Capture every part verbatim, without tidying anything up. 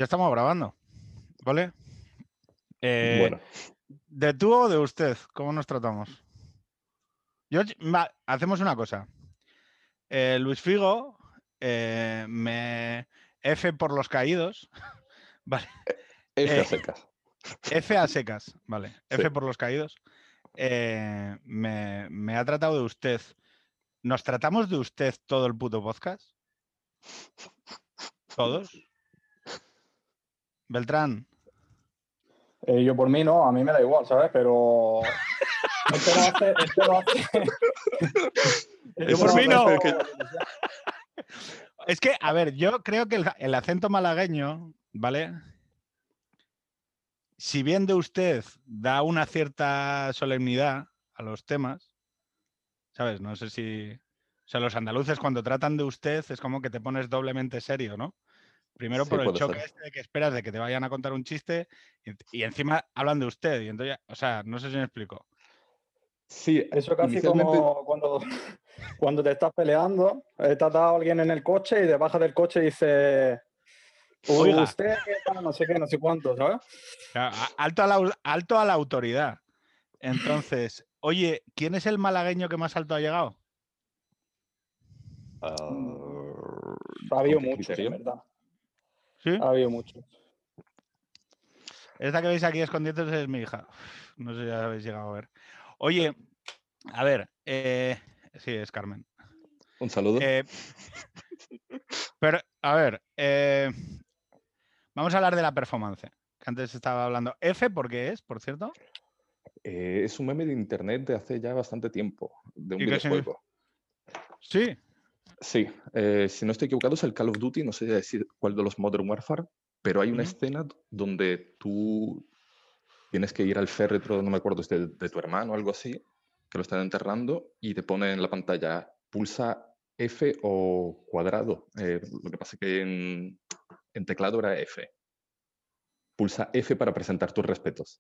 estamos grabando, ¿vale? Eh, Bueno, ¿De tú o de usted? ¿Cómo nos tratamos? Yo, va, hacemos una cosa. Eh, Luis Figo, eh, me F por los caídos, ¿vale? F Eh, a secas. F a secas, ¿vale? Sí. F por los caídos. Eh, me, me ha tratado de usted. ¿Nos tratamos de usted todo el puto podcast? ¿Todos? Beltrán. Eh, yo por mí no, a mí me da igual, ¿sabes? Pero este lo hace, este lo hace. este Yo lo por mí hace no. por- Es que, a ver, yo creo que el, el acento malagueño, ¿vale? Si bien de usted da una cierta solemnidad a los temas, ¿sabes? No sé si... O sea, los andaluces cuando tratan de usted es como que te pones doblemente serio, ¿no? Primero Sí, por el puede choque ser. este de que esperas de que te vayan a contar un chiste y, y encima hablan de usted. Y entonces, ya- o sea, no sé si me explico. Sí, Eso casi inicialmente, como cuando, cuando te estás peleando, eh, te ha dado alguien en el coche y te bajas del coche y dice, Oiga, usted, qué tal, no sé qué, no sé cuánto, ¿sabes? a- alto a la, alto a la autoridad. Entonces, oye, ¿quién es el malagueño que más alto ha llegado? ah, Ha ¿con habido qué muchos, en criterio? verdad. ¿Sí? Ha habido muchos. Esta que veis aquí escondiéndose es mi hija. No sé si ya habéis llegado a ver. Oye, a ver, eh, sí, es Carmen. Un saludo. Eh, pero, a ver, eh, vamos a hablar de la performance, que antes estaba hablando. F, ¿por qué es, por cierto? Eh, es un meme de internet de hace ya bastante tiempo, de un ¿Y qué significa? videojuego. Sí. Sí, eh, si no estoy equivocado es el Call of Duty, no sé decir cuál de los Modern Warfare, pero hay una Ujú. escena donde tú tienes que ir al féretro, no me acuerdo, si de, de tu hermano o algo así, que lo están enterrando y te pone en la pantalla, pulsa F o cuadrado. Eh, lo que pasa es que en, en teclado era F. Pulsa F para presentar tus respetos.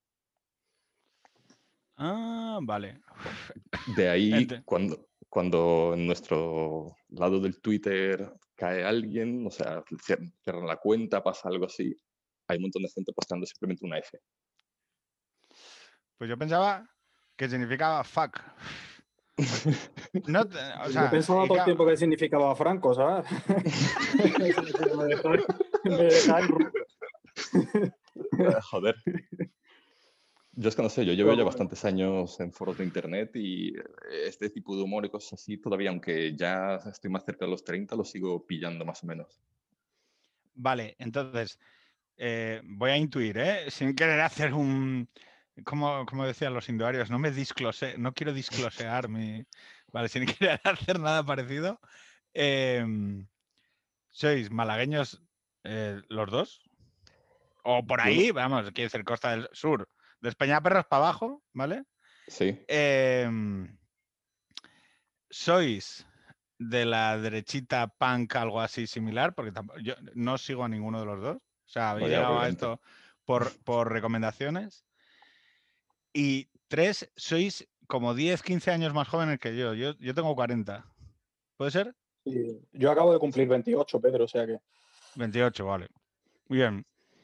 Ah, vale. De ahí, Ente- cuando, cuando en nuestro lado del Twitter cae alguien, o sea, cier- cierran la cuenta, pasa algo así, hay un montón de gente postando simplemente una F. Pues yo pensaba que significaba fuck. No, te- o Yo sea, pensaba y todo el claro, tiempo que significaba Franco, ¿sabes? me dejáis, me dejáis roto. Ah, joder. Yo es que no sé, yo llevo Pero ya bueno. bastantes años en foros de internet y eh, este tipo de humor y cosas así, todavía, aunque ya estoy más cerca de los treinta, lo sigo pillando más o menos. vale, entonces, eh, voy a intuir, ¿eh? Sin querer hacer un... Como, como decían los indoarios, no me disclose, no quiero disclosear mi... Vale, sin querer hacer nada parecido. Em, ¿Sois malagueños eh, los dos? O por Yo no, ahí, vamos, quiero decir, Costa del Sur. De Peñaperros para abajo, ¿vale? sí, Em, ¿Sois de la derechita punk, algo así similar? Porque tampoco- yo no sigo a ninguno de los dos. O sea, habéis vaya, llegado a obviamente. esto por, por recomendaciones. Y tres, sois como diez, quince años más jóvenes que yo. Yo, yo tengo cuarenta. ¿Puede ser? Sí, yo acabo de cumplir veintiocho, Pedro, o sea que. veintiocho, vale. Bien.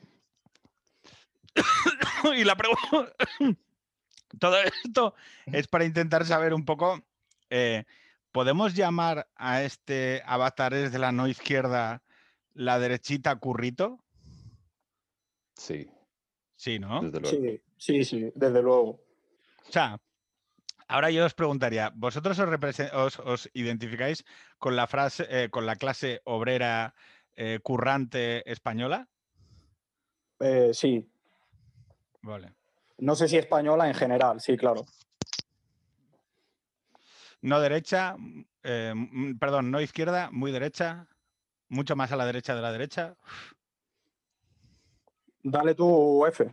Y la pregunta... Todo esto es para intentar saber un poco... eh, ¿podemos llamar a este avatares de la no izquierda la derechita currito? Sí, Sí, ¿no? desde luego. Sí, sí, sí, desde luego. O sea, ahora yo os preguntaría, ¿vosotros os, represe- os- os identificáis con la frase, eh, con la clase obrera eh, currante española? Eh, sí, Vale. no sé si española en general, sí, claro. No derecha, eh, mm, perdón, no izquierda, muy derecha, mucho más a la derecha de la derecha. Dale tu F.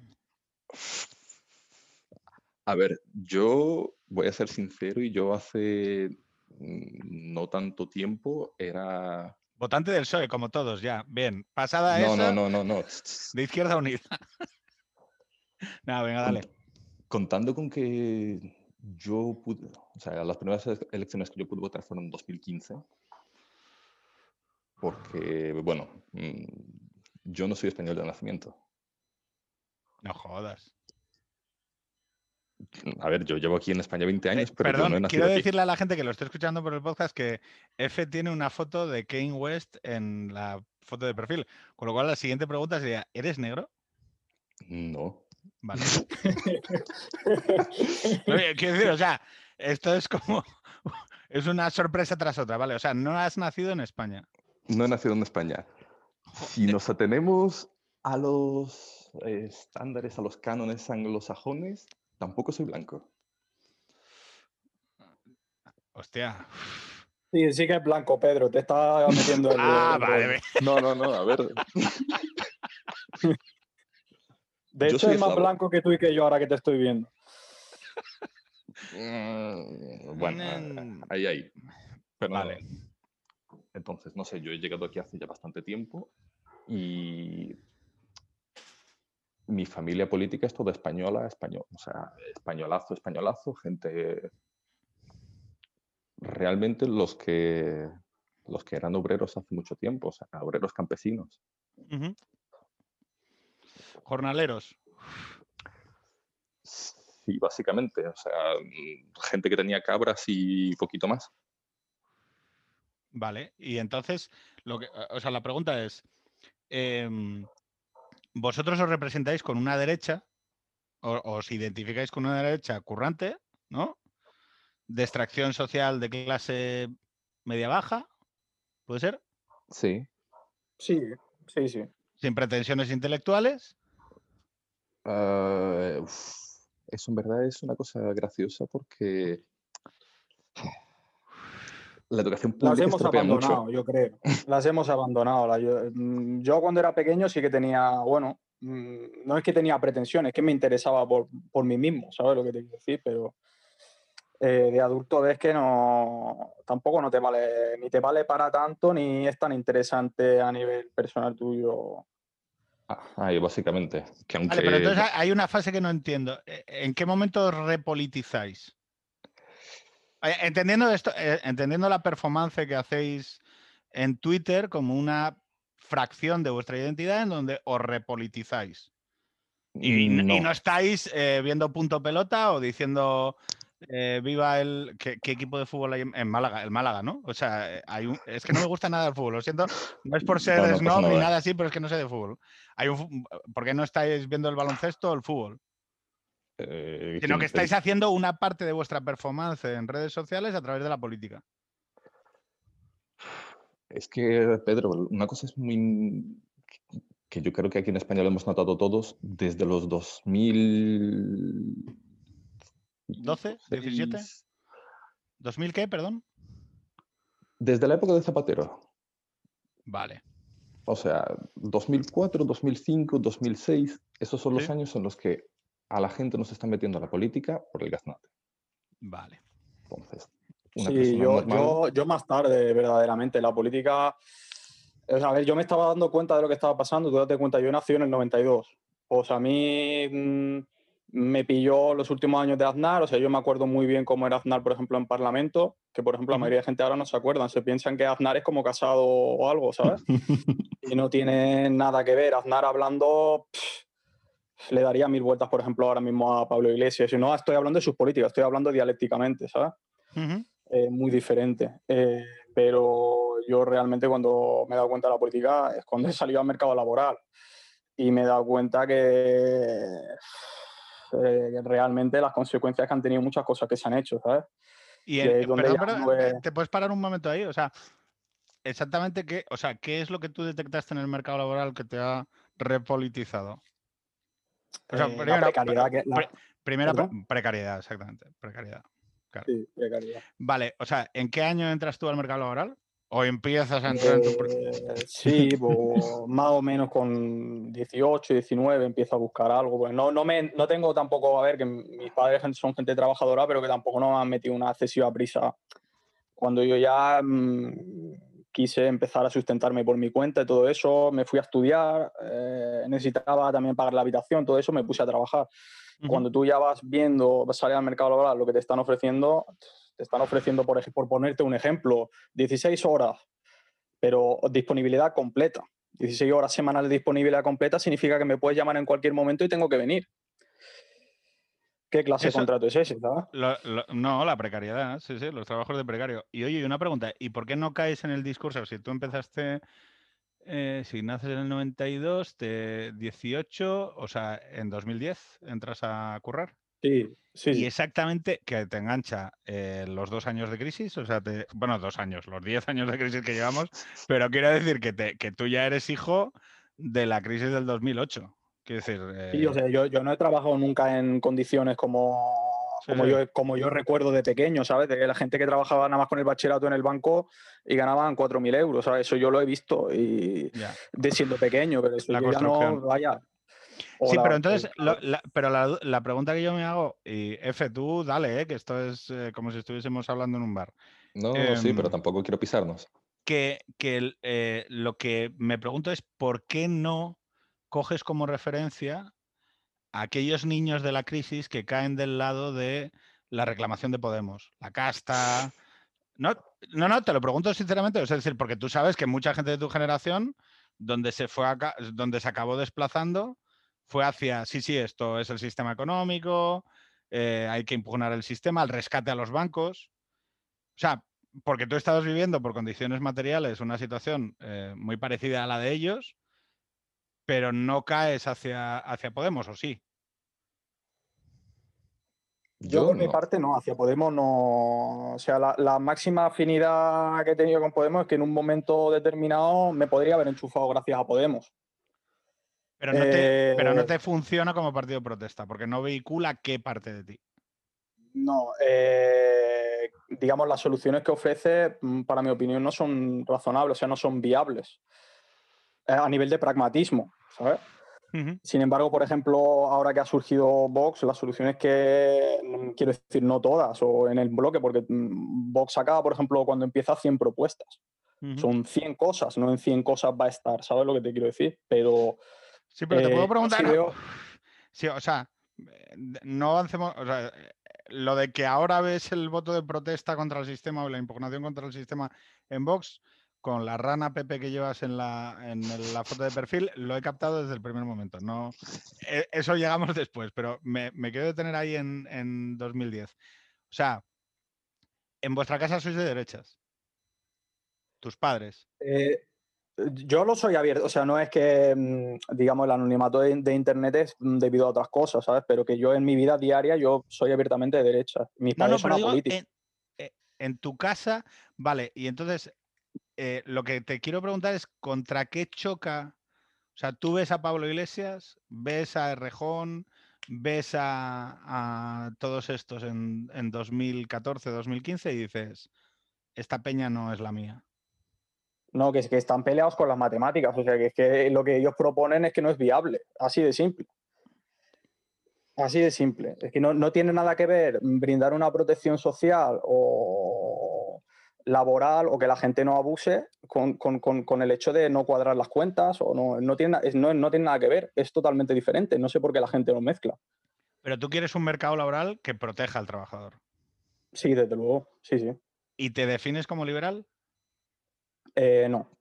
A ver, yo voy a ser sincero y yo hace mm, no tanto tiempo era... Votante del P S O E, como todos, ya. Bien. Pasada No, no, esa, no, no, no. tss, tss. de Izquierda Unida. Nada, venga, dale. Cont- contando con que yo pude, o sea, las primeras ele- elecciones que yo pude votar fueron en dos mil quince, porque, bueno, mm, yo no soy español de nacimiento. No jodas. A ver, yo llevo aquí en España veinte años, Eh, pero perdón, yo no he nacido quiero aquí. decirle a la gente que lo esté escuchando por el podcast que F tiene una foto de Kanye West en la foto de perfil. Con lo cual, la siguiente pregunta sería: ¿eres negro? No. Vale. No, quiero decir, o sea, esto es como... es una sorpresa tras otra, ¿vale? O sea, no has nacido en España. No he nacido en España. Si nos atenemos a los eh, estándares, a los cánones anglosajones, tampoco soy blanco. Hostia. Sí, sí que es blanco, Pedro. Te está metiendo el, Ah, el vale. rollo. ve- No, no, no, a ver. De Yo hecho, soy es más eslavo. blanco que tú y que yo ahora que te estoy viendo. Mm, Bueno, Mm, ahí, ahí. Pero Vale. entonces, no sé, yo he llegado aquí hace ya bastante tiempo y mi familia política es toda española, español, o sea, españolazo, españolazo, gente. Realmente los que los que eran obreros hace mucho tiempo, o sea, obreros campesinos. Ujú. Jornaleros. Sí, básicamente, o sea, mm, gente que tenía cabras y poquito más. Vale. Y entonces, lo que, o sea, la pregunta es: em, ¿vosotros os representáis con una derecha? O, os identificáis con una derecha currante, ¿no? De extracción social de clase media-baja, ¿puede ser? Sí. Sí, sí, sí. Sin pretensiones intelectuales. Ah, uf, eso en verdad es una cosa graciosa porque la educación Las pública hemos estropea mucho. abandonado, yo creo. Las hemos abandonado. La- yo, mm, yo cuando era pequeño sí que tenía, bueno, mm, no es que tenía pretensiones, es que me interesaba por, por mí mismo, ¿sabes lo que te quiero decir? Pero eh, de adulto ves que no, tampoco no te vale, ni te vale para tanto, ni es tan interesante a nivel personal tuyo. Ah, ahí, básicamente. Que Vale, pero aunque, entonces bueno, hay una fase que no entiendo. Eh, ¿En qué momento os repolitizáis? Eh, Entendiendo esto, eh, entendiendo la performance que hacéis en Twitter como una fracción de vuestra identidad en donde os repolitizáis. Y, y no y no. no estáis eh, viendo punto pelota o diciendo eh, viva el... ¿Qué, qué equipo de fútbol hay en, en Málaga? El Málaga, ¿no? O sea, eh, hay un, es que no me gusta nada el fútbol, lo siento. No es por ser No, no pasa snob ni nada. nada así, pero es que no sé de fútbol. Hay un, fu- ¿por qué no estáis viendo el baloncesto o el fútbol? Eh, Sino que ¿quién- estáis el- haciendo una parte de vuestra performance en redes sociales a través de la política. Es que, Pedro, una cosa es muy que yo creo que aquí en España lo hemos notado todos desde los dos mil cinco, ¿doce? ¿diecisiete? seis, ¿dos mil qué? Perdón. desde la época de Zapatero. Vale. O sea, dos mil cuatro, dos mil cinco, dos mil seis, esos son los Sí. años en los que a la gente nos está metiendo a la política por el gaznate. Vale. Entonces, una Sí, persona yo, normal, yo, yo más tarde, verdaderamente, la política. O sea, a ver, yo me estaba dando cuenta de lo que estaba pasando, tú date cuenta, yo nací en el noventa y dos. O sea, a mí mm, me pilló los últimos años de Aznar, o sea, yo me acuerdo muy bien cómo era Aznar, por ejemplo, en Parlamento, que por ejemplo la Ujú. mayoría de gente ahora no se acuerdan, se piensan que Aznar es como Casado o algo, ¿sabes? Y no tiene nada que ver. Aznar hablando, pff, le daría mil vueltas, por ejemplo, ahora mismo a Pablo Iglesias. Y no estoy hablando de sus políticas, estoy hablando dialécticamente, ¿sabes? Ujú. Eh, muy diferente. Eh, pero yo realmente cuando me he dado cuenta de la política es cuando he salido al mercado laboral y me he dado cuenta que eh, realmente las consecuencias que han tenido muchas cosas que se han hecho, ¿sabes? Y Y en- es donde perdón, ya perdón, uno ve... ¿te puedes parar un momento ahí? O sea, exactamente qué, o sea, ¿qué es lo que tú detectaste en el mercado laboral que te ha repolitizado? O sea, eh, la primero, precariedad que... La, pre- primera pre- ¿Perdón? precariedad, exactamente, precariedad. Claro. Sí, precariedad. Vale, o sea, ¿en qué año entras tú al mercado laboral? ¿O empiezas a entrar en tu... pr- Eh, sí, pues, más o menos con dieciocho, diecinueve empiezo a buscar algo. Pues no, no, me, no tengo tampoco, a ver, que mis padres son gente trabajadora, pero que tampoco nos han metido una excesiva prisa. Cuando yo ya mmm, quise empezar a sustentarme por mi cuenta y todo eso, me fui a estudiar, eh, necesitaba también pagar la habitación, todo eso, me puse a trabajar. Ujú. Cuando tú ya vas viendo, vas a salir al mercado laboral, lo que te están ofreciendo, te están ofreciendo, por, ej- por ponerte un ejemplo, dieciséis horas, pero disponibilidad completa. dieciséis horas semanales de disponibilidad completa significa que me puedes llamar en cualquier momento y tengo que venir. ¿Qué clase Eso- de contrato es ese, sabes? Lo- lo- no, la precariedad, sí, sí, los trabajos de precario. Y oye, y una pregunta, ¿y por qué no caes en el discurso? Si tú empezaste, eh, si naces en el noventa y dos, te dieciocho, o sea, en dos mil diez entras a currar. Sí, sí, Y sí. exactamente que te engancha eh, los dos años de crisis, o sea, te- bueno, dos años, los diez años de crisis que llevamos, pero quiero decir que, te, que tú ya eres hijo de la crisis del dos mil ocho. Quiero decir, Sí, o eh, sea, yo, yo no he trabajado nunca en condiciones como, sí, como, sí, yo, como yo recuerdo de pequeño, ¿sabes? De la gente que trabajaba nada más con el bachillerato en el banco y ganaban cuatro mil euros, ¿sabes? Eso yo lo he visto y ya, de siendo pequeño, pero eso la yo ya no, construcción. vaya. O Sí, pero la- entonces, eh, lo- la, pero la, la pregunta que yo me hago, y F, tú dale, eh, que esto es eh, como si estuviésemos hablando en un bar. No, no, no, sí, pero Em, tampoco quiero pisarnos. que, que el, eh, lo que me pregunto es por qué no coges como referencia a aquellos niños de la crisis que caen del lado de la reclamación de Podemos, la casta. No, no, no, te lo pregunto sinceramente, es decir, porque tú sabes que mucha gente de tu generación, donde se fue a, donde se acabó desplazando, fue hacia, sí, sí, esto es el sistema económico, eh, hay que impugnar el sistema, el rescate a los bancos. O sea, porque tú estabas viviendo por condiciones materiales una situación eh, muy parecida a la de ellos, pero no caes hacia, hacia Podemos, ¿o sí? yo Yo por mi no. parte no, hacia Podemos no. O sea, la, la máxima afinidad que he tenido con Podemos es que en un momento determinado me podría haber enchufado gracias a Podemos. Pero no te, pero no Eh, te funciona como partido de protesta, porque no vehicula qué parte de ti. No, eh, digamos, las soluciones que ofrece, mm, para mi opinión, no son razonables, o sea, no son viables eh, a nivel de pragmatismo, ¿sabes? Ujú. Sin embargo, por ejemplo, ahora que ha surgido Vox, las soluciones que, mm, quiero decir, no todas, o en el bloque, porque mm, Vox acaba, por ejemplo, cuando empieza cien propuestas. Ujú. Son cien cosas, no en cien cosas va a estar, ¿sabes lo que te quiero decir? Pero Sí, pero te puedo eh, yo sí preguntar. veo. Sí, o sea, eh, no avancemos. O sea, eh, lo de que ahora ves el voto de protesta contra el sistema o la impugnación contra el sistema en Vox, con la rana Pepe que llevas en la, en el- la foto de perfil, lo he captado desde el primer momento. No, eh, eso llegamos después, pero me, me quiero detener ahí en, en dos mil diez. O sea, en vuestra casa sois de derechas, tus padres. eh, Yo lo soy abierto, o sea, no es que, mm, digamos, el anonimato de, de Internet es mm, debido a otras cosas, ¿sabes? Pero que yo en mi vida diaria, yo soy abiertamente de derecha. Mis No, padres no, son pero digo, apolíticos. en, eh, en tu casa, vale, y entonces eh, lo que te quiero preguntar es contra qué choca. O sea, tú ves a Pablo Iglesias, ves a Errejón, ves a, a todos estos en, en dos mil catorce, dos mil quince y dices, esta peña no es la mía. No, que, es que están peleados con las matemáticas, o sea, que es que lo que ellos proponen es que no es viable, así de simple. Así de simple. Es que no, no tiene nada que ver brindar una protección social o laboral o que la gente no abuse con, con, con, con el hecho de no cuadrar las cuentas o no, no, tiene, es, no, no tiene nada que ver. Es totalmente diferente. No sé por qué la gente lo mezcla. Pero tú quieres un mercado laboral que proteja al trabajador. Sí, desde luego. Sí, sí. ¿Y te defines como liberal? Eh, no.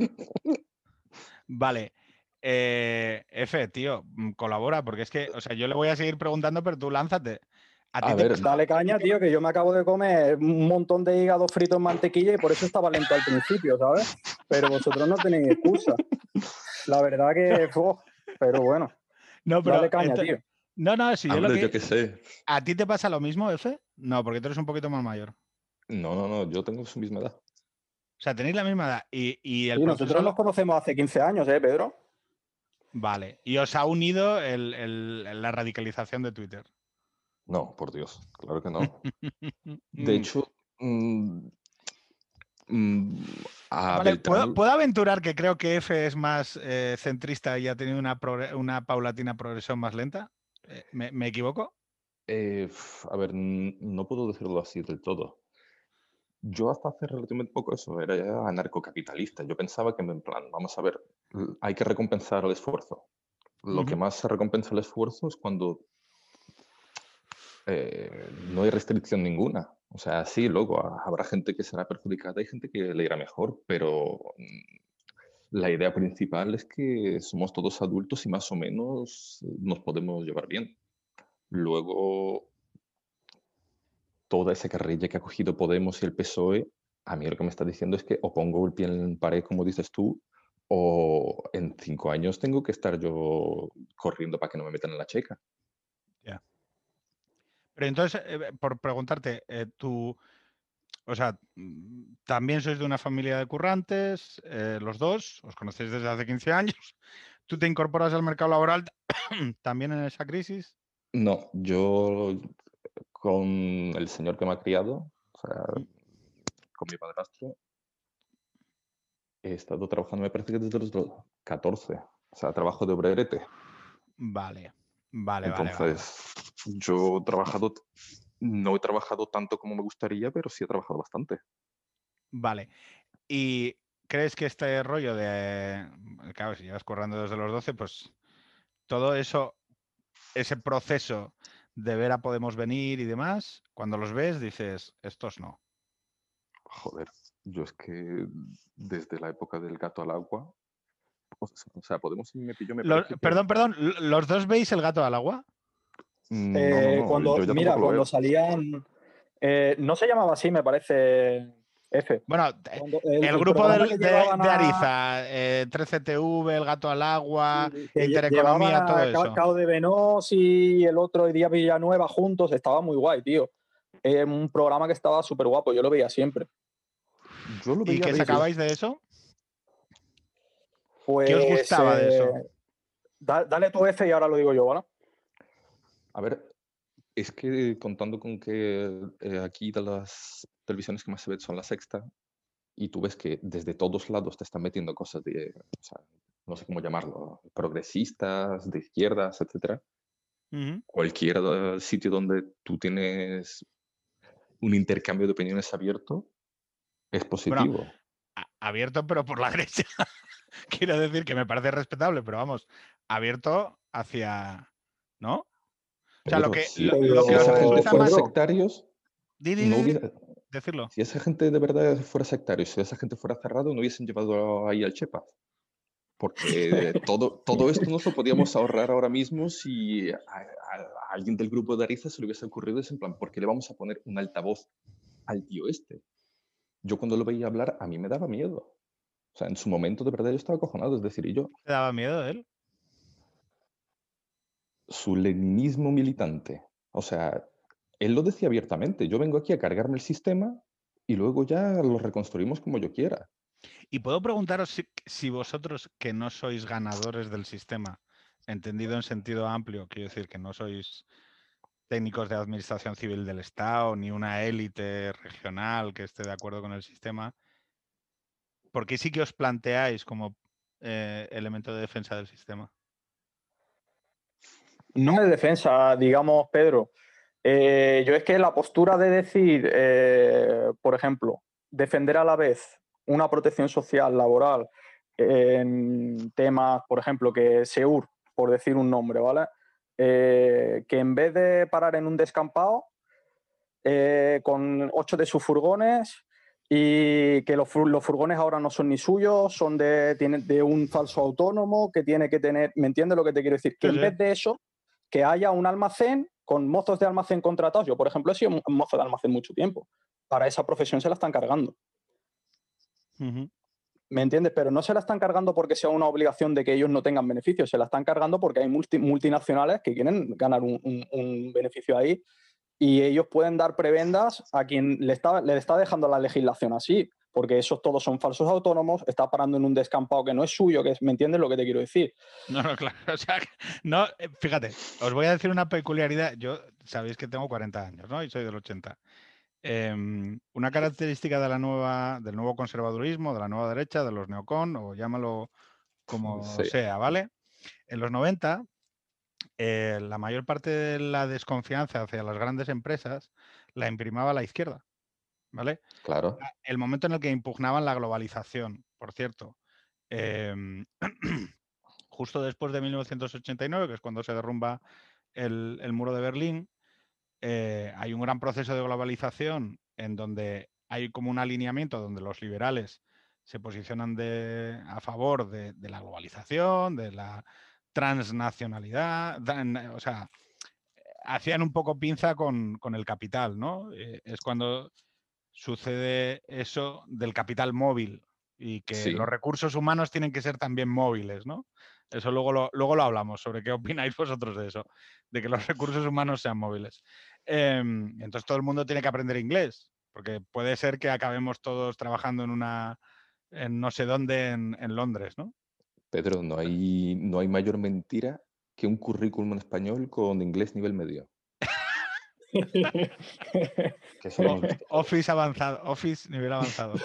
Vale. Eh, F, tío, mm, colabora, porque es que, o sea, yo le voy a seguir preguntando, pero tú lánzate. ¿A ti A te ver, pasa? Dale caña, tío, que yo me acabo de comer un montón de hígado frito en mantequilla y por eso estaba lento al principio, ¿sabes? Pero vosotros no tenéis excusa. La verdad que, uf, pero bueno, No, pero dale caña, ent- tío. no, no, si yo lo hombre, yo que. qué sé. ¿A ti te pasa lo mismo, F? No, porque tú eres un poquito más mayor. No, no, no, yo tengo su misma edad. O sea, tenéis la misma edad. Y, y el Sí, nosotros proceso. nos conocemos hace quince años, ¿eh, Pedro? Vale. Y os ha unido el- el- la radicalización de Twitter. No, por Dios, claro que no. De hecho, mm, mm, a Vale, ¿puedo, Beltrán, puedo aventurar que creo que F es más eh, centrista y ha tenido una, progre- una paulatina progresión más lenta? Eh, ¿me, me equivoco? eh, f- a ver, n- no puedo decirlo así del todo. Yo hasta hace relativamente poco eso, era ya anarcocapitalista. Yo pensaba que, en plan, vamos a ver, l- hay que recompensar el esfuerzo. Lo que Ujú. más se recompensa el esfuerzo es cuando eh, no hay restricción ninguna. O sea, sí, luego ha- habrá gente que será perjudicada y gente que le irá mejor, pero mm, la idea principal es que somos todos adultos y más o menos nos podemos llevar bien. Luego, toda esa carrilla que ha cogido Podemos y el P S O E, a mí lo que me está diciendo es que o pongo el pie en pared, como dices tú, o en cinco años tengo que estar yo corriendo para que no me metan en la checa. Ya. Pero entonces, eh, por preguntarte, eh, tú, o sea, mm, también sois de una familia de currantes, eh, los dos, os conocéis desde hace quince años. ¿Tú te incorporas al mercado laboral también en esa crisis? No, yo con el señor que me ha criado, o sea, Mm. con mi padrastro, he estado trabajando, me parece que desde los do- catorce, o sea, trabajo de obrerete. Vale, vale, vale, vale, vale. Entonces, yo he trabajado, no he trabajado tanto como me gustaría, pero sí he trabajado bastante. Vale. ¿Y crees que este rollo de, claro, si llevas currando desde los doce, pues todo eso, ese proceso de ver a Podemos venir y demás, cuando los ves dices, estos no? Joder, yo es que desde la época del gato al agua, o sea, o sea, Podemos me pilló, me Los- parece que... perdón, perdón, ¿los dos veis el gato al agua? Mm, No, no, Eh, no, cuando, yo ya mira, tampoco lo cuando veo. salían. Eh, no se llamaba así, me parece. F. Bueno, eh, Cuando el, el el grupo programa del- que de, llevaban de a. Ariza, eh, trece T V, el gato al agua, Sí, que lle- llevaban Intereconomía, todo a Ca- eso. Cao de Venós y el otro día Villanueva juntos, estaba muy guay, tío. Es un programa que estaba súper guapo, yo lo veía siempre. Yo lo ¿Y veía a qué veces. sacabais de eso? ¿Qué os Pues. gustaba de eh, eso? da- dale tu F y ahora lo digo yo, ¿vale? A ver, es que contando con que eh, aquí de las televisiones que más se ven son la Sexta, y tú ves que desde todos lados te están metiendo cosas de, o sea, no sé cómo llamarlo, progresistas, de izquierdas, etcétera. Ujú. Cualquier eh, sitio donde tú tienes un intercambio de opiniones abierto es Bueno, positivo. a- abierto pero por la derecha. Quiero decir que me parece respetable, pero vamos, abierto hacia, ¿no? O sea, lo Pedro, que, lo, si, lo si que os esa Pero, gente utiliza fuera más... Pedro, sectarios, Di, di, no di, di, hubiera, decirlo. si esa gente de verdad fuera sectario, si esa gente fuera cerrado, no hubiesen llevado ahí al Chepa. Porque todo, todo esto nos lo podíamos ahorrar ahora mismo si a, a- a alguien del grupo de Ariza se le hubiese ocurrido es en plan, ¿por qué le vamos a poner un altavoz al tío este? Yo cuando lo veía hablar, a mí me daba miedo. O sea, en su momento de verdad yo estaba acojonado. Es decir, y yo, ¿Te daba miedo de él? su leninismo militante. O sea, él lo decía abiertamente, yo vengo aquí a cargarme el sistema y luego ya lo reconstruimos como yo quiera. Y puedo preguntaros si, si vosotros que no sois ganadores del sistema, entendido en sentido amplio, quiero decir que no sois técnicos de administración civil del Estado, ni una élite regional que esté de acuerdo con el sistema, ¿por qué sí que os planteáis como eh, elemento de defensa del sistema? no es defensa, digamos, Pedro. Eh, yo es que la postura de decir, eh, por ejemplo, defender a la vez una protección social laboral en temas, por ejemplo, que Seur, por decir un nombre, ¿vale? Eh, que en vez de parar en un descampado eh, con ocho de sus furgones y que los, fur- los furgones ahora no son ni suyos, son de, tienen de un falso autónomo que tiene que tener, ¿me entiendes lo que te quiero decir? Que Sí, en sí. vez de eso, que haya un almacén con mozos de almacén contratados. Yo, por ejemplo, he sido mo- mozo de almacén mucho tiempo. Para esa profesión se la están cargando. Ujú. ¿Me entiendes? Pero no se la están cargando porque sea una obligación de que ellos no tengan beneficios, se la están cargando porque hay multi- multinacionales que quieren ganar un, un- un beneficio ahí y ellos pueden dar prebendas a quien le está, le está dejando la legislación así, porque esos todos son falsos autónomos, está parando en un descampado que no es suyo, que es, ¿me entiendes lo que te quiero decir? No, no, claro. O sea, que- no, eh, fíjate, os voy a decir una peculiaridad. Yo sabéis que tengo cuarenta años, ¿no? Y soy del ochenta. Em, una característica de la nueva, del nuevo conservadurismo, de la nueva derecha, de los neocon, o llámalo como Sí, sea, ¿vale? En los noventa, eh, la mayor parte de la desconfianza hacia las grandes empresas la imprimaba la izquierda, ¿vale? claro. El momento en el que impugnaban la globalización, por cierto. em, justo después de mil novecientos ochenta y nueve, que es cuando se derrumba el, el muro de Berlín, eh, hay un gran proceso de globalización en donde hay como un alineamiento donde los liberales se posicionan de, a favor de, de la globalización, de la transnacionalidad, dan- o sea, hacían un poco pinza con, con el capital, ¿no? Eh, es cuando sucede eso del capital móvil y que Sí, los recursos humanos tienen que ser también móviles, ¿no? Eso luego lo, luego lo hablamos, sobre qué opináis vosotros de eso, de que los recursos humanos sean móviles. Eh, entonces todo el mundo tiene que aprender inglés, porque puede ser que acabemos todos trabajando en una, en no sé dónde, en, en Londres, ¿no? Pedro, no hay, no hay mayor mentira que un currículum en español con inglés nivel medio. Que eso lo O- hemos visto todos. Office avanzado, Office nivel avanzado.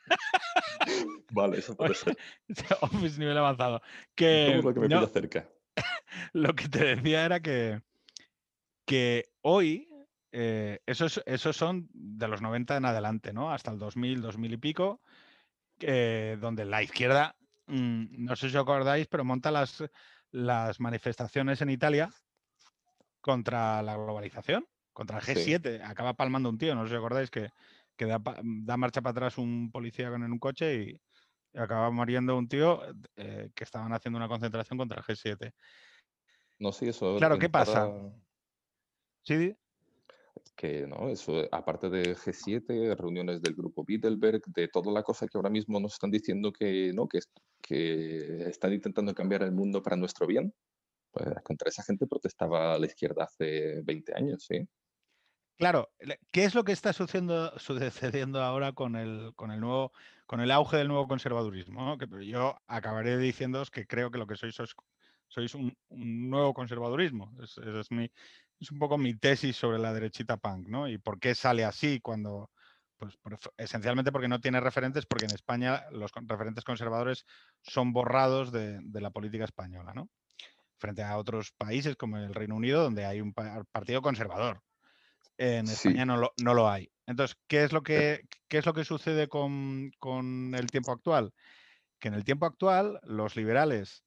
Vale, eso puede ser. Office nivel avanzado. Todo Que lo que me pilla no, cerca. lo que te decía era que, que hoy, eh, esos, esos son de los noventa en adelante, ¿no? Hasta el dos mil, dos mil y pico, eh, donde la izquierda, mmm, no sé si os acordáis, pero monta las, las manifestaciones en Italia contra la globalización, contra el G Sí. siete. Acaba palmando un tío, no sé si os acordáis, que, que da, da marcha para atrás un policía con en un coche y, y acaba muriendo un tío eh, que estaban haciendo una concentración contra el G siete. No sé, eso Claro, ¿qué pasa? entra... Sí, Que no, eso, aparte de G siete, reuniones del grupo Bilderberg, de toda la cosa que ahora mismo nos están diciendo que no, que, es- que están intentando cambiar el mundo para nuestro bien, pues contra esa gente protestaba la izquierda hace veinte años, ¿sí? claro, le- ¿qué es lo que está sucediendo, sucediendo ahora con el, con el nuevo, con el auge del nuevo conservadurismo? ¿No? Que yo acabaré diciéndoos que creo que lo que sois sois, sois un, un nuevo conservadurismo. Es, esa es, mi, es un poco mi tesis sobre la derechita punk, ¿no? Y por qué sale así cuando, pues por- esencialmente porque no tiene referentes, porque en España los con- referentes conservadores son borrados de, de la política española, ¿no? Frente a otros países como el Reino Unido, donde hay un pa- partido conservador. En Sí, España no lo, no lo hay. Entonces, ¿qué es lo pero que, qué es lo que sucede con, con el tiempo actual? Que en el tiempo actual los liberales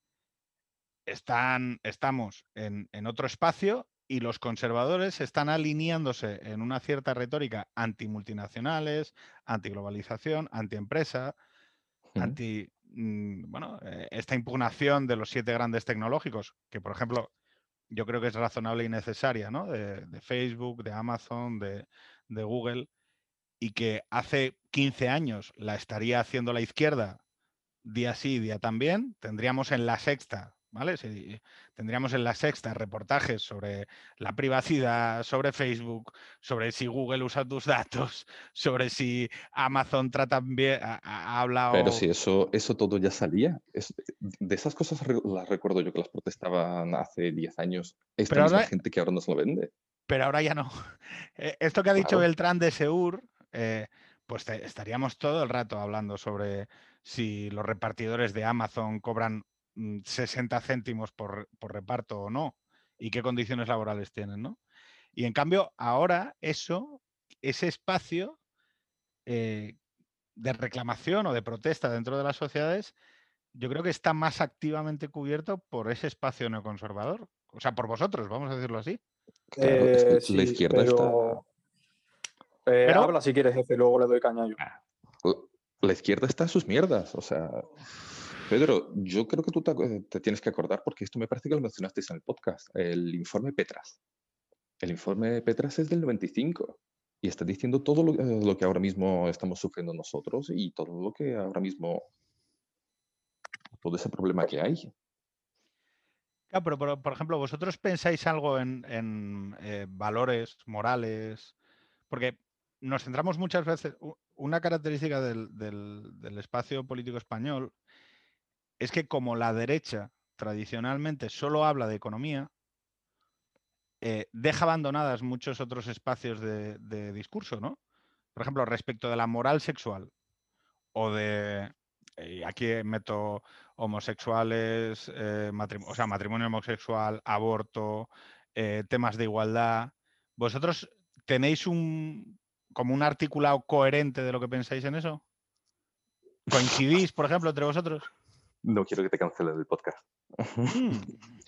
están, estamos en, en otro espacio y los conservadores están alineándose en una cierta retórica anti-multinacionales, anti-globalización, anti-empresa, mm, anti, mm, bueno, eh, esta impugnación de los siete grandes tecnológicos, que por ejemplo yo creo que es razonable y necesaria, ¿no? De, de Facebook, de Amazon, de, de Google, y que hace quince años la estaría haciendo la izquierda día sí, día también, tendríamos en La Sexta, ¿vale? Sí, tendríamos en La Sexta reportajes sobre la privacidad, sobre Facebook, sobre si Google usa tus datos, sobre si Amazon trata bien, ha, ha pero hablado... si eso, eso todo ya salía. Es- de esas cosas re- las recuerdo yo que las protestaban hace diez años esta Pero misma ahora, gente que ahora nos lo vende. pero ahora ya no. Eh, Esto que ha dicho Claro, Beltrán de Seur, eh, pues te- estaríamos todo el rato hablando sobre si los repartidores de Amazon cobran mm, sesenta céntimos por, por reparto o no, y qué condiciones laborales tienen, ¿no? Y en cambio, ahora eso, ese espacio eh, de reclamación o de protesta dentro de las sociedades, yo creo que está más activamente cubierto por ese espacio neoconservador. O sea, por vosotros, vamos a decirlo así. claro, es que Eh, la sí, izquierda está... pero eh, Pero habla si quieres, jefe, luego le doy caña yo. La izquierda está en sus mierdas, o sea... Pedro, yo creo que tú te, acu- te tienes que acordar, porque esto me parece que lo mencionasteis en el podcast, el informe Petras. El informe Petras es del noventa y cinco y está diciendo todo lo, eh, lo que ahora mismo estamos sufriendo nosotros y todo lo que ahora mismo, todo ese problema que hay. claro, pero por, por ejemplo, ¿vosotros pensáis algo en, en, eh, valores morales? Porque nos centramos muchas veces, u- una característica del, del- del espacio político español es que como la derecha tradicionalmente solo habla de economía, eh, deja abandonadas muchos otros espacios de, de discurso, ¿no? Por ejemplo, respecto de la moral sexual o de, y aquí meto homosexuales, eh, matrim- o sea, matrimonio homosexual, aborto, eh, temas de igualdad. ¿Vosotros tenéis un como un articulado coherente de lo que pensáis en eso? ¿Coincidís, por ejemplo, entre vosotros? No quiero que te cancelen el podcast. Mm.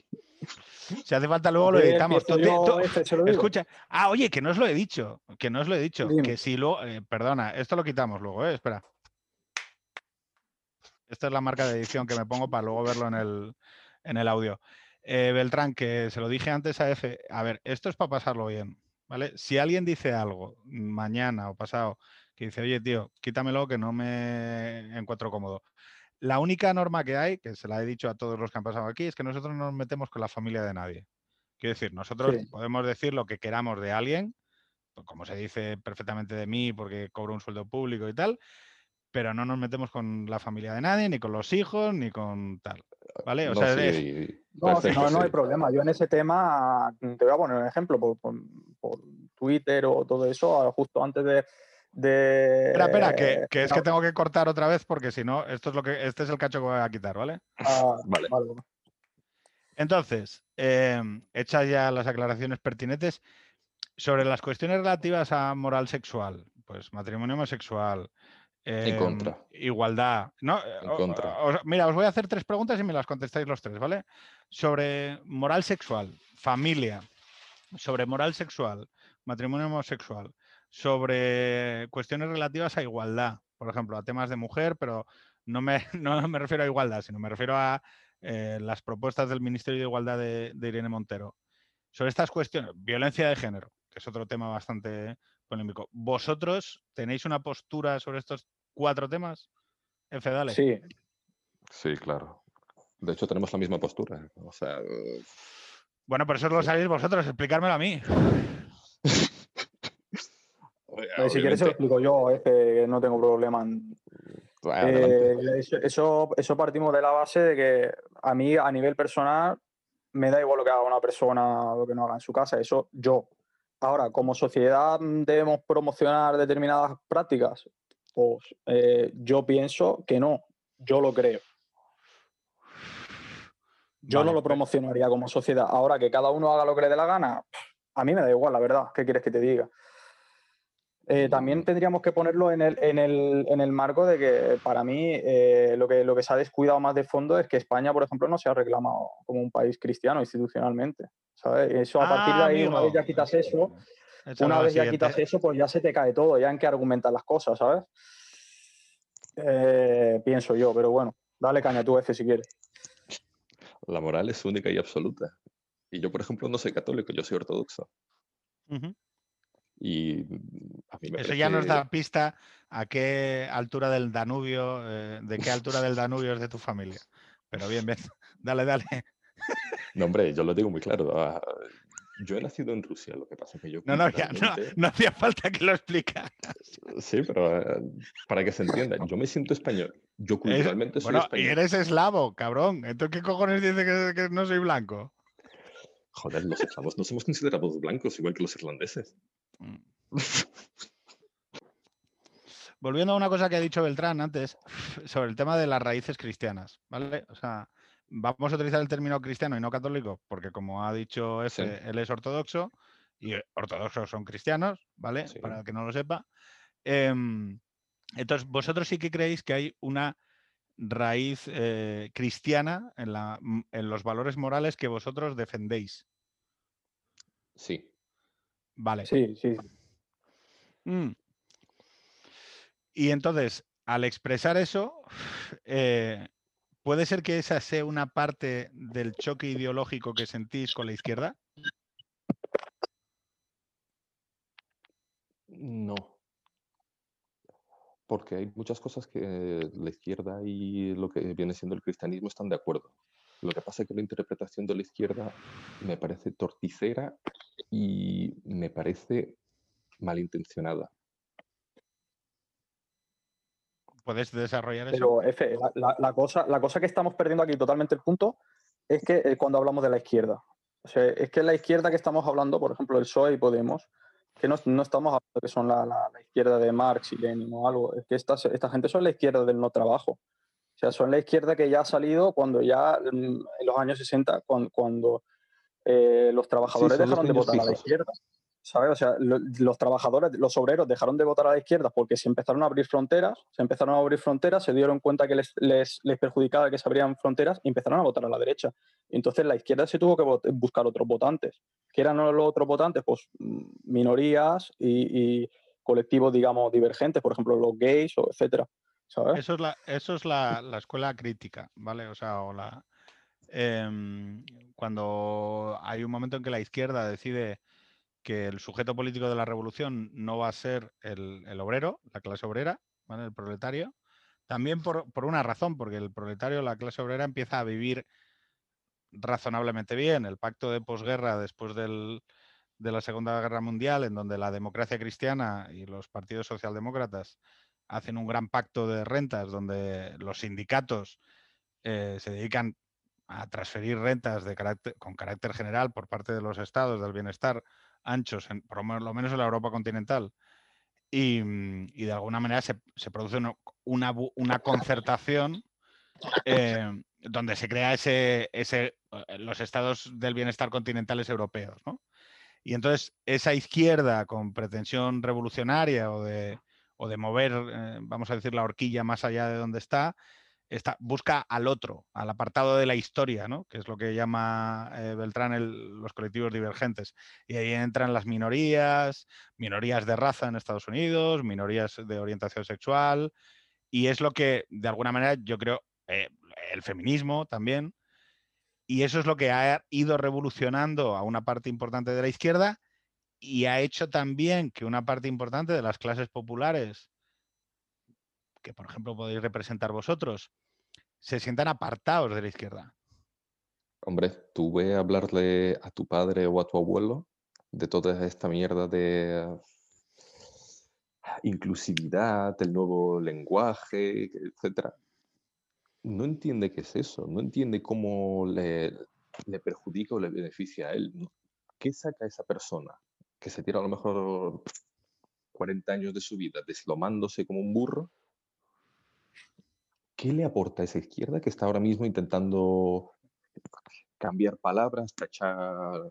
Si hace falta luego ¿Para lo qué editamos. empiezo Tú te- tú- yo, jefe? Se lo digo. escucha. Ah, oye, que no os lo he dicho. Que no os lo he dicho. Dime. Que si luego. Eh, perdona, esto lo quitamos luego, ¿eh? Espera. Esta es la marca de edición que me pongo para luego verlo en el, en el audio. Eh, Beltrán, que se lo dije antes a F, a ver, esto es para pasarlo bien, ¿vale? Si alguien dice algo mañana o pasado que dice, oye, tío, quítamelo que no me encuentro cómodo. La única norma que hay, que se la he dicho a todos los que han pasado aquí, es que nosotros no nos metemos con la familia de nadie. Quiero decir, nosotros Sí. podemos decir lo que queramos de alguien, pues como se dice perfectamente de mí porque cobro un sueldo público y tal, pero no nos metemos con la familia de nadie, ni con los hijos, ni con tal. ¿Vale? O No, sea, sí, es, y- No, si perfecto, no, no hay sí. problema. Yo en ese tema, te voy a poner un ejemplo, por, por- por Twitter o todo eso, justo antes de... de espera, espera, que, que es que tengo que cortar otra vez porque si no, esto es lo que, este es el cacho que voy a quitar, ¿vale? Ah, Vale. vale, vale. Entonces, eh, hechas ya las aclaraciones pertinentes, sobre las cuestiones relativas a moral sexual, pues matrimonio homosexual, En eh, contra, igualdad. No, eh, en o- contra. o- mira, os voy a hacer tres preguntas y me las contestáis los tres, ¿vale? Sobre moral sexual, familia, sobre moral sexual, matrimonio homosexual, sobre cuestiones relativas a igualdad, por ejemplo, a temas de mujer, pero no me, no me refiero a igualdad, sino me refiero a eh, las propuestas del Ministerio de Igualdad de, de Irene Montero. Sobre estas cuestiones, violencia de género, que es otro tema bastante polémico. ¿Vosotros tenéis una postura sobre estos cuatro temas? F, dale. Sí, Sí, claro. De hecho, tenemos la misma postura. O sea, eh, Bueno, por eso lo sí. sabéis vosotros, explicármelo a mí. Eh, si quieres se lo Obviamente, explico yo, es que no tengo problema. en- adelante. Eh, eso, eso, eso partimos de la base de que a mí, a nivel personal, me da igual lo que haga una persona o lo que no haga en su casa. Eso yo. Ahora, como sociedad mm, debemos promocionar determinadas prácticas. Pues eh, yo pienso que no. Yo lo creo. Yo Vale, no lo pe- promocionaría como sociedad. Ahora que cada uno haga lo que le dé la gana, a mí me da igual, la verdad. ¿Qué quieres que te diga? Eh, también Mm, tendríamos que ponerlo en el, en el, en el marco de que para mí eh, lo, que, lo que se ha descuidado más de fondo es que España, por ejemplo, no se ha reclamado como un país cristiano institucionalmente. ¿Sabes? Eso a partir de Ah, ahí, una vez amigo. ya quitas eso, Hecho una algo vez así. ya quitas ente- eso, pues ya se te cae todo, ya en qué argumentas las cosas, ¿sabes? Eh, pienso yo, pero bueno, dale caña tú, F, si quieres. La moral es única y absoluta. Y yo, por ejemplo, no soy católico, yo soy ortodoxo. Ujú. Y mm, a mí me Eso ya nos parece... da pista a qué altura del Danubio, eh, de qué altura del Danubio es de tu familia. Pero bien, bien. Dale, dale. No, hombre, yo lo digo muy claro. ah, Yo he nacido en Rusia, lo que pasa es que yo No, no, ya, no, culturalmente... no hacía falta que lo explicaras. Sí, pero eh, para que se entienda, yo me siento español. Yo Es- culturalmente soy bueno, y español. eres eslavo, cabrón. Entonces, ¿qué cojones dice que, que no soy blanco? Joder, los eslavos no somos considerados blancos, igual que los irlandeses. Mm. Volviendo a una cosa que ha dicho Beltrán antes, sobre el tema de las raíces cristianas, ¿vale? O sea, vamos a utilizar el término cristiano y no católico, porque como ha dicho Sí, F, él es ortodoxo y ortodoxos son cristianos, ¿vale? sí. Para el que no lo sepa. Em, entonces, vosotros sí que creéis que hay una raíz eh, cristiana en, la, en los valores morales que vosotros defendéis. Sí. Vale. Sí, sí. Mm. Y entonces, al expresar eso, eh, ¿puede ser que esa sea una parte del choque ideológico que sentís con la izquierda? No, porque hay muchas cosas que la izquierda y lo que viene siendo el cristianismo están de acuerdo. Lo que pasa es que la interpretación de la izquierda me parece torticera y me parece malintencionada. ¿Puedes desarrollar eso? Pero F, la, la- la cosa, la cosa que estamos perdiendo aquí totalmente el punto es que eh, cuando hablamos de la izquierda, o sea, es que la izquierda que estamos hablando, por ejemplo, el P S O E y Podemos, que no, no estamos hablando que son la, la- la izquierda de Marx y Lenin o algo, es que esta, esta gente son la izquierda del no trabajo. O sea, son la izquierda que ya ha salido cuando ya mm, en los años sesenta, cuando, cuando eh, los Sí, trabajadores son los dejaron de niños votar a la fijos. izquierda. ¿Sabes? O sea, lo- los trabajadores, los obreros dejaron de votar a la izquierda porque se empezaron a abrir fronteras, se empezaron a abrir fronteras, se dieron cuenta que les, les, les perjudicaba que se abrían fronteras y empezaron a votar a la derecha. Entonces la izquierda se tuvo que vot- buscar otros votantes. ¿Qué eran los otros votantes? Pues mm, minorías y, y colectivos, digamos, divergentes, por ejemplo, los gays, o etcétera. ¿sabes? Eso es la, eso es la, la escuela crítica, ¿vale? O sea, o la, em, cuando hay un momento en que la izquierda decide que el sujeto político de la revolución no va a ser el, el obrero, la clase obrera, ¿vale? El proletario, también por, por una razón, porque el proletario, la clase obrera, empieza a vivir razonablemente bien. El pacto de posguerra después del, de la Segunda Guerra Mundial, en donde la democracia cristiana y los partidos socialdemócratas hacen un gran pacto de rentas, donde los sindicatos eh, se dedican a transferir rentas de carácter, con carácter general por parte de los estados del bienestar anchos, en, por lo menos en la Europa continental, y, y de alguna manera se, se produce una, una, una concertación eh, donde se crea ese, ese, los estados del bienestar continentales europeos, ¿no? Y entonces esa izquierda con pretensión revolucionaria o de, o de mover, eh, vamos a decir, la horquilla más allá de donde está, está, busca al otro, al apartado de la historia, ¿no? Que es lo que llama eh, Beltrán el, los colectivos divergentes. Y ahí entran las minorías, minorías de raza en Estados Unidos, minorías de orientación sexual, y es lo que, de alguna manera, yo creo, eh, el feminismo también, y eso es lo que ha ido revolucionando a una parte importante de la izquierda y ha hecho también que una parte importante de las clases populares, que por ejemplo podéis representar vosotros, se sientan apartados de la izquierda. Hombre, tú ve a hablarle a tu padre o a tu abuelo de toda esta mierda de inclusividad, el nuevo lenguaje, etcétera. No entiende qué es eso, no entiende cómo le, le perjudica o le beneficia a él. ¿No? ¿Qué saca esa persona que se tira a lo mejor cuarenta años de su vida deslomándose como un burro? ¿Qué le aporta a esa izquierda que está ahora mismo intentando cambiar palabras, tachar?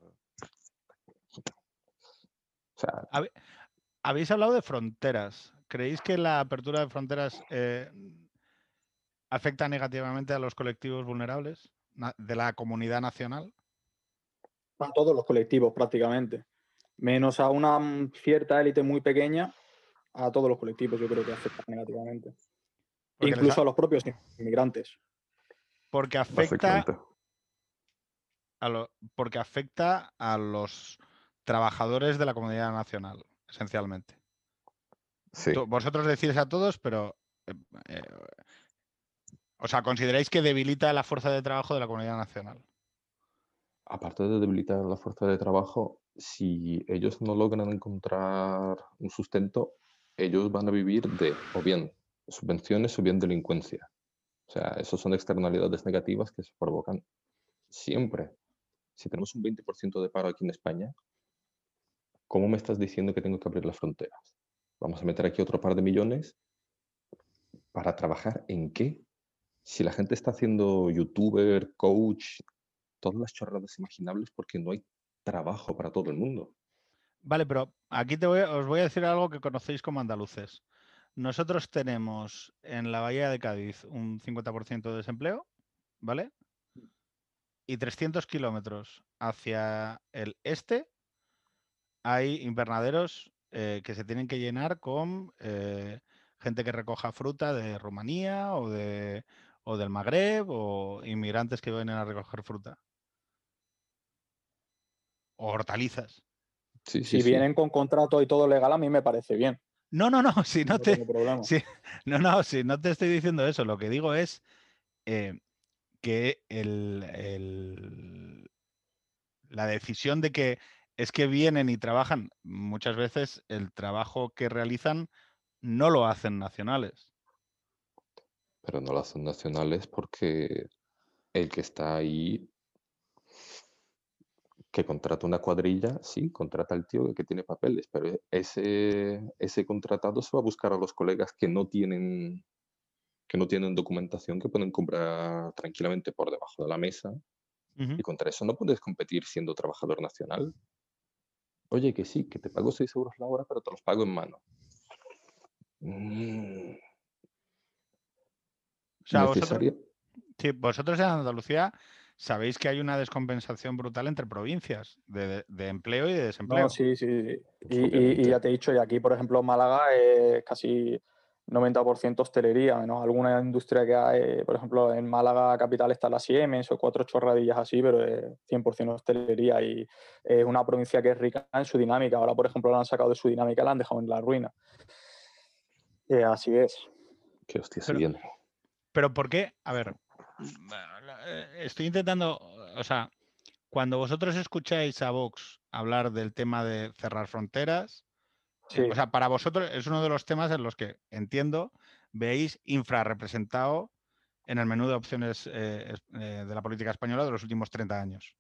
O sea, habéis hablado de fronteras. ¿Creéis que la apertura de fronteras eh, afecta negativamente a los colectivos vulnerables de la comunidad nacional? A todos los colectivos prácticamente. Menos a una cierta élite muy pequeña, a todos los colectivos yo creo que afecta negativamente. Porque incluso ha... a los propios inmigrantes. Porque afecta a lo, porque afecta a los trabajadores de la comunidad nacional, esencialmente. Sí. Vosotros decís a todos, pero eh, eh, o sea, ¿consideráis que debilita la fuerza de trabajo de la comunidad nacional? Aparte de debilitar la fuerza de trabajo, si ellos no logran encontrar un sustento, ellos van a vivir de o bien subvenciones o bien delincuencia. O sea, esas son externalidades negativas que se provocan siempre. Si tenemos un veinte por ciento de paro aquí en España, ¿cómo me estás diciendo que tengo que abrir las fronteras? Vamos a meter aquí otro par de millones para trabajar en qué? Si la gente está haciendo youtuber, coach, todas las chorradas imaginables porque no hay trabajo para todo el mundo. Vale, pero aquí te voy, os voy a decir algo que conocéis como andaluces. Nosotros tenemos en la Bahía de Cádiz un cincuenta por ciento de desempleo, ¿vale? Y trescientos kilómetros hacia el este hay invernaderos eh, que se tienen que llenar con eh, gente que recoja fruta de Rumanía o, de, o del Magreb o inmigrantes que vienen a recoger fruta. O hortalizas. Sí, sí, si sí. vienen con contrato y todo legal, a mí me parece bien. No, no, no, si no, no te, tengo problema. si, no, no, si no te estoy diciendo eso, lo que digo es eh, que el, el, la decisión de que es que vienen y trabajan, muchas veces el trabajo que realizan no lo hacen nacionales. Pero no las hacen nacionales porque el que está ahí, que contrata una cuadrilla, sí, contrata al tío que tiene papeles, pero ese, ese contratado se va a buscar a los colegas que no tienen que no tienen documentación, que pueden comprar tranquilamente por debajo de la mesa. Uh-huh. Y contra eso no puedes competir siendo trabajador nacional. Oye, que sí, que te pago seis euros la hora, pero te los pago en mano. Mm. O sea, ¿Necesario? vosotros, sí, vosotros en Andalucía sabéis que hay una descompensación brutal entre provincias de, de, de empleo y de desempleo. No, sí, sí. sí. Pues y, y, y, ya te he dicho, y aquí, por ejemplo, Málaga es casi noventa por ciento hostelería, menos alguna industria que hay, por ejemplo, en Málaga capital está la Siemens o cuatro chorradillas así, pero es cien por ciento hostelería y es una provincia que es rica en su dinámica. Ahora, por ejemplo, la han sacado de su dinámica y la han dejado en la ruina. Eh, así es. Qué hostia se Pero, viene. pero ¿por qué? A ver, estoy intentando, o sea, cuando vosotros escucháis a Vox hablar del tema de cerrar fronteras, Sí. eh, o sea, para vosotros es uno de los temas en los que, entiendo, veis infrarrepresentado en el menú de opciones eh, eh, de la política española de los últimos treinta años.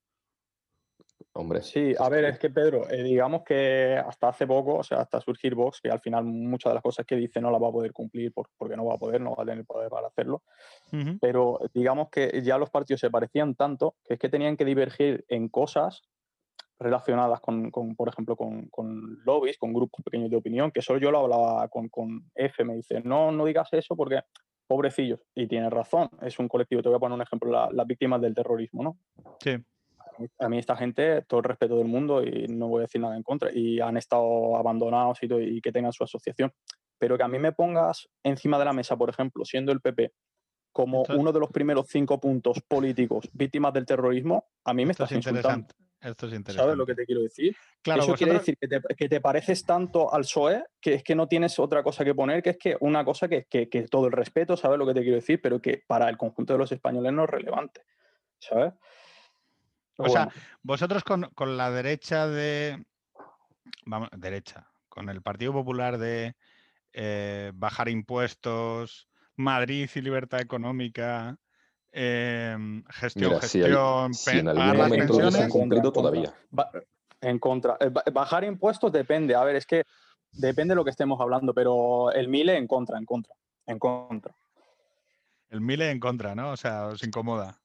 Hombre. Sí, a ver, es que Pedro, eh, digamos que hasta hace poco, o sea, hasta surgir Vox, que al final muchas de las cosas que dice no las va a poder cumplir por- porque no va a poder, no va a tener poder para hacerlo, Uh-huh. pero digamos que ya los partidos se parecían tanto que es que tenían que divergir en cosas relacionadas con, con, por ejemplo, con, con lobbies, con grupos pequeños de opinión, que eso yo lo hablaba con, con F, me dice, no, no digas eso porque pobrecillos, y tienes razón, es un colectivo, te voy a poner un ejemplo, la- las víctimas del terrorismo, ¿no? Sí. A mí esta gente, todo el respeto del mundo y no voy a decir nada en contra, y han estado abandonados y, todo, y que tengan su asociación, pero que a mí me pongas encima de la mesa, por ejemplo, siendo el P P, como Esto, uno de los primeros cinco puntos políticos víctimas del terrorismo, a mí me esto es estás insultando. interesante. Esto es interesante. ¿Sabes lo que te quiero decir? Claro, Eso quiere vosotros... decir que te, que te pareces tanto al P S O E que es que no tienes otra cosa que poner, que es que una cosa que, que, que todo el respeto, ¿sabes lo que te quiero decir? Pero que para el conjunto de los españoles no es relevante, ¿sabes? O Pero sea, bueno. vosotros con, con la derecha de... Vamos, derecha. Con el Partido Popular de eh, bajar impuestos, Madrid y libertad económica, eh, gestión, Mira, si, hay, gestión, si en pagar algún Eh, las en momento lo contra, hubiesen en pensiones... contra, en cumplido, contra. todavía. Ba- en contra. Eh, ba- Bajar impuestos depende. A ver, es que depende de lo que estemos hablando, pero el Mile en contra, en contra, en contra. El Mile en contra, ¿no? O sea, os incomoda.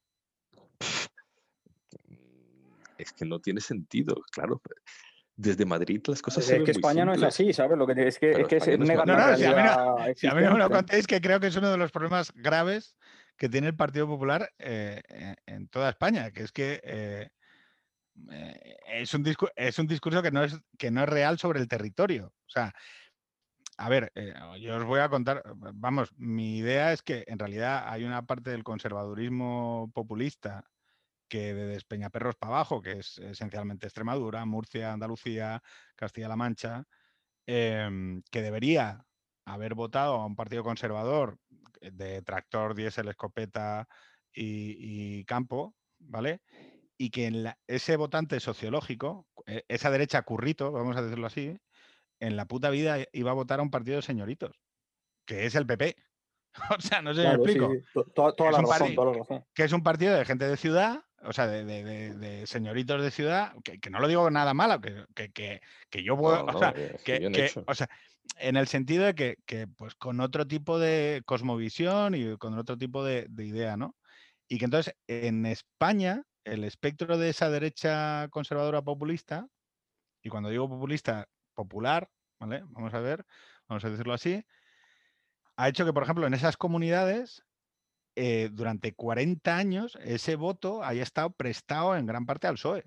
Es que no tiene sentido, claro. Desde Madrid las cosas Es se que ven muy España no es simples. así, ¿sabes? Lo que te- es que, Pero es, que España es no es negar No, la Madrid. no, si a mí no, realidad si a mí no me lo existente. contéis, que creo que es uno de los problemas graves que tiene el Partido Popular eh, en, en toda España, que es que eh, eh, es, un discurso, es un discurso que no es, que no es real sobre el territorio. O sea, a ver, eh, yo os voy a contar, vamos, mi idea es que en realidad hay una parte del conservadurismo populista que de Despeñaperros para abajo, que es esencialmente Extremadura, Murcia, Andalucía, Castilla-La Mancha, eh, que debería haber votado a un partido conservador de tractor, diésel, escopeta y, y campo, ¿vale? Y que en la, ese votante sociológico, esa derecha currito, vamos a decirlo así, en la puta vida iba a votar a un partido de señoritos, que es el P P. O sea, no sé si me Claro, sí, explico. sí. To- Toda, Que toda es la un razón, partido, toda la razón. que es un partido de gente de ciudad, o sea, de, de, de, de señoritos de ciudad, que, que, no lo digo nada malo, que, que, que, que yo puedo, No, no, o sea, es que que, bien que, hecho. o sea, en el sentido de que, que, pues con otro tipo de cosmovisión y con otro tipo de, de idea, ¿no? Y que entonces en España el espectro de esa derecha conservadora populista, y cuando digo populista, popular, ¿vale? Vamos a ver, vamos a decirlo así, ha hecho que, por ejemplo, en esas comunidades eh, durante cuarenta años ese voto haya estado prestado en gran parte al P S O E.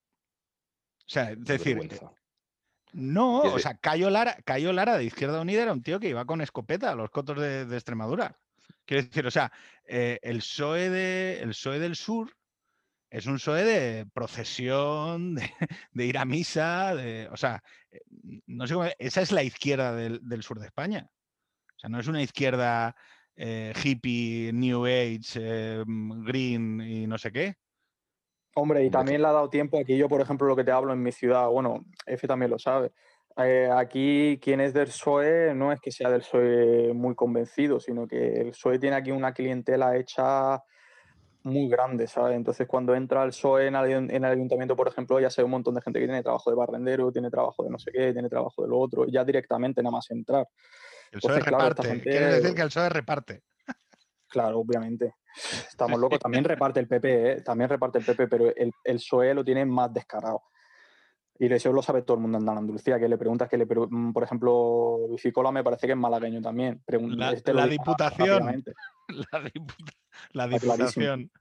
O sea, es Qué decir, eh, vergüenza. no, Y o es- sea, Cayo Lara, Cayo Lara de Izquierda Unida era un tío que iba con escopeta a los cotos de, de Extremadura. Quiero decir, o sea, eh, el, P S O E de, el P S O E del sur es un P S O E de procesión, de, de ir a misa, de, o sea, eh, no sé cómo, esa es la izquierda del, del sur de España. O sea, no es una izquierda eh, hippie, New Age, eh, green y no sé qué. Hombre, y Hombre, también que- le ha dado tiempo aquí, yo, por ejemplo, lo que te hablo en mi ciudad, bueno, F también lo sabe. Eh, aquí quien es del P S O E no es que sea del P S O E muy convencido, sino que el P S O E tiene aquí una clientela hecha muy grande, ¿sabes? Entonces, cuando entra el P S O E en el, en el ayuntamiento, por ejemplo, ya sé un montón de gente que tiene trabajo de barrendero, tiene trabajo de no sé qué, tiene trabajo de lo otro, y ya directamente nada más entrar. El P S O E Entonces, claro, esta reparte. Quieres gente, decir que el P S O E reparte. claro, obviamente, Sí, estamos sí. locos. También reparte el P P, ¿eh? También reparte el P P, pero el, el P S O E lo tiene más descarado. Y eso lo sabe todo el mundo en Andalucía, que le preguntas que, le, por ejemplo, Bicicola me parece que es malagueño también. Pregun La, este lo la dice diputación. rápidamente. La, diputa, la Está clarísimo. diputación.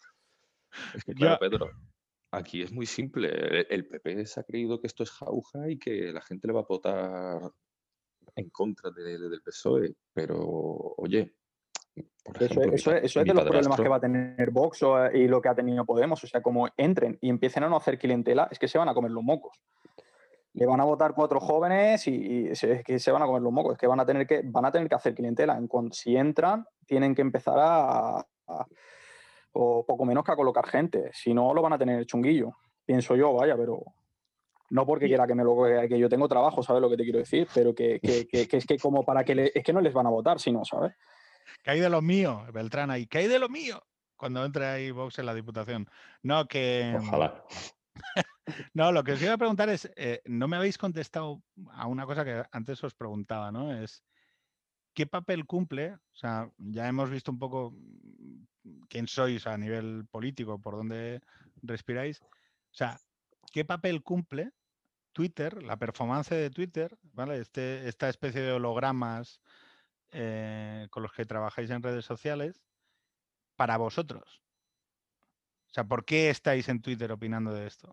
es que Yo, claro, Pedro, aquí es muy simple. El, el P P se ha creído que esto es jauja y que la gente le va a votar en contra de- de- del P S O E, pero oye, por Eso, ejemplo, es- mi, eso, pa- es, eso es mi de los problemas que va padrastro, a tener Vox o- y lo que ha tenido Podemos. O sea, como entren y empiecen a no hacer clientela, es que se van a comer los mocos. Le van a votar cuatro jóvenes y, y se- es que se van a comer los mocos. Es que van a tener que, van a tener que hacer clientela. En cuanto, si entran, tienen que empezar a, a- o poco menos que a colocar gente. Si no, lo van a tener chunguillo. Pienso yo, vaya, pero no porque Y- quiera que me lo que yo tengo trabajo, ¿sabes lo que te quiero decir? Pero que, que- que- que es que como para que le- es que no les van a votar, si no, ¿sabes? ¿Qué hay de lo mío? Beltrán ahí, ¿qué hay de lo mío? Cuando entre ahí Vox en la Diputación. No, que... mm, ojalá. No, lo que os iba a preguntar es, eh, no me habéis contestado a una cosa que antes os preguntaba, ¿no? Es, ¿qué papel cumple? O sea, ya hemos visto un poco mm, quién sois a nivel político, por dónde respiráis. O sea, ¿qué papel cumple Twitter, la performance de Twitter, ¿vale? Este, esta especie de hologramas eh, con los que trabajáis en redes sociales para vosotros? O sea, ¿por qué estáis en Twitter opinando de esto?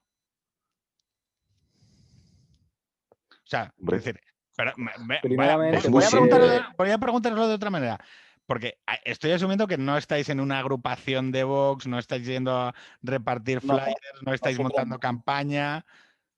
O sea, quiero Hombre, decir, pero me- me- voy a, Primeramente, es muy voy a porque simple. preguntarlo, voy a preguntaroslo de otra manera. Porque a- estoy asumiendo que no estáis en una agrupación de Vox, no estáis yendo a repartir no, flyers, no no estáis montando supongo. campaña.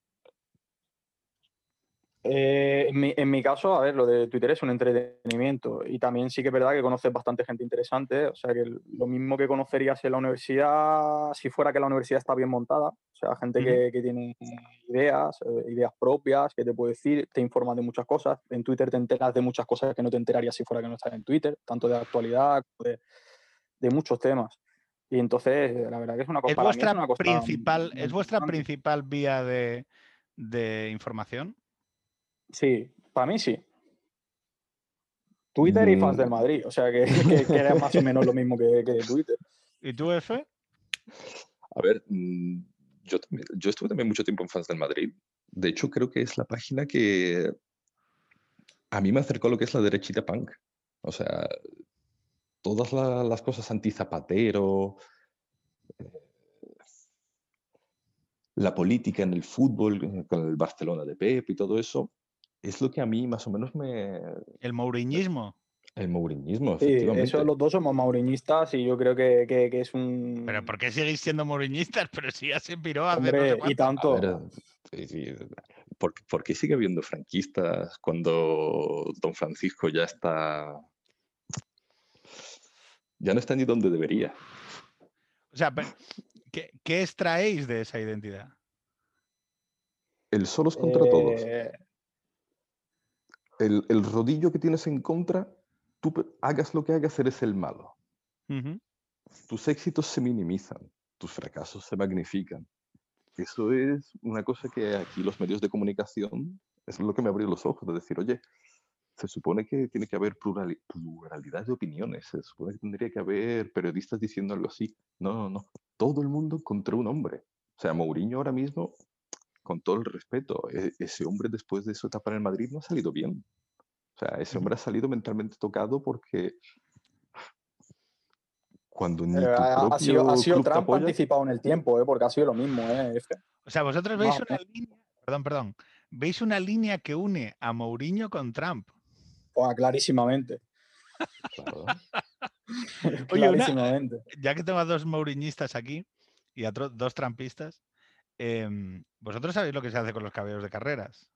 Eh, en mi, en mi caso, a ver, lo de Twitter es un entretenimiento y también sí que es verdad que conoces bastante gente interesante, o sea que lo mismo que conocerías en la universidad, si fuera que la universidad está bien montada, o sea, gente Ujú. que, que tiene ideas, eh, ideas propias, que te puede decir, te informa de muchas cosas, en Twitter te enteras de muchas cosas que no te enterarías si fuera que no estás en Twitter, tanto de actualidad como de, de muchos temas. Y entonces, la verdad que es una cosa, ¿Es para mí es vuestra una cosa principal, muy es vuestra importante. principal vía de, de información? Sí, para mí sí. Twitter y fans del Mm, Madrid, o sea que, que, que era más o menos lo mismo que, que de Twitter. ¿Y tú, Efe? a ver, mm, yo, también- yo estuve también mucho tiempo en Fans del Madrid. De hecho, creo que es la página que a mí me acercó a lo que es la derechita punk. O sea, todas la- las cosas anti-Zapatero, la política en el fútbol, eh, con el Barcelona de Pep y todo eso, es lo que a mí más o menos me... El mouriñismo. El mouriñismo, Sí, eso efectivamente. los dos somos mauriñistas y yo creo que, que, que es ¿Pero un... por qué seguís siendo mouriñistas? Pero si ya se piró hace no sé Hombre, y cuánto. A ver, tanto. sí, sí, ¿por, por qué sigue habiendo franquistas cuando don Francisco ya está... ya no está ni donde debería? O sea, pe- ¿qué, qué extraéis de esa identidad? El solos contra todos. Eh, El, el rodillo que tienes en contra, tú pe- hagas lo que hagas, eres el malo. Ujú. Tus éxitos se minimizan, tus fracasos se magnifican. Eso es una cosa que aquí los medios de comunicación es lo que me abrió los ojos, de decir, oye, se supone que tiene que haber plurali- pluralidad de opiniones, se supone que tendría que haber periodistas diciendo algo así. No, no, no. Todo el mundo contra un hombre. O sea, Mourinho ahora mismo, con todo el respeto, e- ese hombre después de su etapa en el Madrid no ha salido bien. O sea, ese Ujú. hombre ha salido mentalmente tocado porque cuando eh, ni tu ha, ha sido, ha propio sido club te Trump apoya, anticipado en el tiempo, eh, porque ha sido lo mismo, ¿eh? F. O sea, vosotros Más veis o una menos. línea, perdón, perdón, veis una línea que une a Mourinho con Trump. Pues, clarísimamente. claro. Oye, una, Clarísimamente. ya que tengo a dos mouriñistas aquí y a otro- dos trampistas, em, ¿vosotros sabéis lo que se hace con los caballos de carreras?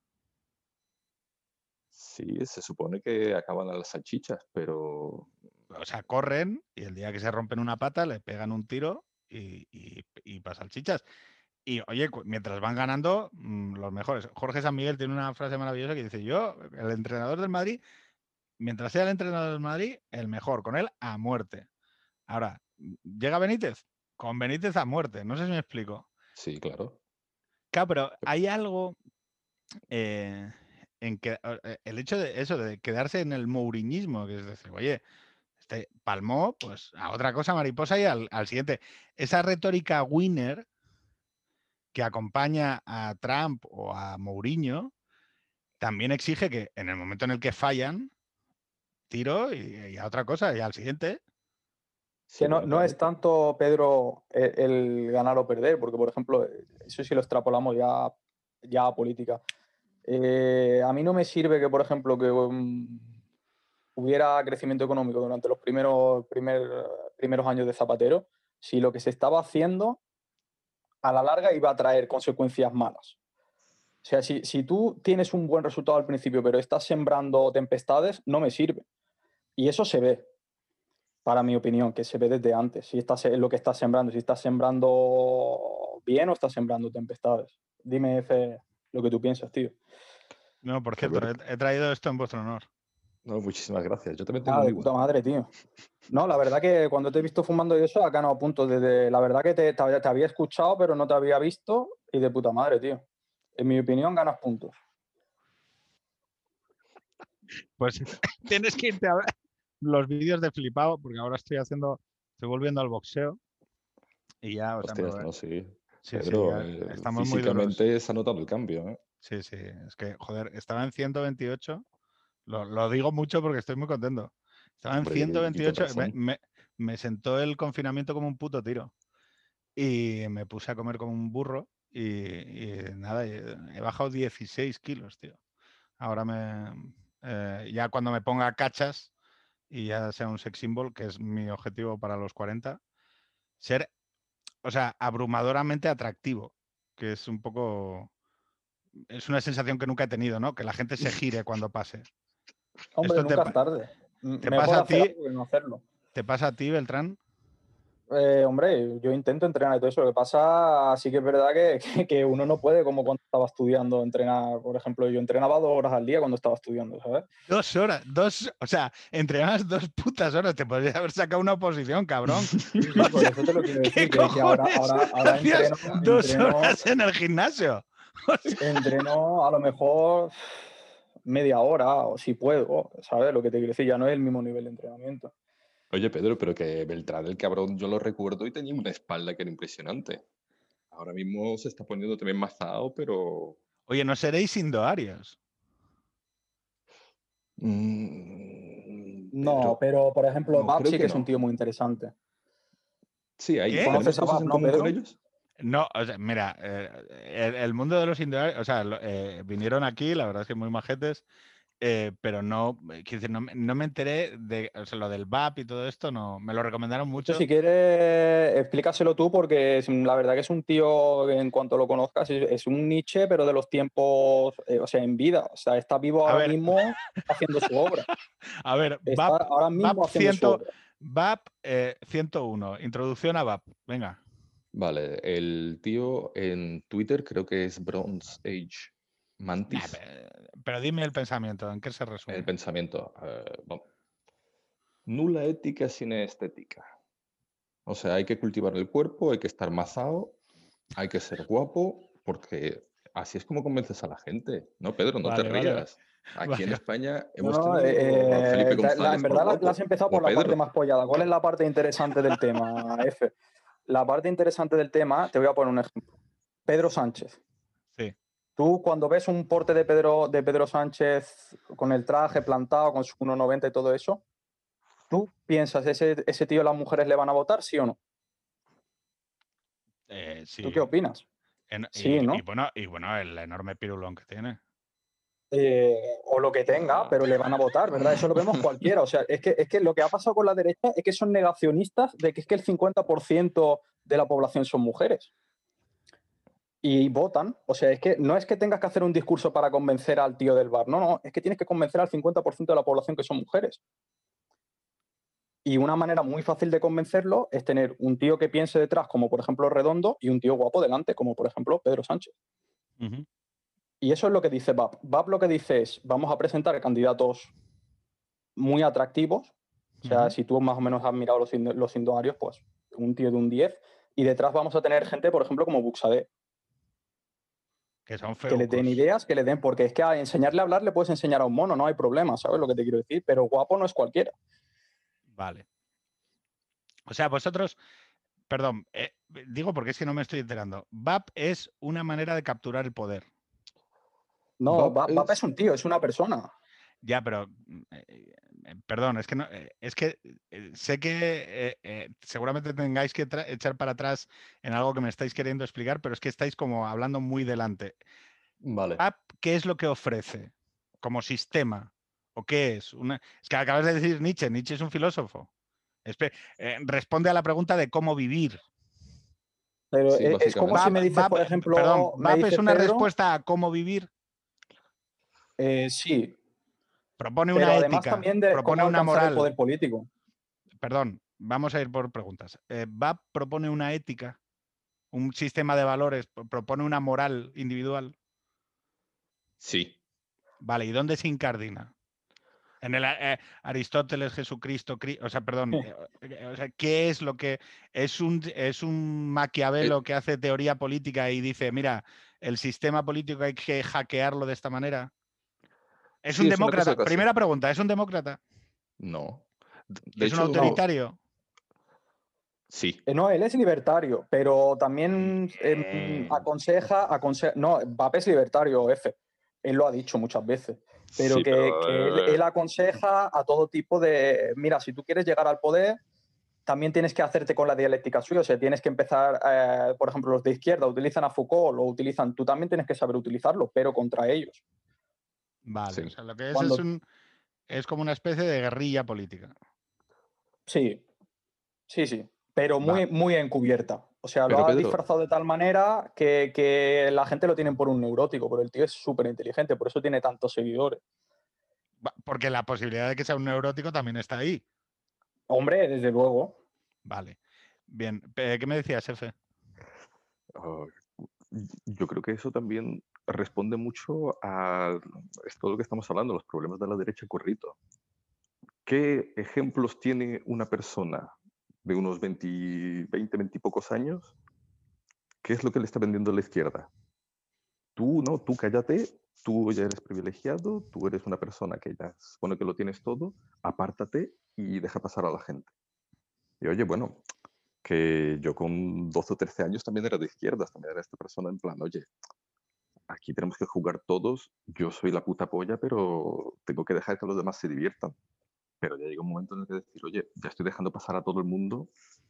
Sí, se supone que acaban a las salchichas, pero O sea, corren y el día que se rompen una pata le pegan un tiro y, y, y pa' salchichas. Y oye, cu- mientras van ganando, mm, los mejores. Jorge San Miguel tiene una frase maravillosa que dice, yo, el entrenador del Madrid, mientras sea el entrenador del Madrid, el mejor, con él a muerte. Ahora, mm, llega Benítez, con Benítez a muerte. No sé si me explico. sí, claro. Claro, pero hay algo eh, en que eh, el hecho de eso, de quedarse en el mouriñismo, que es decir, oye, este palmó, pues a otra cosa mariposa y al, al siguiente. Esa retórica winner que acompaña a Trump o a Mourinho también exige que en el momento en el que fallan, tiro y, y a otra cosa y al siguiente. Sí, Que no, bueno, no es claro. tanto, Pedro, el, el ganar o perder, porque, por ejemplo, eso sí lo extrapolamos ya, ya a política. Eh, a mí no me sirve que, por ejemplo, que um, hubiera crecimiento económico durante los primeros, primer, primeros años de Zapatero, si lo que se estaba haciendo a la larga iba a traer consecuencias malas. O sea, si, si tú tienes un buen resultado al principio, pero estás sembrando tempestades, no me sirve. Y eso se ve, para mi opinión, que se ve desde antes. Si estás lo que estás sembrando, si estás sembrando bien o estás sembrando tempestades. Dime, Efe, lo que tú piensas, tío. No, por cierto, Joder, he, he traído esto en vuestro honor. no, muchísimas gracias. Yo también tengo Ah, un de Iwan. puta madre, tío. No, la verdad que cuando te he visto fumando y eso, acá no apunto. Desde, la verdad que te, te había- te había escuchado, pero no te había visto. Y de puta madre, tío. En mi opinión, ganas puntos. Pues tienes que irte a ver los vídeos de flipado, porque ahora estoy haciendo, estoy volviendo al boxeo y ya, o sea, me Hostias, voy- no, sí. sí, sí, Pedro, ya eh, estamos muy duros. físicamente se ha notado el cambio, ¿eh? Sí, sí, es que, joder, estaba en ciento veintiocho, lo, lo digo mucho porque estoy muy contento. Estaba en Hombre, y, y con ciento veintiocho, me, razón. me, me sentó el confinamiento como un puto tiro y me puse a comer como un burro y, y nada, y he bajado dieciséis kilos, tío. Ahora me, eh, ya cuando me ponga cachas y ya sea un sex symbol, que es mi objetivo para los cuarenta, ser, o sea, abrumadoramente atractivo, que es un poco, es una sensación que nunca he tenido, ¿no? Que la gente se gire cuando pase. Hombre, ¿Esto te, nunca es pa- tarde. M- te Mejor pasa a hacer ti? algo que no hacerlo. ¿Te pasa a ti, Beltrán? Eh, hombre, yo intento entrenar y todo eso. Lo que pasa, sí que es verdad que, que, que uno no puede, como cuando estaba estudiando, entrenar. Por ejemplo, yo entrenaba dos horas al día cuando estaba estudiando, ¿sabes? Dos horas, dos, o sea, entrenabas dos putas horas, te podrías haber sacado una oposición, cabrón. Sí, sí, O por sea, eso te lo quiero ¿qué decir, que, que ahora, cojones? ahora, ahora Hacías entreno, dos entreno, horas en el gimnasio. O sea, entreno a lo mejor media hora, o si puedo, ¿sabes? Lo que te quiero decir, ya no es el mismo nivel de entrenamiento. Oye, Pedro, pero que Beltrán, el cabrón, yo lo recuerdo y tenía una espalda que era impresionante. Ahora mismo se está poniendo también más zao, pero... oye, no seréis indoarios. mm, No, Pedro, pero por ejemplo, no, Bab creo sí que que es un no. tío muy interesante. Sí, hay, ¿Qué? ¿tenemos ¿Conoces a cosas Bab, en no, común con Pedro? ellos? No, o sea, mira, eh, el, el mundo de los indoarios, o sea, lo- eh, vinieron aquí, la verdad es que muy majetes, eh, pero no, eh, quiero decir, no, me- no me enteré de, o sea, lo del V A P y todo esto, no, me lo recomendaron Esto mucho. si quieres, explícaselo tú porque es- la verdad que es un tío, que en cuanto lo conozcas, es, es un Nietzsche, pero de los tiempos, eh, o sea, en vida. O sea, está vivo A ahora ver, mismo haciendo su obra. a ver, Está V A P, ahora mismo V A P haciendo cien, su obra. V A P eh, ciento uno, introducción a V A P, venga. Vale, el tío en Twitter creo que es Bronze Age Nah, Mantis. pe- pero dime el pensamiento, ¿en qué se El resume? pensamiento. eh, bueno, nula ética sin estética. O sea, hay que cultivar el cuerpo, hay que estar mazao, hay que ser guapo, porque así es como convences a la gente. No, Pedro, no te Vale, vale, rías. Aquí en vale. España No, hemos no, tenido a eh, Felipe eh, te- la- en González por verdad la, la has guapo, empezado o por a la parte Pedro. más pollada. ¿Cuál es la parte interesante del tema, F? La parte interesante del tema, te voy a poner un ejemplo. Pedro Sánchez. Sí. Tú cuando ves un porte de Pedro, de Pedro Sánchez con el traje plantado, con su uno noventa y todo eso, ¿tú piensas ese, ese tío las mujeres le van a votar, sí o no? Eh, ¿Tú qué sí. opinas? En- Sí, y, y ¿no? bueno, y bueno, el enorme pirulón que tiene. Eh, o lo que tenga, pero le van a votar, ¿verdad? Eso lo vemos cualquiera. O sea, es que, es que lo que ha pasado con la derecha es que son negacionistas de que es que el cincuenta por ciento de la población son mujeres. Y votan. O sea, es que no es que tengas que hacer un discurso para convencer al tío del bar. No, no, es que tienes que convencer al cincuenta por ciento de la población que son mujeres. Y una manera muy fácil de convencerlo es tener un tío que piense detrás, como por ejemplo Redondo, y un tío guapo delante, como por ejemplo Pedro Sánchez. Ujú. Y eso es lo que dice B A P. B A P lo que dice es, vamos a presentar candidatos muy atractivos. O sea, Ujú. si tú más o menos has mirado los, indo- los indoarios, pues un tío de un diez. Y detrás vamos a tener gente, por ejemplo, como Buxadé, Que son que le den feucos. ideas, que le den, porque es que a enseñarle a hablar le puedes enseñar a un mono, no hay problema, ¿sabes lo que te quiero decir? Pero guapo no es cualquiera. Vale. O sea, vosotros, perdón, eh, digo porque es que no me estoy enterando. V A P es una manera de capturar el poder. No, Bab B A P, B A P es es... un tío, es una persona. Ya, pero mm, eh, eh, perdón, es que no, eh, es que eh, sé que eh, eh, seguramente tengáis que tra- echar para atrás en algo que me estáis queriendo explicar, pero es que estáis como hablando muy delante. Vale. ¿App qué es lo que ofrece como sistema? ¿O qué es? Una... Es que acabas de decir Nietzsche. Nietzsche es un filósofo. Espe- eh, responde a la pregunta de cómo vivir. Pero Sí, es, es como si básicamente. me VAP, dices, VAP, por eh, perdón, ejemplo, me ¿VAP es dice una Pedro, respuesta a cómo vivir? eh, sí, Propone pero una además ética, también de propone cómo una alcanzar el moral. poder político. Perdón, vamos a ir por preguntas. Eh, ¿VAP propone una ética, un sistema de valores, pro- propone una moral individual? Sí. Vale, ¿y dónde se incardina? En el eh, Aristóteles, Jesucristo, Cri- o sea, perdón, eh, eh, o sea, ¿qué es lo que es un es un Maquiavelo Eh, que hace teoría política y dice, mira, el sistema político hay que hackearlo de esta manera? ¿Es sí, un es una cosa demócrata? casi. Primera pregunta, ¿es un demócrata? No. D- De ¿Es un hecho, autoritario? sí. Eh, no, él es libertario, pero también em, Eh, aconseja, aconseja, no, Mbappé es libertario, F. Él lo ha dicho muchas veces, pero Sí, pero que, que él, eh, él aconseja a todo tipo de, mira, si tú quieres llegar al poder, también tienes que hacerte con la dialéctica suya, o sea, tienes que empezar, eh, por ejemplo, los de izquierda utilizan a Foucault, lo utilizan, tú también tienes que saber utilizarlo, pero contra ellos. vale, o sí. sea, lo que es es Cuando, un es como una especie de guerrilla política. sí, sí, sí, pero muy, Vale. muy encubierta. O sea, lo Pero ha Pedro, disfrazado de tal manera que, que la gente lo tiene por un neurótico, pero el tío es súper inteligente, por eso tiene tantos seguidores. Va- Porque la posibilidad de que sea un neurótico también está ahí. Hombre, desde luego. Vale. Bien. Pe- ¿Qué me decías, Efe? ah, y- yo creo que eso también responde mucho a esto de lo que estamos hablando, los problemas de la derecha corrito. ¿Qué ejemplos tiene una persona de unos veinte, veinte, veinte y pocos años? ¿Qué es lo que le está vendiendo la izquierda? Tú, no, tú cállate, tú ya eres privilegiado, tú eres una persona que ya se supone que lo tienes todo, apártate y deja pasar a la gente. Y oye, bueno, que yo con doce o trece años también era de izquierdas, también era esta persona en plan, oye, aquí tenemos que jugar todos, yo soy la puta polla, pero tengo que dejar que los demás se diviertan. Pero ya llega un momento en el que decir, oye, ya estoy dejando pasar a todo el mundo,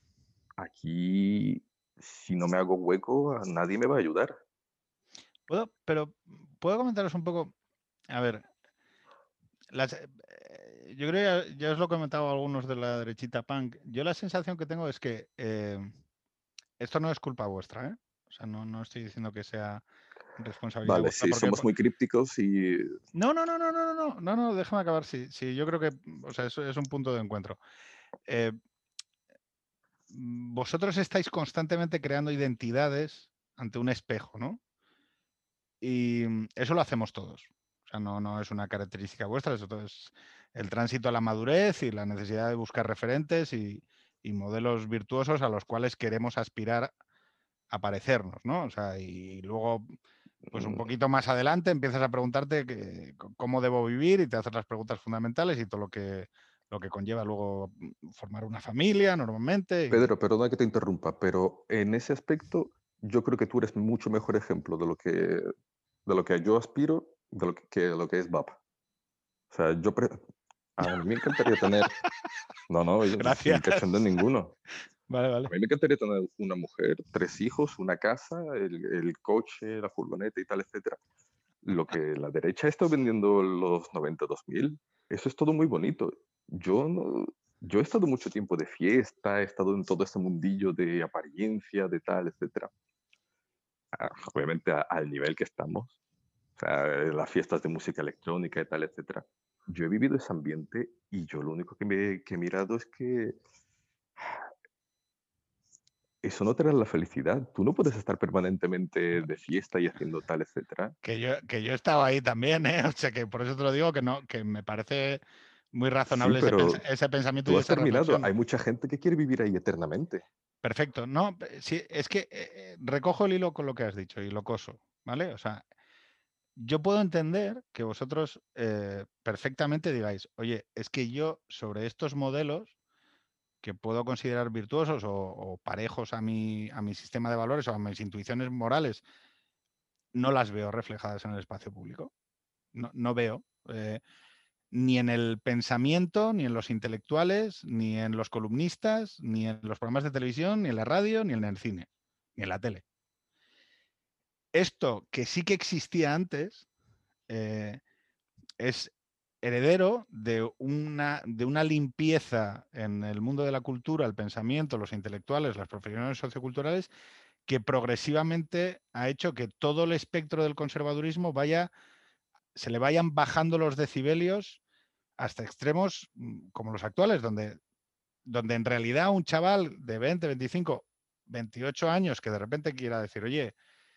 aquí si no me hago hueco, a nadie me va a ayudar. ¿Puedo, pero puedo comentaros un poco? A ver, las, eh, yo creo que ya, ya os lo he comentado a algunos de la derechita punk. Yo la sensación que tengo es que eh, esto no es culpa vuestra, ¿eh? O sea, no, no estoy diciendo que sea responsabilidad Vale, vuestra, sí, porque somos muy crípticos y no, no, no, no, no, no, no, no, no, déjame acabar. Sí, sí, yo creo que, o sea, eso es un punto de encuentro. Eh, vosotros estáis constantemente creando identidades ante un espejo, ¿no? Y eso lo hacemos todos. O sea, no, no es una característica vuestra, eso todo es el tránsito a la madurez y la necesidad de buscar referentes y, y modelos virtuosos a los cuales queremos aspirar a parecernos, ¿no? O sea, y luego, pues un mm, poquito más adelante empiezas a preguntarte que- cómo debo vivir y te haces las preguntas fundamentales y todo lo que, lo que conlleva luego formar una familia normalmente. Y... Pedro, perdona que te interrumpa, pero en ese aspecto yo creo que tú eres mucho mejor ejemplo de lo que, de lo que yo aspiro de lo que, que lo que es V A P. O sea, yo pre- a mí me encantaría tener, no, no, yo- sin Gracias. cachondeo ninguno. Vale, A vale. mí me encantaría tener una mujer, tres hijos, una casa, el, el coche, la furgoneta y tal, etcétera. Lo que la derecha está vendiendo los noventa dos mil, eso es todo muy bonito. Yo no, yo he estado mucho tiempo de fiesta, he estado en todo ese mundillo de apariencia, de tal, etcétera. Ah, obviamente a- al nivel que estamos, o sea, eh, las fiestas de música electrónica y tal, etcétera. Yo he vivido ese ambiente y yo lo único que, me, que he mirado es que eso no te da la felicidad. Tú no puedes estar permanentemente de fiesta y haciendo tal, etcétera. Que yo, que yo he estado ahí también, ¿eh? O sea, que por eso te lo digo, que no, que me parece muy Sí, razonable ese, pensa- pero ese pensamiento tú y has esa terminado. reflexión. Hay mucha gente que quiere vivir ahí eternamente. Perfecto. No, pe- sí, es que eh, eh, recojo el hilo con lo que has dicho y lo coso, ¿vale? O sea, yo puedo entender que vosotros eh, perfectamente digáis, oye, es que yo sobre estos modelos que puedo considerar virtuosos o, o parejos a mi, a mi sistema de valores o a mis intuiciones morales, no las veo reflejadas en el espacio público. No, no veo. eh, ni en el pensamiento, ni en los intelectuales, ni en los columnistas, ni en los programas de televisión, ni en la radio, ni en el cine, ni en la tele. esto que sí que existía antes eh, es heredero de una, de una limpieza en el mundo de la cultura, el pensamiento, los intelectuales, las profesiones socioculturales, que progresivamente ha hecho que todo el espectro del conservadurismo vaya, se le vayan bajando los decibelios hasta extremos mm, como los actuales, donde, donde en realidad un chaval de veinte, veinticinco, veintiocho años que de repente quiera decir, oye,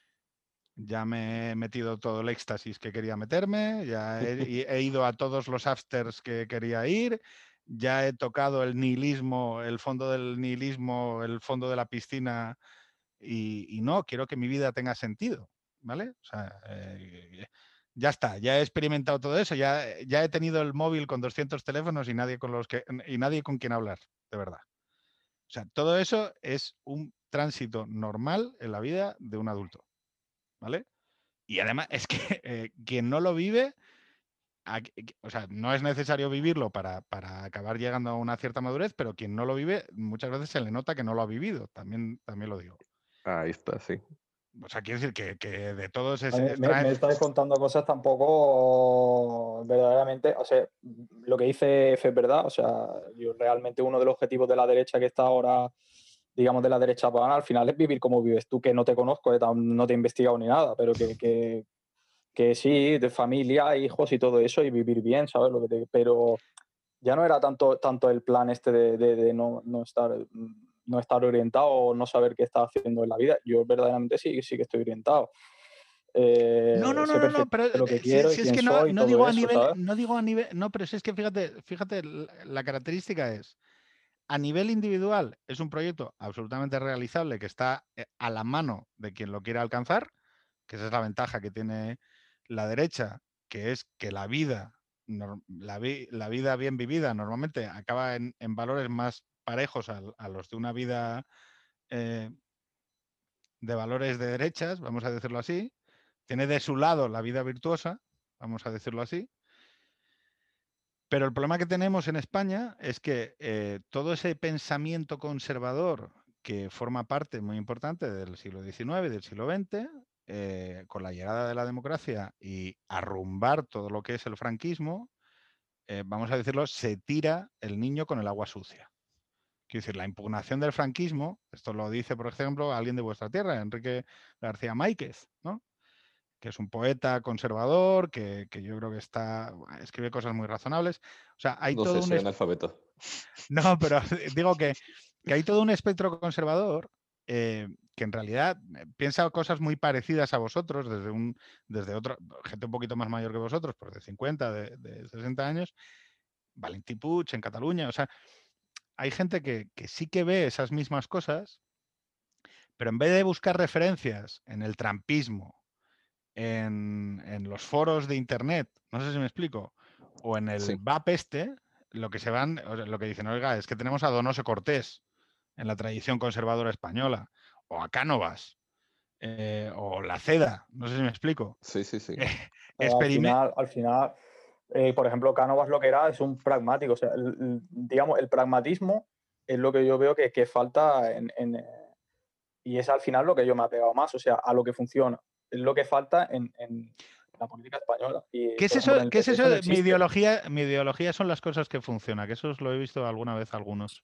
ya me he metido todo el éxtasis que quería meterme, ya he, he ido a todos los afters que quería ir, ya he tocado el nihilismo, el fondo del nihilismo, el fondo de la piscina y, y no, quiero que mi vida tenga sentido, ¿vale? O sea, eh, ya está, ya he experimentado todo eso, ya, ya he tenido el móvil con doscientos teléfonos y nadie con los que y nadie con quien hablar, de verdad. O sea, todo eso es un tránsito normal en la vida de un adulto, ¿vale? Y además es que eh, quien no lo vive, a, o sea, no es necesario vivirlo para, para acabar llegando a una cierta madurez, pero quien no lo vive, muchas veces se le nota que no lo ha vivido, también, también lo digo. Ahí está, sí. O sea, quiero decir que, que de todos es... A mí es me, me estáis contando cosas tampoco verdaderamente, o sea, lo que dice F es verdad, o sea, yo realmente uno de los objetivos de la derecha que está ahora, digamos, de la derecha pagana, al final es vivir como vives tú, que no te conozco, eh, no te he investigado ni nada, pero que, que, que sí, de familia, hijos y todo eso, y vivir bien, ¿sabes? Lo que te, pero ya no era tanto, tanto el plan este de, de, de no, no, estar, no estar orientado o no saber qué estás haciendo en la vida. Yo verdaderamente sí, sí que estoy orientado. Eh, No, no, no, sé no, no, pero perfectamente lo que si, quiero y si es quién que no, soy y no todo digo a eso, nivel, ¿sabes? no digo a nivel, no, pero si es que fíjate, fíjate, la característica es, a nivel individual es un proyecto absolutamente realizable que está a la mano de quien lo quiera alcanzar, que esa es la ventaja que tiene la derecha, que es que la vida, la, vi, la vida bien vivida normalmente acaba en, en valores más parejos a, a, los de una vida eh, de valores de derechas, vamos a decirlo así. Tiene de su lado la vida virtuosa, vamos a decirlo así. Pero el problema que tenemos en España es que eh, todo ese pensamiento conservador que forma parte muy importante del siglo diecinueve y del siglo veinte, eh, con la llegada de la democracia y arrumbar todo lo que es el franquismo, eh, vamos a decirlo, se tira el niño con el agua sucia. Quiero decir, la impugnación del franquismo, esto lo dice, por ejemplo, alguien de vuestra tierra, Enrique García Máiquez, ¿no? Que es un poeta conservador, que, que yo creo que está escribe cosas muy razonables. O sea, hay No todo sé, un... soy analfabeto. No, pero digo que, que hay todo un espectro conservador eh, que en realidad piensa cosas muy parecidas a vosotros, desde un desde otro, gente un poquito más mayor que vosotros, pues de cincuenta, de, de sesenta años, Valentí Puig en Cataluña, o sea, hay gente que, que sí que ve esas mismas cosas, pero en vez de buscar referencias en el trampismo, en, en los foros de internet, no sé si me explico, o en el Sí. V A P este, lo que se van, lo que dicen, oiga, es que tenemos a Donoso Cortés en la tradición conservadora española, o a Cánovas, eh, o la Ceda, no sé si me explico. Sí, sí, sí. Eh, al final, al final eh, por ejemplo, Cánovas lo que era es un pragmático, o sea, el, el, digamos, el pragmatismo es lo que yo veo que, que falta en, en, y es al final lo que yo me he pegado más, o sea, a lo que funciona, es lo que falta en, en la política española. Y, ¿Qué es eso? ejemplo, ¿Qué es eso? No mi, ideología, mi ideología son las cosas que funcionan, que eso os lo he visto alguna vez a algunos.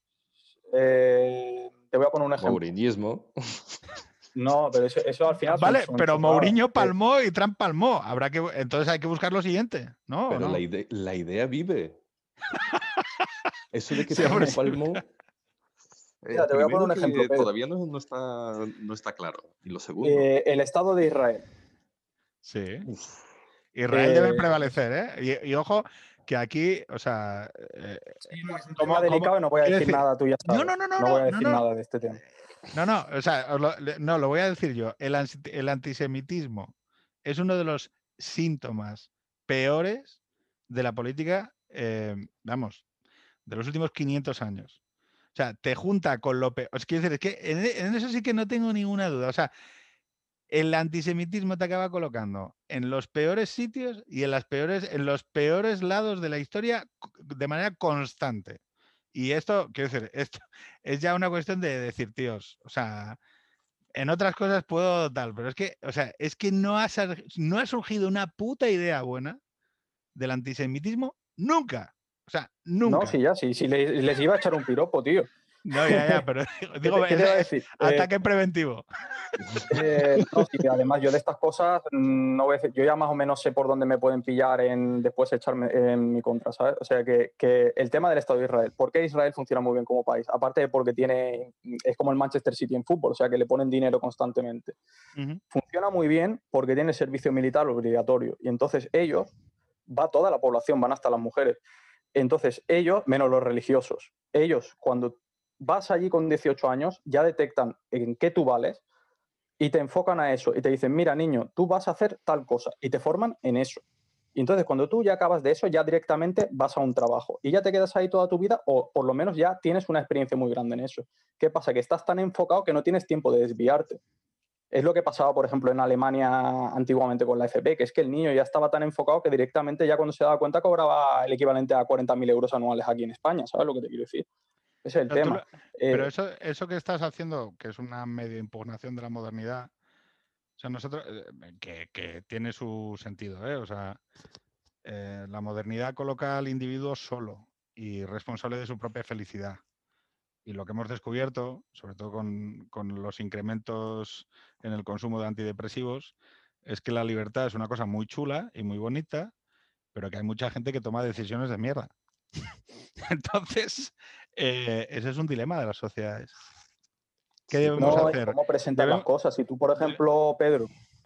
Eh, te voy a poner un ejemplo. Mouriñismo. No, pero eso, eso al final vale, son, son pero chorradas. Mourinho palmó y Trump palmó. Habrá que, entonces hay que buscar lo siguiente, ¿no? Pero ¿no? La, ide la idea vive. Eso de que sí, palmó, sí. palmó. Mira, te voy a poner un ejemplo, Pedro. Todavía no, no, está, no está claro. Y lo segundo. Eh, el Estado de Israel. Sí. Uf. Israel eh, debe prevalecer, ¿eh? Y, y ojo, que aquí, o sea. Eh, sí, no, es un ¿cómo, tema delicado y no voy a decir, decir? nada, tú ya sabes. No, no, no, no, no voy a no, decir no, nada de este tema. No, no, o sea, lo, no, lo voy a decir yo. El, el antisemitismo es uno de los síntomas peores de la política, eh, vamos, de los últimos quinientos años. O sea, te junta con lo peor. Os quiero decir, es que en, en eso sí que no tengo ninguna duda. O sea, el antisemitismo te acaba colocando en los peores sitios y en, las peores, en los peores lados de la historia de manera constante. Y esto, quiero decir, esto es ya una cuestión de decir, tíos, o sea, en otras cosas puedo tal, pero es que, o sea, es que no ha, sar- no ha surgido una puta idea buena del antisemitismo nunca. O sea, No, nunca. sí, ya, sí, sí, les, les iba a echar un piropo, tío. No, ya, ya, pero ¿Qué digo, te, qué es, te iba a es decir? Eh, ataque preventivo. Eh, no, sí, además yo de estas cosas, mm, no voy a decir- yo ya más o menos sé por dónde me pueden pillar en después echarme en mi contra, ¿sabes? O sea que, que el tema del Estado de Israel, ¿por qué Israel funciona muy bien como país? Aparte de porque tiene, es como el Manchester City en fútbol, o sea que le ponen dinero constantemente. Ujú. Funciona muy bien porque tiene servicio militar obligatorio y entonces ellos, va toda la población, van hasta las mujeres. Entonces ellos, menos los religiosos, ellos cuando vas allí con dieciocho años ya detectan en qué tú vales y te enfocan a eso y te dicen, mira, niño, tú vas a hacer tal cosa y te forman en eso. Y entonces cuando tú ya acabas de eso, ya directamente vas a un trabajo y ya te quedas ahí toda tu vida o por lo menos ya tienes una experiencia muy grande en eso. ¿Qué pasa? Que estás tan enfocado que no tienes tiempo de desviarte. Es lo que pasaba, por ejemplo, en Alemania antiguamente con la F P, que es que el niño ya estaba tan enfocado que directamente ya cuando se daba cuenta cobraba el equivalente a cuarenta mil euros anuales aquí en España, ¿sabes lo que te quiero decir? Ese es el Pero, tú tema. lo- pero Eh, eso, eso que estás haciendo, que es una medio impugnación de la modernidad, o sea, nosotros, eh, que, que tiene su sentido, ¿eh? O sea, eh, la modernidad coloca al individuo solo y responsable de su propia felicidad. Y lo que hemos descubierto, sobre todo con, con los incrementos en el consumo de antidepresivos, es que la libertad es una cosa muy chula y muy bonita, pero que hay mucha gente que toma decisiones de mierda. Entonces, eh, ese es un dilema de las sociedades. ¿Qué Sí, debemos no, pero y hacer? cómo presentas las Debemos, cosas. Si tú, por de- ejemplo, Pedro,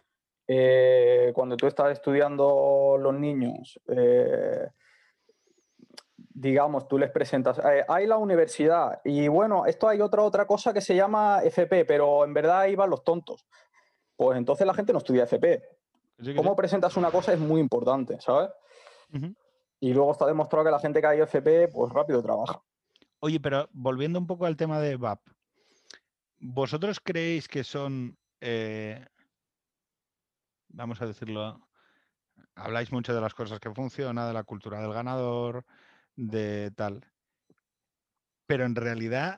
eh, cuando tú estás estudiando los niños, eh, digamos, tú les presentas, eh, hay la universidad y bueno, esto hay otra, otra cosa que se llama F P, pero en verdad ahí van los tontos. Pues entonces la gente no estudia F P. sí que sí. Cómo presentas una cosa es muy importante, ¿sabes? Ujú. Y luego está demostrado que la gente que ha ido F P, pues rápido trabaja. Oye, pero volviendo un poco al tema de V A P, ¿vosotros creéis que son, eh, vamos a decirlo, habláis mucho de las cosas que funcionan, de la cultura del ganador, de tal, pero en realidad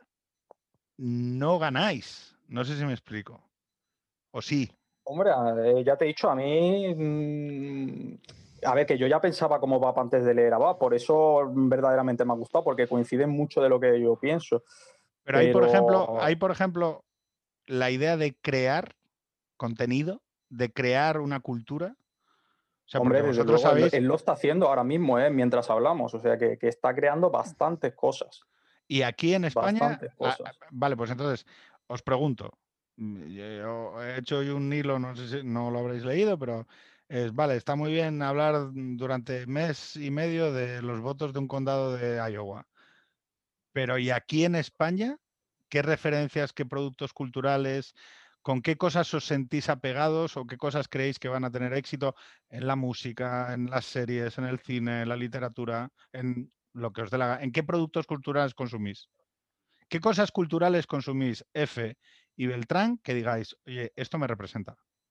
no ganáis? No sé si me explico. ¿O sí? Hombre, eh, ya te he dicho, a mí. mm, a ver, que yo ya pensaba como V A P antes de leer a V A P, por eso verdaderamente me ha gustado, porque coincide mucho de lo que yo pienso. Pero hay, por ejemplo, hay, Pero, por ejemplo, la idea de crear contenido, de crear una cultura. O sea, porque hombre, desde vosotros luego, él, sabéis, él lo está haciendo ahora mismo, ¿eh? Mientras hablamos. O sea, que, que está creando bastantes cosas. y aquí en España, Bastantes ah, cosas. vale, pues entonces os pregunto, mm, yo he hecho hoy un hilo, no sé si no lo habréis leído, pero es, vale, está muy bien hablar durante mes y medio de los votos de un condado de Iowa, pero ¿y aquí en España qué referencias, qué productos culturales, con qué cosas os sentís apegados o qué cosas creéis que van a tener éxito en la música, en las series, en el cine, en la literatura, en lo que os dé la gana? ¿En qué productos culturales consumís? ¿Qué cosas culturales consumís, F y Beltrán, que digáis, oye, esto me representa?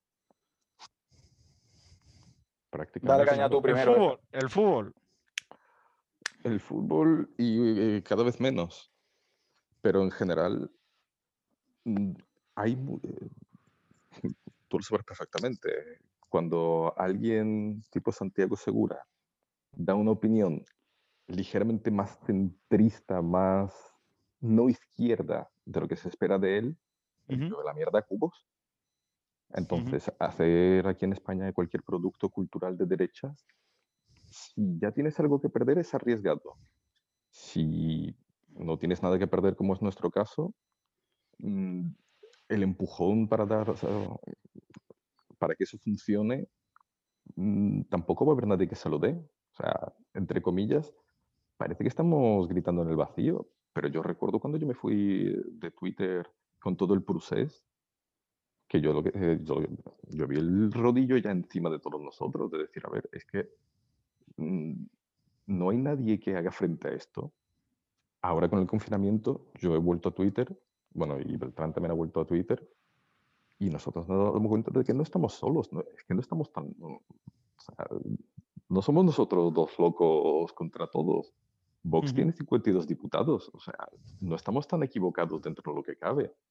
Dale prácticamente caña nada. tú El primero, F. fútbol, el fútbol. El fútbol y eh, cada vez menos, pero en general mm, hay, mu- eh, tú lo sabes perfectamente, cuando alguien tipo Santiago Segura da una opinión ligeramente más centrista, más no izquierda de lo que se espera de él, Ujú, llueve la mierda a cubos. ujú. Entonces, hacer aquí en España cualquier producto cultural de derechas, si ya tienes algo que perder, es arriesgado. Si no tienes nada que perder, como es nuestro caso, mm, el empujón para dar, o sea, para que eso funcione, mm, tampoco va a haber nadie que se lo dé. O sea, entre comillas, parece que estamos gritando en el vacío, pero yo recuerdo cuando yo me fui de Twitter con todo el procés, que yo, lo que, eh, yo, yo vi el rodillo ya encima de todos nosotros, de decir, a ver, es que mm, no hay nadie que haga frente a esto. Ahora con el confinamiento, yo he vuelto a Twitter, bueno, y Beltrán también ha vuelto a Twitter, y nosotros nos damos cuenta de que no estamos solos, no, es que no estamos tan... O sea, no somos nosotros dos locos contra todos. Vox Ujú. tiene cincuenta y dos diputados, o sea, no estamos tan equivocados dentro de lo que cabe.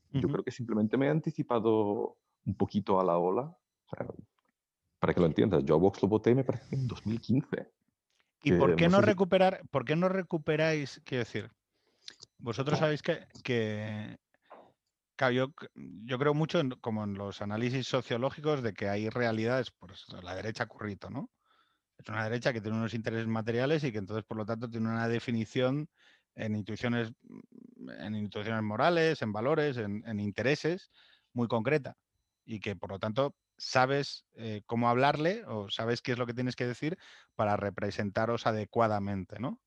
yo Ujú. creo que simplemente me he anticipado un poquito a la ola. O sea, para que lo entiendas, yo a Vox lo voté, me parece que en dos mil quince. ¿Y Que por qué no no sé si... recuperar, por qué no recuperáis, quiero decir, vosotros sabéis que, que claro, yo, c- yo creo mucho en- como en los análisis sociológicos de que hay realidades, por eso, la derecha currito, ¿no? Es una derecha que tiene unos intereses materiales y que entonces, por lo tanto, tiene una definición en intuiciones, mm, en intuiciones morales, en valores, en, en intereses muy concreta. Y que, por lo tanto, sabes eh, cómo hablarle o sabes qué es lo que tienes que decir para representaros adecuadamente, ¿no?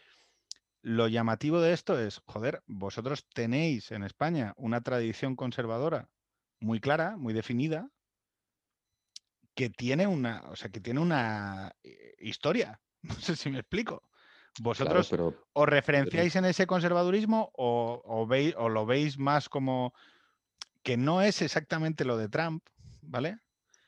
Lo llamativo de esto es, joder, vosotros tenéis en España una tradición conservadora muy clara, muy definida, que tiene una, o sea, que tiene una eh, historia. No sé si me explico. Claro, ¿Vosotros pero os Pedro, referenciáis en ese conservadurismo o, o veis, o lo veis más como que no es exactamente lo de Trump, ¿vale?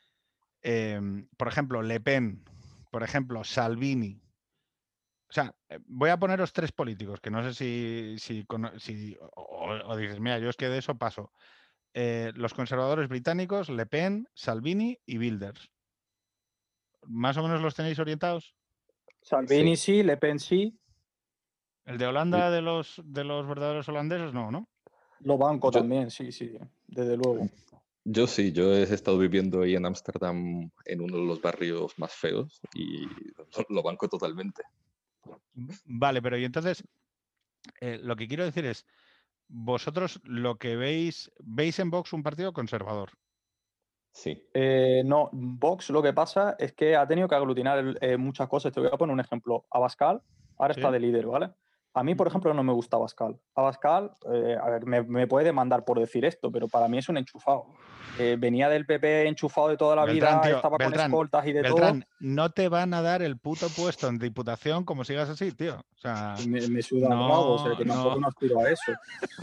Em, por ejemplo, Le Pen, por ejemplo, Salvini. O sea, eh, voy a poneros tres políticos que no sé si, si, cono- si- o, o dices, mira, yo es que de eso paso. Eh, los conservadores británicos, Le Pen, Salvini y Wilders. ¿Más o menos los tenéis orientados? Salvini sí. sí, Le Pen sí, El de Holanda de los de los verdaderos holandeses, no, ¿no? lo banco Yo, también, sí, sí, desde luego. yo sí, yo he estado viviendo ahí en Ámsterdam en uno de los barrios más feos y lo, lo banco totalmente. V- Vale, pero y entonces, eh, lo que quiero decir es, vosotros lo que veis, veis en Vox un partido conservador. Sí. Eh, no, Vox lo que pasa es que ha tenido que aglutinar eh, muchas cosas. Te voy a poner un ejemplo. Abascal ahora ¿Sí? está de líder, ¿vale? A mí, por Ujú. ejemplo, no me gusta Abascal. Abascal, eh, a ver, me, me puede demandar por decir esto, pero para mí es un enchufado. Eh, venía del P P enchufado de toda la Beltrán, vida, tío, estaba con Beltrán, escoltas y de todo. Beltrán, no te van a dar el puto puesto en Diputación como sigas así, tío. O sea, Me, me suda el rabo, o sea, no, que tampoco no. no aspiro a eso.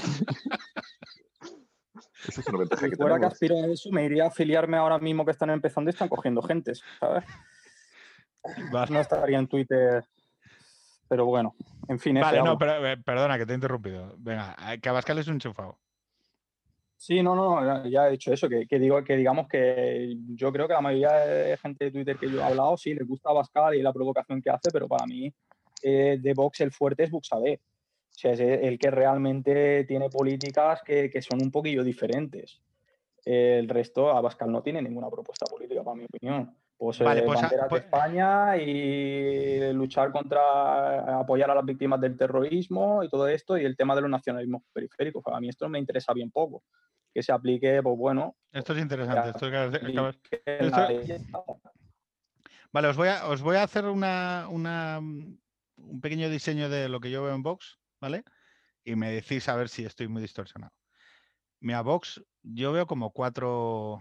Esa es una ventaja Si que fuera que tenemos. aspiro a eso, me iría a afiliarme ahora mismo que están empezando y están cogiendo gentes, ¿sabes? Vale, No estaría en Twitter, pero bueno, en fin, F, vale, no, habla. pero, eh, perdona que te he interrumpido. Venga, eh, que Abascal es un enchufado. Sí, no, no, ya- ya he dicho eso, que, que digo que digamos que yo creo que la mayoría de gente de Twitter que yo he hablado, sí, les gusta Abascal y la provocación que hace, pero para mí eh, de Vox el fuerte es Buxadé. O sea, es el que realmente tiene políticas que, que son un poquillo diferentes. El resto, Abascal no tiene ninguna propuesta política, para mi opinión. Pues Vale, eh, pues, a- banderas de pues- España y luchar contra, apoyar a las víctimas del terrorismo y todo esto, y el tema de los nacionalismos periféricos. Para mí esto me interesa bien poco. Que se aplique, pues bueno, esto es que interesante. Esto que acabas- aplique la esto- ley y ya está. Vale, os voy a, os voy a hacer una, una, mm, un pequeño diseño de lo que yo veo en Vox, ¿vale? Y me decís a ver si estoy muy distorsionado. Mira, Vox, yo veo como cuatro,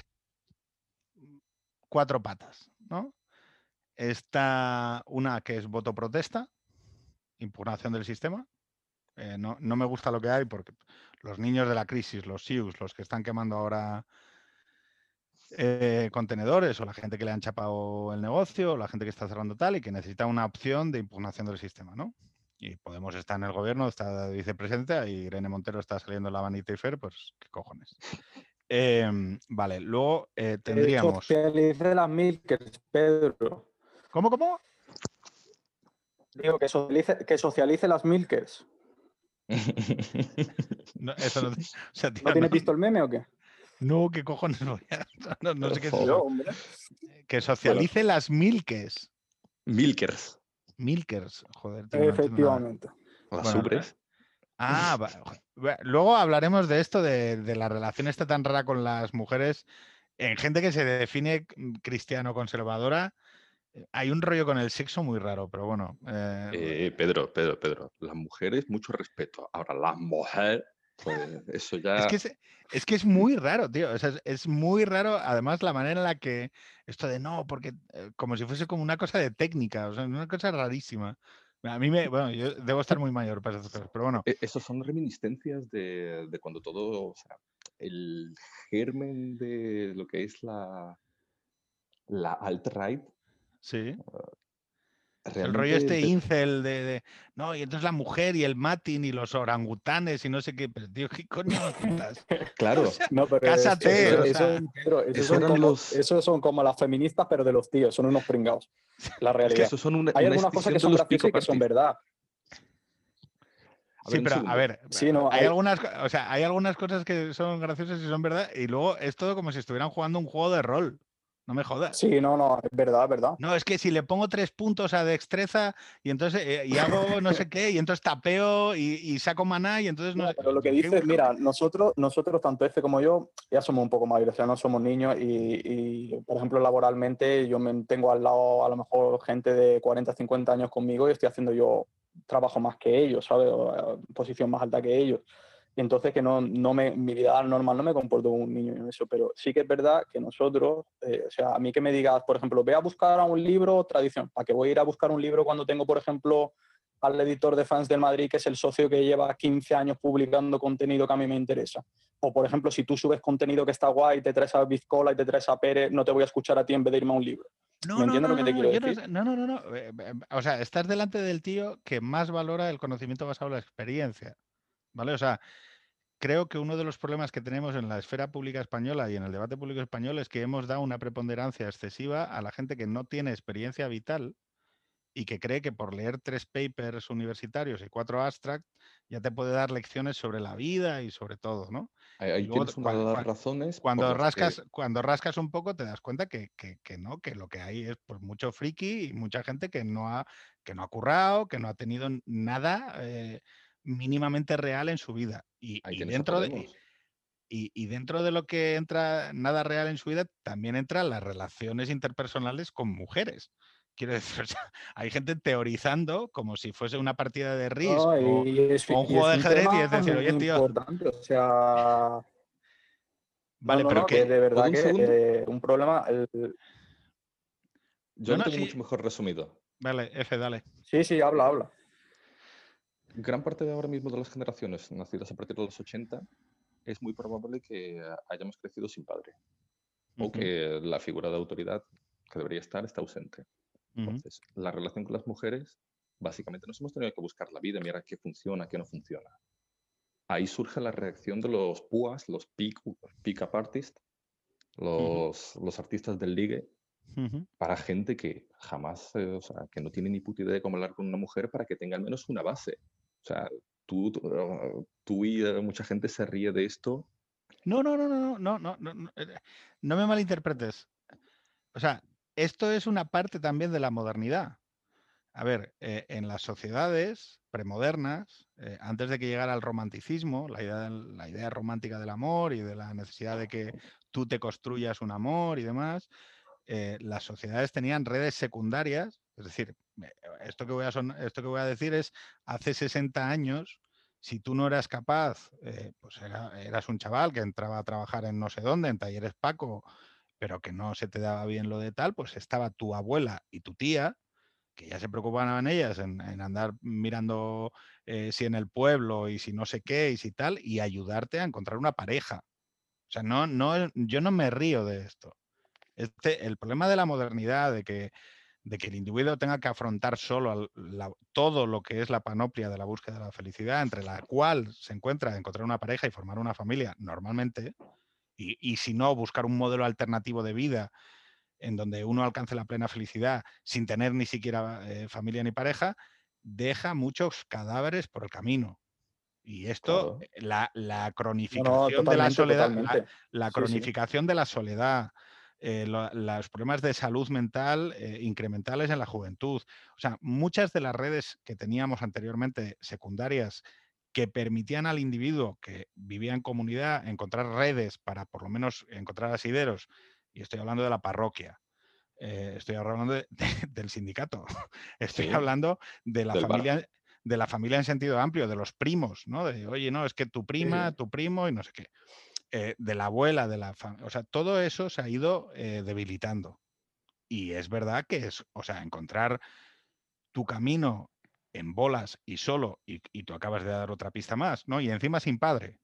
cuatro patas, ¿no? Está una que es voto protesta, impugnación del sistema. Eh, no, no me gusta lo que hay porque los niños de la crisis, los S I Us, los que están quemando ahora eh, contenedores o la gente que le han chapado el negocio o la gente que está cerrando tal y que necesita una opción de impugnación del sistema, ¿no? Y Podemos estar en el gobierno, está de vicepresidenta y Irene Montero está saliendo en la Vanity Fair, pues qué cojones. Eh, vale, luego eh, Que tendríamos... socialice las Milkers, Pedro. ¿Cómo, cómo? Digo, que socialice, que socialice las Milkers. No, eso no, o sea, tío, ¿No no, tienes visto el meme o qué? no, ¿qué cojones voy a...? No, no Por sé qué es Yo, eso. favor. hombre. Que Bueno, socialice las milkes. Milkers, Milkers, joder, tío, no entiendo nada. Efectivamente. las Bueno, ubres. ah, va- va- luego hablaremos de esto, de, de la relación esta tan rara con las mujeres. En gente que se define mm, cristiano conservadora, eh, hay un rollo con el sexo muy raro, pero bueno. eh, Eh, Pedro, Pedro, Pedro, las mujeres, mucho respeto. Ahora, las mujeres, pues eso es que ya... es, es que es muy raro, tío. O sea, es, es muy raro, además, la manera en la que esto de no, porque eh, como si fuese como una cosa de técnica, o sea, una cosa rarísima. A mí me, bueno, yo debo estar muy mayor para esas cosas, pero bueno, e- Esos son reminiscencias de, de cuando todo, o sea, el germen de lo que es la, la alt-right sí. El rollo este Realmente, te- incel de, de, no, y entonces la mujer y el matin y los orangutanes y no sé qué, pero tío, ¿qué coño me cuentas? O claro, sea, No, pero eso, cásate, eso, o eso, sea, Pedro, eso eso son eran como, los... eso son como las feministas, pero de los tíos, son unos pringados, la Es que realidad. esos son una, Hay una algunas cosas que escisión de son los graciosas pick-up y que son artists. verdad. A sí, ver, un pero a segundo. ver, Sí, no, hay hay, algunas, co- o sea, hay algunas cosas que son graciosas y son verdad, y luego es todo como si estuvieran jugando un juego de rol. No me jodas. sí, no, no, es verdad, es verdad. No, es que si le pongo tres puntos a destreza y entonces eh, y hago no sé qué, y entonces tapeo y, y saco maná y entonces no No, sé. pero lo que ¿Qué dices, cojones? mira, nosotros, nosotros, tanto F como yo, ya somos un poco mayores, ya no somos niños y, y, por ejemplo, laboralmente yo me tengo al lado a lo mejor gente de cuarenta, cincuenta años conmigo y estoy haciendo yo trabajo más que ellos, ¿sabes? O, eh, posición más alta que ellos. Y entonces que no, no me, mi vida normal no me comporto como un niño en eso, pero sí que es verdad que nosotros, eh, o sea, a mí que me digas, por ejemplo, ve a buscar a un libro, tradición, ¿para qué voy a ir a buscar un libro cuando tengo, por ejemplo, al editor de Fans del Madrid, que es el socio que lleva quince años publicando contenido que a mí me interesa? O, por ejemplo, si tú subes contenido que está guay, te traes a Bizcola y te traes a Pérez, no te voy a escuchar a ti en vez de irme a un libro. No, ¿Me no, entiendes no, lo que no, te no, quiero yo no, decir? sé- no, no, no, no. eh, eh, O sea, estás delante del tío que más valora el conocimiento basado en la experiencia, ¿vale? O sea, creo que uno de los problemas que tenemos en la esfera pública española y en el debate público español es que hemos dado una preponderancia excesiva a la gente que no tiene experiencia vital y que cree que por leer tres papers universitarios y cuatro abstracts ya te puede dar lecciones sobre la vida y sobre todo, ¿no? Ahí, Y ahí luego tienes una de cua- las cua- razones por cuando las que... rascas, cuando rascas un poco te das cuenta que, que- que no, que lo que hay es pues mucho friki y mucha gente que no ha, que no ha currado, que no ha tenido nada eh, mínimamente real en su vida. Y, Ahí y tienes a dentro de, y, Podemos. y- y dentro de lo que entra nada real en su vida, también entran las relaciones interpersonales con mujeres. Quiero decir, o sea, hay gente teorizando como si fuese una partida de Risk No, o, y, es, o un y juego es de un ajedrez y es tema decir, oye, muy tío, importante. O sea, no, vale, no, pero no, que... que de ¿Puedo verdad un que segundo? eh, un problema. El, Yo No, lo no, tengo sí. mucho mejor resumido. Vale, F, dale. sí, sí, habla, habla. Gran parte de ahora mismo de las generaciones nacidas a partir de los ochenta es muy probable que eh, hayamos crecido sin padre o Ujú, que la figura de autoridad que debería estar está ausente. ujú, Entonces, la relación con las mujeres, básicamente nos hemos tenido que buscar la vida, mira qué funciona, qué no funciona. Ahí surge la reacción de los P U As, los pick, pick-up artists, ujú, los, los artistas del ligue, ujú. para gente que jamás, eh, o sea, que no tiene ni puta idea de cómo hablar con una mujer para que tenga al menos una base. O sea, tú, tú, uh, tú y eh, mucha gente se ríe de esto. No, no, no, no, no, no, no, no, eh, no me malinterpretes. O sea, esto es una parte también de la modernidad. A ver, eh, en las sociedades premodernas, eh, antes de que llegara el romanticismo, la idea, la idea romántica del amor y de la necesidad de que tú te construyas un amor y demás, eh, las sociedades tenían redes secundarias, es decir, eh, esto que voy a, son, esto que voy a decir es, hace sesenta años, si tú no eras capaz, eh, pues era, eras un chaval que entraba a trabajar en no sé dónde, en talleres Paco, pero que no se te daba bien lo de tal, pues estaba tu abuela y tu tía, que ya se preocupaban ellas en, en andar mirando eh, si en el pueblo y si no sé qué y si tal, y ayudarte a encontrar una pareja. O sea, no, no, yo no me río de esto. Este, el problema de la modernidad, de que, de que el individuo tenga que afrontar solo la, todo lo que es la panoplia de la búsqueda de la felicidad, entre la cual se encuentra encontrar una pareja y formar una familia normalmente, y, y si no, buscar un modelo alternativo de vida en donde uno alcance la plena felicidad sin tener ni siquiera eh, familia ni pareja, deja muchos cadáveres por el camino. Y esto, Claro, la, la No, no, cronificación de la totalmente, soledad, la, totalmente. la Sí, sí. cronificación de la soledad, eh, lo, los problemas de salud mental eh, incrementales en la juventud. O sea, muchas de las redes que teníamos anteriormente secundarias que permitían al individuo que vivía en comunidad encontrar redes para por lo menos encontrar asideros, y estoy hablando de la parroquia, eh, estoy hablando de, de, del sindicato, estoy sí, hablando de la del bar. familia, de la familia en sentido amplio, de los primos, ¿no? De, oye, no, es que tu prima, Sí. tu primo y no sé qué. Eh, de la abuela, de la familia. O sea, todo eso se ha ido eh, debilitando. Y es verdad que es, o sea, encontrar tu camino en bolas y solo, y, y tú acabas de dar otra pista más, ¿no? Y encima sin padre.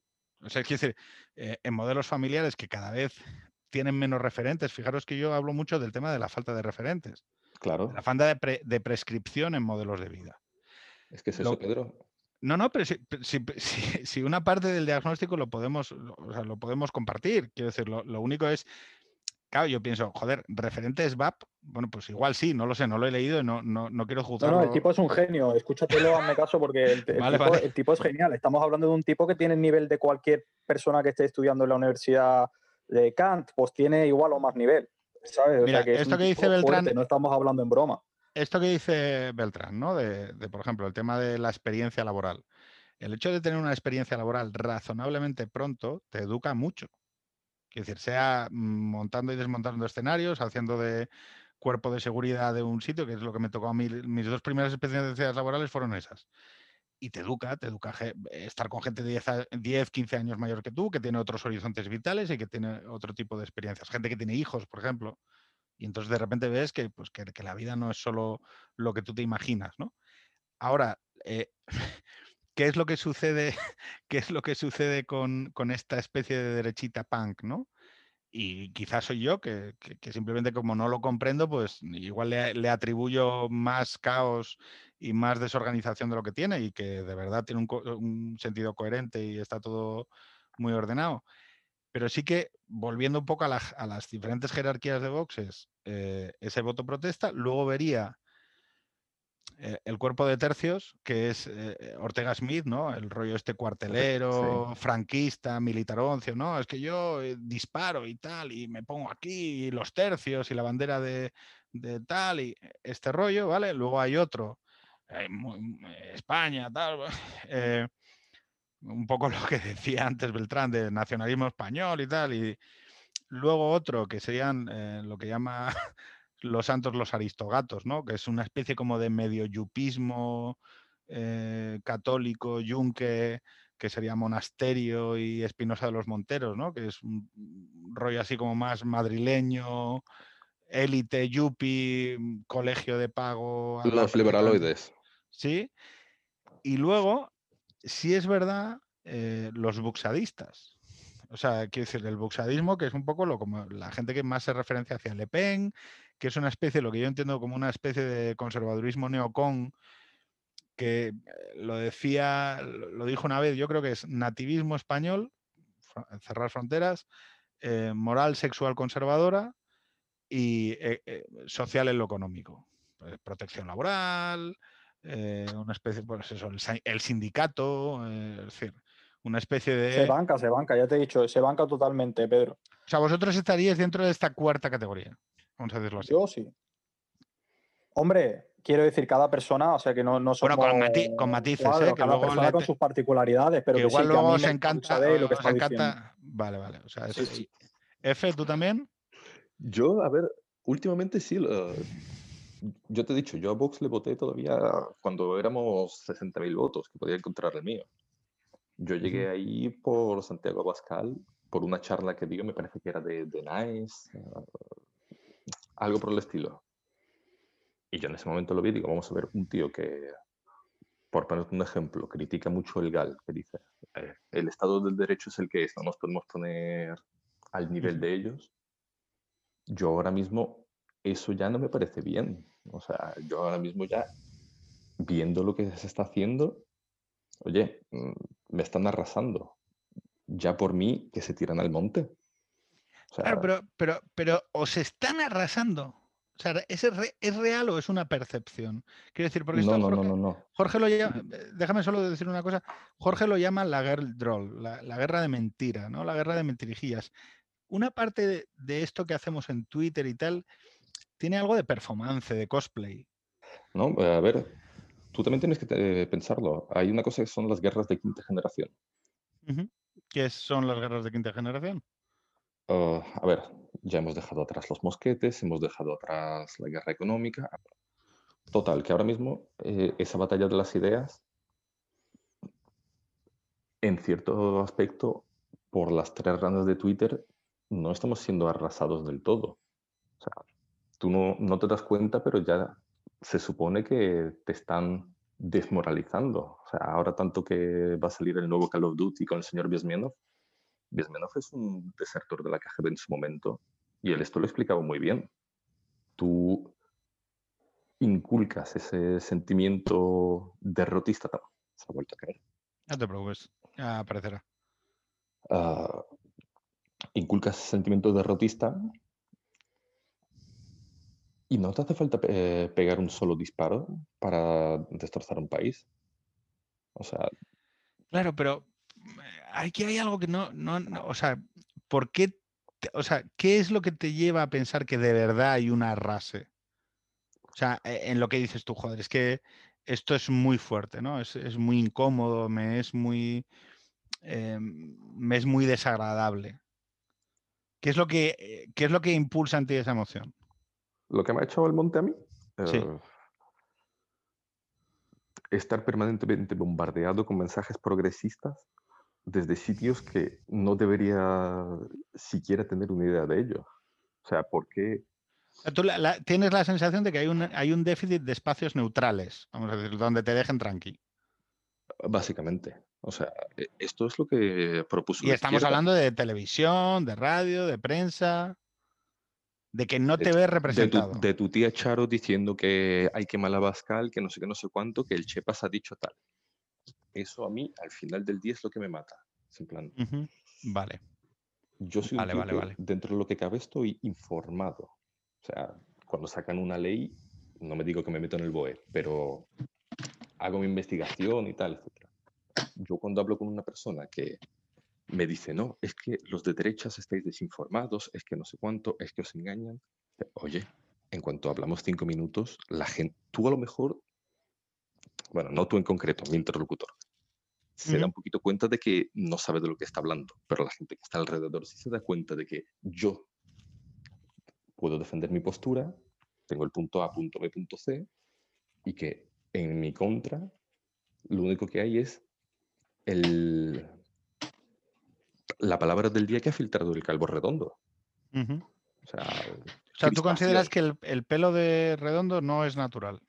O sea, es decir, eh, en modelos familiares que cada vez tienen menos referentes. Fijaros que yo hablo mucho del tema de la falta de referentes. Claro. La falta de, pre, de prescripción en modelos de vida. Es que es Lo, eso, Pedro. No, no, pero si, si, si, si una parte del diagnóstico lo podemos, lo, o sea, lo podemos compartir. Quiero decir, lo, lo único es, claro, yo pienso, joder, referentes V A P, bueno, pues igual sí, no lo sé, no lo he leído y no, no, no quiero No, juzgarlo. no, el tipo es un genio, escúchatelo, hazme caso, porque el, el, Vale, tipo, vale. el tipo es genial. Estamos hablando de un tipo que tiene el nivel de cualquier persona que esté estudiando en la Universidad de Kant, pues tiene igual o más nivel, ¿sabes? O Mira, sea, que es esto un que tipo dice Beltrán, fuerte, no estamos hablando en broma. Esto que dice Beltrán, ¿no? De, de, por ejemplo, el tema de la experiencia laboral. El hecho de tener una experiencia laboral razonablemente pronto te educa mucho. Quiero decir, sea montando y desmontando escenarios, haciendo de cuerpo de seguridad de un sitio, que es lo que me tocó a mí. Mis dos primeras experiencias laborales fueron esas. Y te educa, te educa estar con gente de diez, quince años mayor que tú, que tiene otros horizontes vitales y que tiene otro tipo de experiencias. Gente que tiene hijos, por ejemplo. Y entonces de repente ves que, pues, que, que la vida no es solo lo que tú te imaginas, ¿no? Ahora, eh, ¿qué es lo que sucede, qué es lo que sucede con, con esta especie de derechita punk, ¿no? Y quizás soy yo, que, que, que simplemente como no lo comprendo, pues igual le, le, atribuyo más caos y más desorganización de lo que tiene y que de verdad tiene un, un sentido coherente y está todo muy ordenado. Pero sí que, volviendo un poco a, la, a las diferentes jerarquías de Vox, es eh, ese voto protesta, luego vería eh, el cuerpo de tercios, que es eh, Ortega Smith, ¿no? El rollo este cuartelero, sí. franquista, militaroncio, ¿no? Es que yo eh, disparo y tal, y me pongo aquí, y los tercios, y la bandera de, de tal, y este rollo, ¿vale? Luego hay otro, eh, España, tal, eh, un poco lo que decía antes Beltrán, de nacionalismo español y tal, y luego otro que serían eh, lo que llama los santos los aristogatos, ¿no? Que es una especie como de medio yupismo eh, católico, yunque, que sería monasterio y Espinosa de los Monteros, ¿no? Que es un rollo así como más madrileño, élite, yupi, colegio de pago. Los liberaloides. Sí. Y luego, sí es verdad, eh, los buxadistas. O sea, quiero decir, el buxadismo, que es un poco lo como la gente que más se referencia hacia Le Pen, que es una especie, lo que yo entiendo como una especie de conservadurismo neocon, que lo decía, lo dijo una vez, yo creo que es nativismo español, cerrar fronteras, eh, moral sexual conservadora y eh, eh, social en lo económico. Pues, protección laboral, eh, una especie, pues eso, el, el sindicato, eh, es decir, una especie de... Se banca, se banca, ya te he dicho, se banca totalmente, Pedro. O sea, vosotros estaríais dentro de esta cuarta categoría, vamos a decirlo así. Yo sí. Hombre, quiero decir, cada persona, o sea, que no, no somos... Bueno, con, mati con matices, cuadros, ¿eh? Que cada luego persona le con sus particularidades, pero que, que igual sí, luego que a mí os me encanta, sabéis lo que os está encanta... diciendo. Vale, vale. O sea, sí, es... sí. F, ¿tú también? Yo, a ver, últimamente sí... Uh... Yo te he dicho, yo a Vox le voté todavía cuando éramos sesenta mil votos, que podía encontrar el mío. Yo llegué uh-huh. ahí por Santiago Abascal, por una charla que dio, me parece que era de, de NICE, uh, algo por el estilo. Y yo en ese momento lo vi y digo, vamos a ver, un tío que, por poner un ejemplo, critica mucho el G A L, que dice, eh, el Estado del Derecho es el que es, no nos podemos poner al nivel uh-huh. de ellos. Yo ahora mismo, eso ya no me parece bien. O sea, yo ahora mismo ya, viendo lo que se está haciendo, oye, me están arrasando. Ya por mí, que se tiran al monte. O sea, claro, pero, pero, pero os están arrasando. O sea, ¿es, re, ¿es real o es una percepción? Quiero decir, porque no, esto no, Jorge, no, no, no. Jorge lo llama, déjame solo decir una cosa, Jorge lo llama la girl droll, la, la guerra de mentira, ¿no? La guerra de mentirijillas. Una parte de, de esto que hacemos en Twitter y tal tiene algo de performance, de cosplay. No, a ver, tú también tienes que eh, pensarlo. Hay una cosa que son las guerras de quinta generación. Uh-huh. ¿Qué son las guerras de quinta generación? Uh, a ver, ya hemos dejado atrás los mosquetes, hemos dejado atrás la guerra económica. Total, que ahora mismo eh, esa batalla de las ideas, en cierto aspecto, por las tres ranas de Twitter, no estamos siendo arrasados del todo. O sea, tú no, no te das cuenta, pero ya se supone que te están desmoralizando. O sea, ahora tanto que va a salir el nuevo Call of Duty con el señor Biesmenov. Biesmenov es un desertor de la K G B en su momento y él esto lo explicaba muy bien. Tú inculcas ese sentimiento derrotista. Se ha vuelto a caer. No te preocupes, ya aparecerá. Uh, inculcas ese sentimiento derrotista y no te hace falta pe pegar un solo disparo para destrozar un país. O sea... Claro, pero aquí hay algo que no, no, no o sea, ¿por qué? Te, o sea, ¿qué es lo que te lleva a pensar que de verdad hay una arrase? O sea, en lo que dices tú, joder, es que esto es muy fuerte, ¿no? Es, es muy incómodo, me es muy, eh, me es muy desagradable. ¿Qué es lo que, qué es lo que impulsa en ti esa emoción? Lo que me ha echado el monte a mí, Sí. uh, estar permanentemente bombardeado con mensajes progresistas desde sitios que no debería siquiera tener una idea de ello. O sea, ¿por qué? Tú la, la, tienes la sensación de que hay un, hay un déficit de espacios neutrales, vamos a decir, donde te dejen tranqui. Básicamente. O sea, esto es lo que propuso Y la estamos izquierda. hablando de televisión, de radio, de prensa, de que no de te tu, ves de tu, representado. de tu tía Charo diciendo que hay que Malabascal, que no sé qué, no sé cuánto, que el Chepas ha dicho tal. Eso a mí, al final del día, es lo que me mata. Es en plan, Uh-huh. Vale. yo soy Vale, un tío vale, que vale. dentro de lo que cabe estoy informado. O sea, cuando sacan una ley, no me digo que me meto en el B O E, pero hago mi investigación y tal, etcétera. Yo cuando hablo con una persona que me dice, no, es que los de derechas estáis desinformados, es que no sé cuánto, es que os engañan. Oye, en cuanto hablamos cinco minutos, la gente, tú a lo mejor, bueno, no tú en concreto, mi interlocutor, se Uh-huh. da un poquito cuenta de que no sabe de lo que está hablando, pero la gente que está alrededor sí se da cuenta de que yo puedo defender mi postura, tengo el punto A, punto B, punto C, y que en mi contra lo único que hay es el, la palabra del día que ha filtrado el Calvo Redondo. Uh-huh. O sea, o sea, ¿tú consideras que el, el pelo de Redondo no es natural?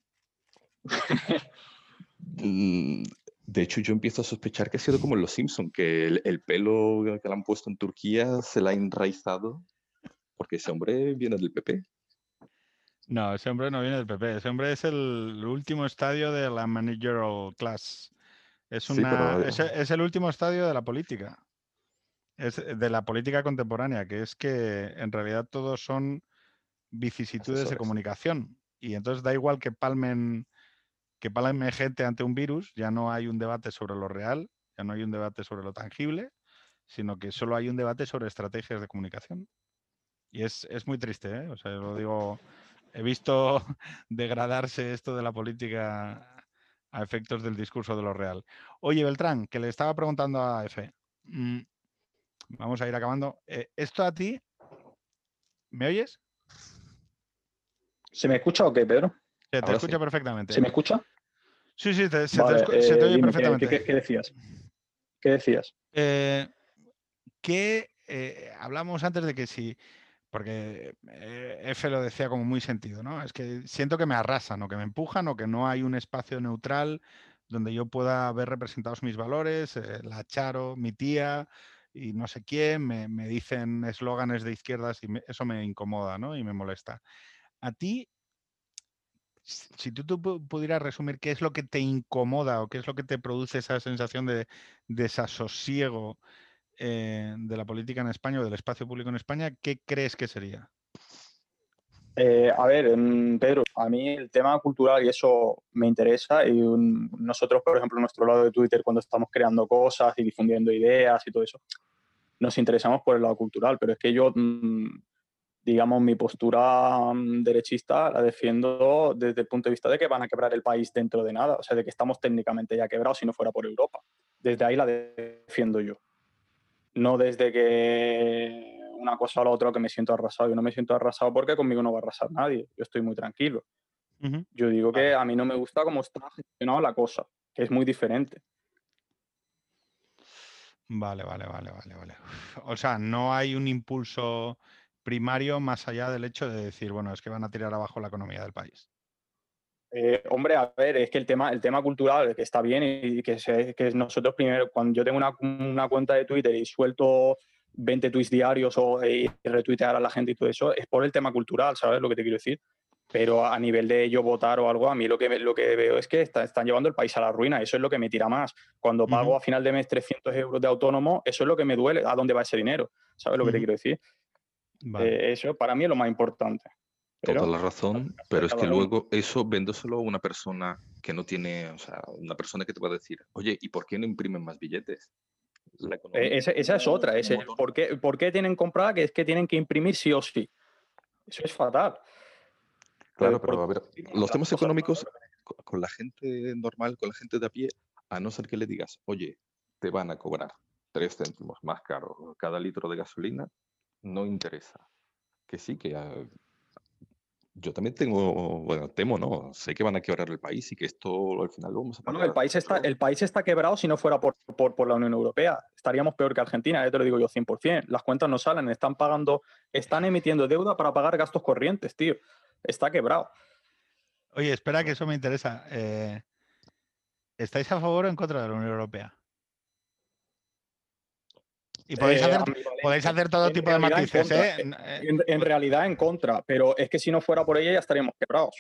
De hecho, yo empiezo a sospechar que ha sido como en Los Simpson, que el, el pelo que le han puesto en Turquía se la ha enraizado, porque ese hombre viene del P P. No, ese hombre no viene del P P. Ese hombre es el último estadio de la managerial class. Es, Sí, una, pero... es, es el último estadio de la política. Es de la política contemporánea, que es que en realidad todos son vicisitudes Asesores. de comunicación. Y entonces da igual que palmen, que palmen gente ante un virus, ya no hay un debate sobre lo real, ya no hay un debate sobre lo tangible, sino que solo hay un debate sobre estrategias de comunicación. Y es, es muy triste, ¿eh? O sea, yo lo digo, he visto degradarse esto de la política a efectos del discurso de lo real. Oye, Beltrán, que le estaba preguntando a F. Mmm, vamos a ir acabando. Eh, ¿Esto a ti? ¿Me oyes? ¿Se me escucha o qué, Pedro? Se te Ahora escucha sí. perfectamente. ¿Se me escucha? Sí, sí, te, se, Vale, te, eh, se te oye dime, ¿qué, perfectamente. qué, qué decías? ¿Qué decías? Eh, que eh, hablamos antes de que si, porque eh, F lo decía como muy sentido, ¿no? Es que siento que me arrasan o que me empujan o que no hay un espacio neutral donde yo pueda ver representados mis valores, eh, la Charo, mi tía y no sé quién, me, me dicen eslóganes de izquierdas y me, eso me incomoda, ¿no? Y me molesta. A ti, si tú, tú pudieras resumir qué es lo que te incomoda o qué es lo que te produce esa sensación de desasosiego eh, de la política en España o del espacio público en España, ¿qué crees que sería? Eh, a ver, Pedro, a mí el tema cultural y eso me interesa y un, nosotros, por ejemplo, en nuestro lado de Twitter, cuando estamos creando cosas y difundiendo ideas y todo eso, nos interesamos por el lado cultural, pero es que yo, digamos, mi postura derechista la defiendo desde el punto de vista de que van a quebrar el país dentro de nada, o sea, de que estamos técnicamente ya quebrados si no fuera por Europa. Desde ahí la defiendo yo. No desde que una cosa o la otra que me siento arrasado. Yo no me siento arrasado porque conmigo no va a arrasar nadie. Yo estoy muy tranquilo. Uh-huh. Yo digo que a mí no me gusta cómo está gestionada la cosa, que es muy diferente. Vale, vale, vale, vale, vale. O sea, no hay un impulso primario más allá del hecho de decir, bueno, es que van a tirar abajo la economía del país. Eh, hombre, a ver, es que el tema, el tema cultural, que está bien y que, se, que nosotros primero, cuando yo tengo una, una cuenta de Twitter y suelto veinte tweets diarios o y retuitear a la gente y todo eso, es por el tema cultural, ¿sabes lo que te quiero decir? Pero a nivel de yo votar o algo, a mí lo que, lo que veo es que está, están llevando el país a la ruina. Eso es lo que me tira más. Cuando pago Ujú. a final de mes trescientos euros de autónomo, eso es lo que me duele. ¿A dónde va ese dinero? ¿Sabes lo que te Ujú. quiero decir? Vale. Eh, eso para mí es lo más importante. Toda Pero la razón, caso pero de es que cada uno. luego eso véndoselo a una persona que no tiene, o sea, una persona que te va a decir, oye, ¿y por qué no imprimen más billetes? La Eh, economía esa, esa es como, otra. como Ese, motor. ¿por, qué, ¿Por qué tienen comprada? Que es que tienen que imprimir sí o sí. Eso es fatal. Eh, Claro, pero por- a ver, los las temas cosas económicos co- con la gente normal, con la gente de a pie, a no ser que le digas, oye, te van a cobrar tres céntimos más caro cada litro de gasolina, no interesa. Que sí, que ah, yo también tengo, bueno, temo, ¿no? Sé que van a quebrar el país y que esto al final lo vamos a No, no, pagar el país está, todos. el país está quebrado si no fuera por, por, por la Unión Europea. Estaríamos peor que Argentina, ya te lo digo yo cien por ciento. Las cuentas no salen, están pagando, están emitiendo deuda para pagar gastos corrientes, tío. Está quebrado. Oye, espera que eso me interesa. Eh, ¿estáis a favor o en contra de la Unión Europea? Y podéis Eh, hacer, podéis ambivalente. hacer todo En tipo de realidad en matices, contra. ¿eh? N- eh, En, en realidad en contra, pero es que si no fuera por ella ya estaríamos quebrados.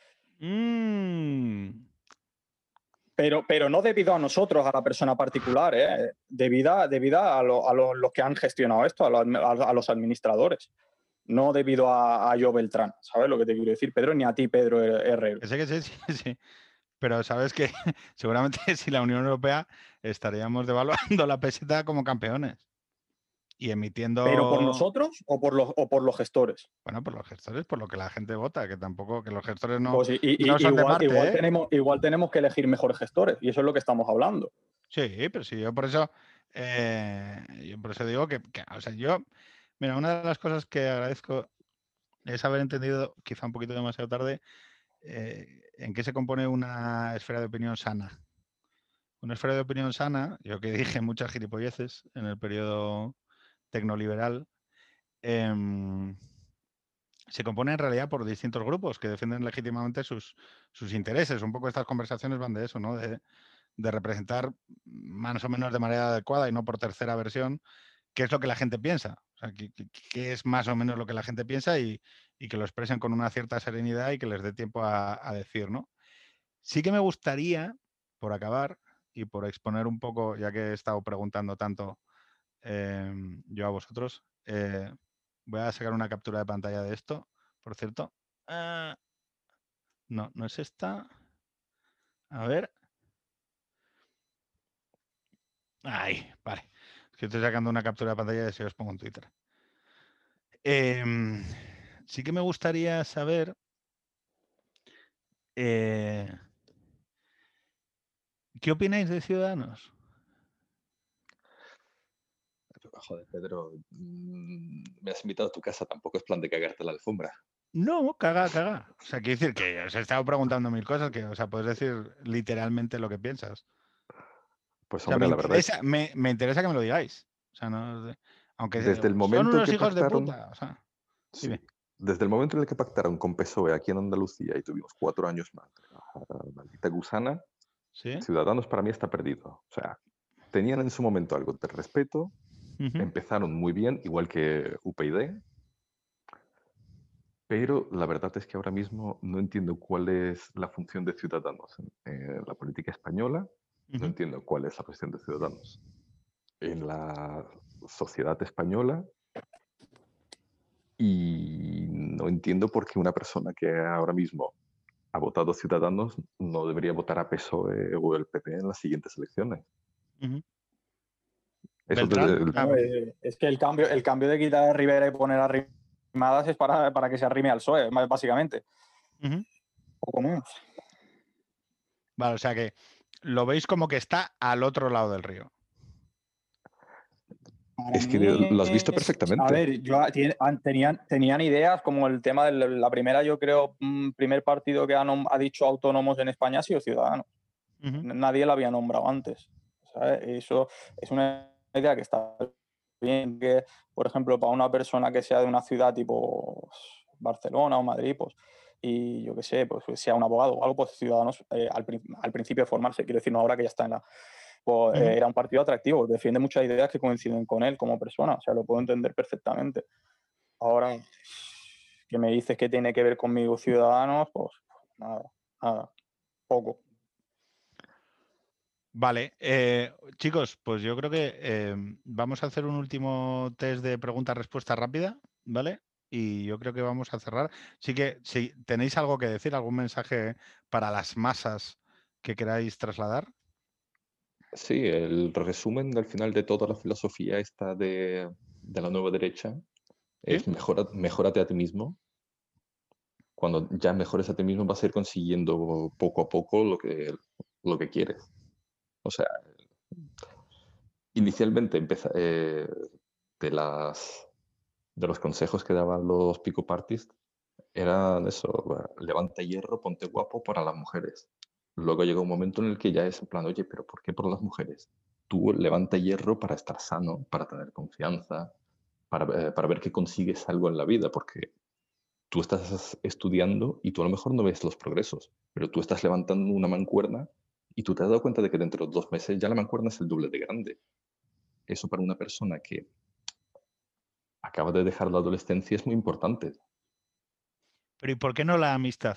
mm, Pero, pero no debido a nosotros, a la persona particular, ¿eh? debido, a, debido a, lo- a lo- los que han gestionado esto, a los, a- a los administradores. No debido a, a yo Beltrán, ¿sabes lo que te quiero decir, Pedro? Ni a ti, Pedro Herrero. que sé que sí, sí, sí. Pero sabes que seguramente si la Unión Europea estaríamos devaluando la peseta como campeones y emitiendo, ¿Pero por nosotros o por los, o por los gestores? bueno, por los gestores, por lo que la gente vota, que tampoco, que los gestores no, Pues, y, y- no son de igual, igual, parte, ¿eh? tenemos, igual tenemos que elegir mejores gestores, y eso es lo que estamos hablando. Sí, pero sí, yo por eso, eh, yo por eso digo que, que, o sea, yo, mira, una de las cosas que agradezco es haber entendido, quizá un poquito demasiado tarde, eh, en qué se compone una esfera de opinión sana. Una esfera de opinión sana, yo que dije muchas gilipolleces en el periodo tecnoliberal, em, se compone en realidad por distintos grupos que defienden legítimamente sus, sus intereses. Un poco estas conversaciones van de eso, ¿no? De, de representar más o menos de manera adecuada y no por tercera versión qué es lo que la gente piensa. O sea, qué, qué- qué es más o menos lo que la gente piensa y, y que lo expresen con una cierta serenidad y que les dé tiempo a, a decir, ¿no? Sí que me gustaría, por acabar y por exponer un poco, ya que he estado preguntando tanto eh, yo a vosotros, eh, voy a sacar una captura de pantalla de esto, por cierto. Ah, no, no es esta. A ver. Ahí, vale. Es que estoy sacando una captura de pantalla y si os pongo en Twitter. Em, sí que me gustaría saber eh, ¿qué opináis de Ciudadanos? Joder, Pedro, mm, me has invitado a tu casa, tampoco es plan de cagarte la alfombra. No, caga, caga. O sea, quiero decir que os he estado preguntando mil cosas que, o sea, puedes decir literalmente lo que piensas. Pues O sea, me hombre, la verdad es interesa, me, me interesa que me lo digáis. O sea, no, aunque desde el son momento unos que hijos de pactaron, puta. O sea, sí, dime. desde el momento en el que pactaron con P S O E aquí en Andalucía y tuvimos cuatro años más de la maldita gusana, ¿Sí? Ciudadanos para mí está perdido. O sea, tenían en su momento algo de respeto, Ujú, empezaron muy bien, igual que U P YD, pero la verdad es que ahora mismo no entiendo cuál es la función de Ciudadanos en, en la política española, no ujú. entiendo cuál es la función de Ciudadanos en la sociedad española y no entiendo por qué una persona que ahora mismo ha votado Ciudadanos no debería votar a P S O E o el P P en las siguientes elecciones. Ujú. Eso desde Beltrán. el- Ah, No, eh, es que el cambio, el cambio de quitar a Rivera y poner a Rimadas es para, para que se arrime al P S O E, más- básicamente. ujú. Poco más. Vale, o sea que lo veis como que está al otro lado del río. Para es que mí lo has visto es, a perfectamente. ver, yo, tien- an- tenían, tenían ideas como el tema de la la primera, yo creo, mm, primer partido que ha, nom- ha dicho autónomos en España ha sido Ciudadanos. Ujú, N- Nadie la había nombrado antes. ¿Sabes? Eso es una idea que está bien, que, por ejemplo, para una persona que sea de una ciudad tipo Barcelona o Madrid, pues, y yo qué sé, pues sea un abogado o algo, pues Ciudadanos eh, al, prin- al principio de formarse, quiero decir, no ahora que ya está en la, pues, ujú. eh, era un partido atractivo, defiende muchas ideas que coinciden con él como persona, o sea, lo puedo entender perfectamente. Ahora, que me dices que tiene que ver conmigo Ciudadanos, pues nada, nada, poco. Vale, eh, chicos, pues yo creo que eh, vamos a hacer un último test de pregunta-respuesta rápida, ¿vale? Y yo creo que vamos a cerrar. Sí que si tenéis algo que decir, algún mensaje para las masas que queráis trasladar. Sí, el resumen al final de toda la filosofía esta de, de la nueva derecha ¿Sí? es mejora, mejórate a ti mismo. Cuando ya mejores a ti mismo vas a ir consiguiendo poco a poco lo que, lo que quieres. O sea, inicialmente empeza- eh, de, las, de los consejos que daban los pick-up artists eran eso, va, levanta hierro, ponte guapo para las mujeres. Luego llega un momento en el que ya es en plan, oye, pero ¿por qué por las mujeres? Tú levanta hierro para estar sano, para tener confianza, para, eh, para ver que consigues algo en la vida, porque tú estás estudiando y tú a lo mejor no ves los progresos, pero tú estás levantando una mancuerna y tú te has dado cuenta de que dentro de dos meses ya la mancuerna es el doble de grande. Eso para una persona que acaba de dejar la adolescencia es muy importante. Pero ¿y por qué no la amistad?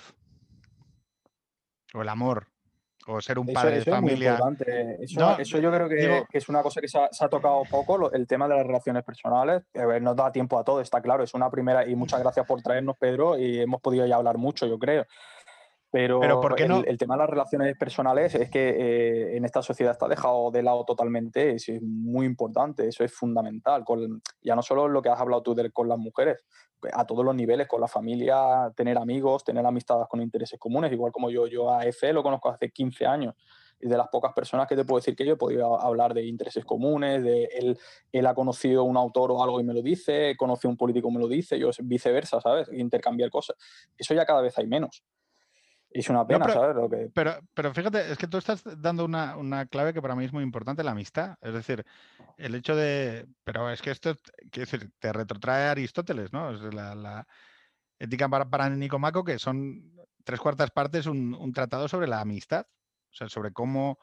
O el amor, o ser un Eso, padre de eso es muy familia. importante. Eso, No, eso yo creo que, digo, que es una cosa que se ha, se ha tocado poco, lo- el tema de las relaciones personales. A ver, nos da tiempo a todo, está claro. Es una primera, y muchas gracias por traernos, Pedro, y hemos podido ya hablar mucho, yo creo. pero ¿por Pero qué el, no? el tema de las relaciones personales es que eh, en esta sociedad está dejado de lado totalmente. Es, es muy importante, eso es fundamental. Con, ya no solo lo que has hablado tú de, con las mujeres, a todos los niveles, con la familia, tener amigos, tener amistades con intereses comunes, igual como yo, yo a Efe lo conozco hace quince años. Y de las pocas personas que te puedo decir que yo he podido hablar de intereses comunes, de él, él ha conocido un autor o algo y me lo dice, conoce un político y me lo dice, yo viceversa, ¿sabes? Intercambiar cosas. Eso ya cada vez hay menos. Es una No, pena, pero, ¿sabes? Lo que... pero, pero fíjate, es que tú estás dando una, una clave que para mí es muy importante, la amistad. Es decir, el hecho de. Pero es que esto, quiero decir, te retrotrae a Aristóteles, ¿no? Es la, la ética para, para Nicomaco, que son tres cuartas partes un, un tratado sobre la amistad. O sea, sobre cómo,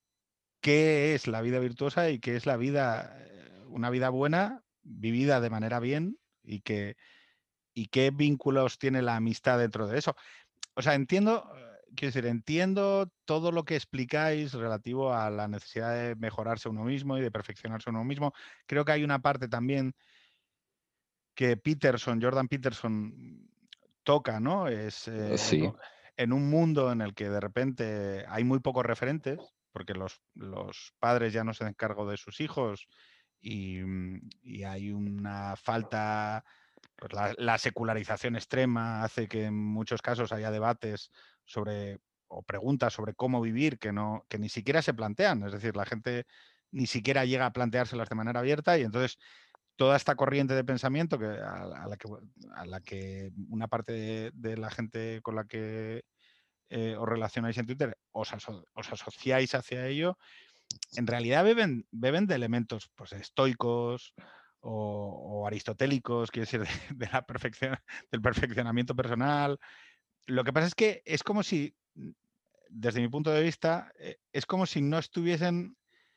qué es la vida virtuosa y qué es la vida, eh, una vida buena, vivida de manera bien y que, y qué vínculos tiene la amistad dentro de eso. O sea, entiendo, eh, quiero decir, entiendo todo lo que explicáis relativo a la necesidad de mejorarse uno mismo y de perfeccionarse uno mismo. Creo que hay una parte también que Peterson, Jordan Peterson, toca, ¿no? Es eh, Sí, en un mundo en el que de repente hay muy pocos referentes, porque los, los padres ya no se hacen cargo de sus hijos y, y hay una falta, pues la, la secularización extrema hace que en muchos casos haya debates sobre o preguntas sobre cómo vivir que no que ni siquiera se plantean, es decir, la gente ni siquiera llega a planteárselas de manera abierta y entonces toda esta corriente de pensamiento que a, a la que a la que una parte de, de la gente con la que eh, os relacionáis en Twitter os, aso os asociáis hacia ello, en realidad beben, beben de elementos pues, estoicos o, o aristotélicos, quiero decir, de, de la perfección, del perfeccionamiento personal. Lo que pasa es que es como si, desde mi punto de vista, eh, es como si no estuviesen,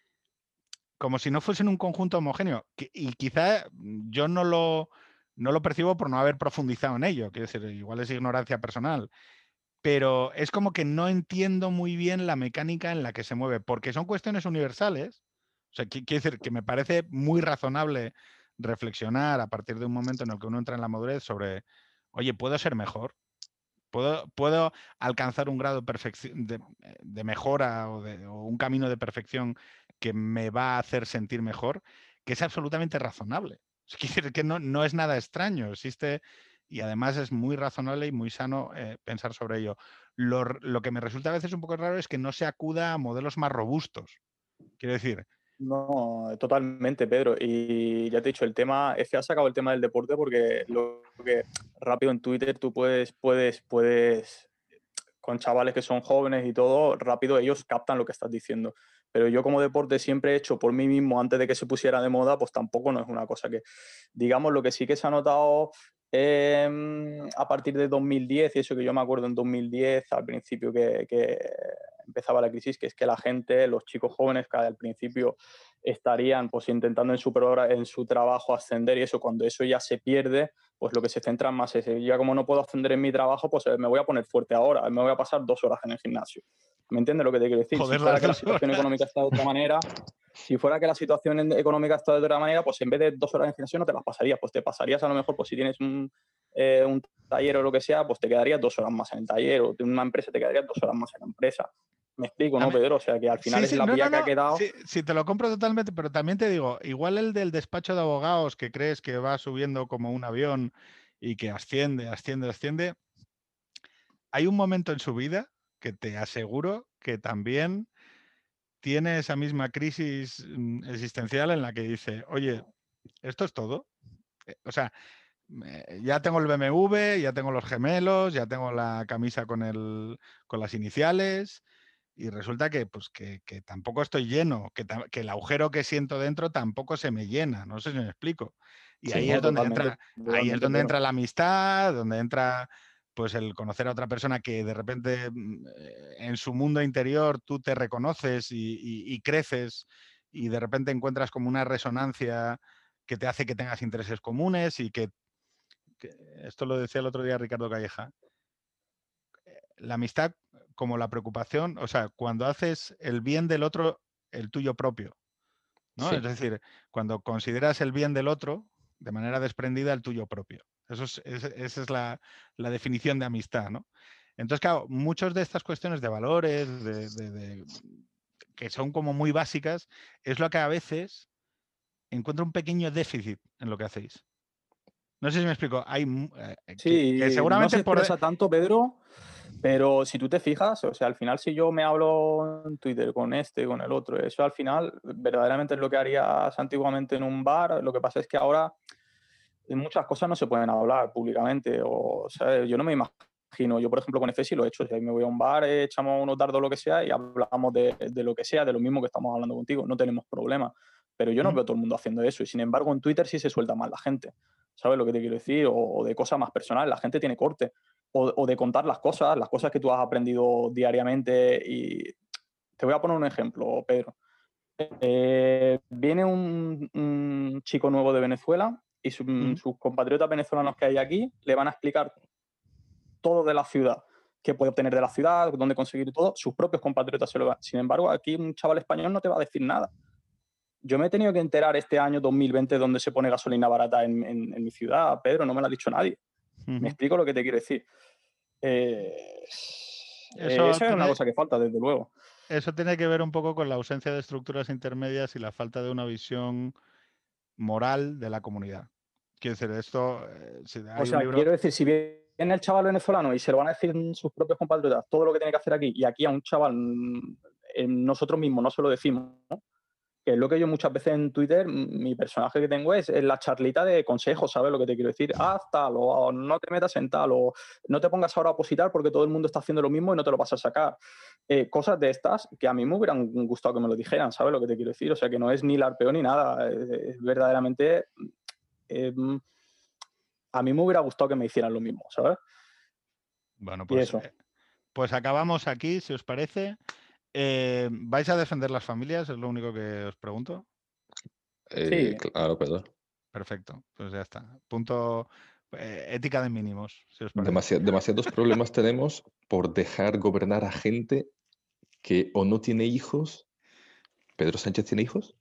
como si no fuesen un conjunto homogéneo. Que, y quizá yo no lo, no lo percibo por no haber profundizado en ello, quiero decir, igual es ignorancia personal. Pero es como que no entiendo muy bien la mecánica en la que se mueve, porque son cuestiones universales. O sea, quiero decir que me parece muy razonable reflexionar a partir de un momento en el que uno entra en la madurez sobre, oye, ¿puedo ser mejor? ¿Puedo, puedo alcanzar un grado de, de, de mejora o, de, o un camino de perfección que me va a hacer sentir mejor? Que es absolutamente razonable. Es decir, que no, no es nada extraño, existe y además es muy razonable y muy sano eh, pensar sobre ello. Lo, lo que me resulta a veces un poco raro es que no se acuda a modelos más robustos. Quiero decir, No, totalmente, Pedro. Y ya te he dicho, el tema, F ha sacado el tema del deporte porque lo que rápido en Twitter tú puedes, puedes, puedes, con chavales que son jóvenes y todo, rápido ellos captan lo que estás diciendo. Pero yo como deporte siempre he hecho por mí mismo antes de que se pusiera de moda, pues tampoco no es una cosa que, digamos, lo que sí que se ha notado eh, a partir de dos mil diez, y eso que yo me acuerdo en dos mil diez, al principio que, que empezaba la crisis, que es que la gente, los chicos jóvenes que al principio estarían pues intentando en su, en su trabajo ascender y eso, cuando eso ya se pierde, pues lo que se centra más es, ya como no puedo ascender en mi trabajo, pues me voy a poner fuerte ahora, me voy a pasar dos horas en el gimnasio. ¿Me entiendes lo que te quiero decir? Joder, si fuera las que la dos situación horas. económica está de otra manera, si fuera que la situación económica está de otra manera, pues en vez de dos horas en gimnasio no te las pasarías, pues te pasarías a lo mejor, pues si tienes un, eh, un taller o lo que sea, pues te quedarías dos horas más en el taller, o de una empresa te quedarías dos horas más en la empresa. Me explico, ¿no, Pedro? O sea, que al final Sí, es sí, la no, vía no, que ha no. quedado. Sí, sí, te lo compro totalmente, pero también te digo, igual el del despacho de abogados que crees que va subiendo como un avión y que asciende, asciende, asciende, hay un momento en su vida que te aseguro que también tiene esa misma crisis mm, existencial en la que dice, oye, ¿esto es todo? Eh, O sea, eh, ya tengo el B M W, ya tengo los gemelos, ya tengo la camisa con, el, con las iniciales y resulta que, pues, que, que tampoco estoy lleno, que, ta- que el agujero que siento dentro tampoco se me llena, no sé si me explico. Y Sí. ahí No, es donde totalmente, entra, ahí es totalmente, donde Pedro. entra la amistad, donde entra pues el conocer a otra persona que de repente mm, eh, en su mundo interior tú te reconoces y, y- y creces y de repente encuentras como una resonancia que te hace que tengas intereses comunes y que, que- esto lo decía el otro día Ricardo Calleja, la amistad como la preocupación, o sea, cuando haces el bien del otro, el tuyo propio, ¿no? Sí. Es decir, cuando consideras el bien del otro de manera desprendida el tuyo propio. Eso es, es- esa es la, la definición de amistad, ¿no? Entonces, claro, muchas de estas cuestiones de valores, de, de- de- que son como muy básicas, es lo que a veces encuentra un pequeño déficit en lo que hacéis. No sé si me explico. Hay mu- eh, que, que Sí, no se seguramente por... de- expresa tanto, Pedro, pero si tú te fijas, o sea, al final si yo me hablo en Twitter con este, con el otro, eso al final verdaderamente es lo que harías antiguamente en un bar. Lo que pasa es que ahora muchas cosas no se pueden hablar públicamente. O, sea, yo no me imagino, yo por ejemplo con F sí lo he hecho, o sea, me voy a un bar, eh, echamos unos dardos, lo que sea, y hablamos de, de lo que sea, de lo mismo que estamos hablando contigo, no tenemos problema. Pero yo no ¿Mm? veo a todo el mundo haciendo eso, y sin embargo en Twitter sí se suelta más la gente. ¿Sabes lo que te quiero decir? O, o de cosas más personales, la gente tiene corte. O, o de contar las cosas, las cosas que tú has aprendido diariamente. Y te voy a poner un ejemplo, Pedro. Eh, viene un, un chico nuevo de Venezuela y su, Ujú. sus compatriotas venezolanos que hay aquí le van a explicar todo de la ciudad, qué puede obtener de la ciudad, dónde conseguir todo, sus propios compatriotas se lo van. Sin embargo, aquí un chaval español no te va a decir nada. Yo me he tenido que enterar este año dos mil veinte dónde se pone gasolina barata en, en, en mi ciudad, Pedro, no me lo ha dicho nadie. Ujú. ¿Me explico lo que te quiero decir? Eh, Eso esa es una tiene, cosa que falta, desde luego. eso tiene que ver un poco con la ausencia de estructuras intermedias y la falta de una visión moral de la comunidad. Quiero decir, esto, eh, si O hay un sea, libro... quiero decir, si viene el chaval venezolano y se lo van a decir sus propios compatriotas todo lo que tiene que hacer aquí, y aquí a un chaval mm, eh, nosotros mismos no se lo decimos, ¿no? Que es lo que yo muchas veces en Twitter, mi personaje que tengo es, es la charlita de consejos, ¿sabes lo que te quiero decir? Haz tal, o no te metas en tal, o no te pongas ahora a opositar porque todo el mundo está haciendo lo mismo y no te lo vas a sacar. Eh, cosas de estas que a mí me hubieran gustado que me lo dijeran, ¿sabes lo que te quiero decir? O sea, que no es ni larpeo ni nada, es, es verdaderamente... Eh, a mí me hubiera gustado que me hicieran lo mismo, ¿sabes? Bueno, Y pues, eso. eh, pues acabamos aquí, si os parece. Eh, ¿vais a defender las familias? Es lo único que os pregunto. Eh, Sí, claro, Pedro. Perfecto, pues ya está. Punto eh, ética de mínimos, si os parece. Demasi- demasiados problemas tenemos por dejar gobernar a gente que o no tiene hijos. ¿Pedro Sánchez tiene hijos?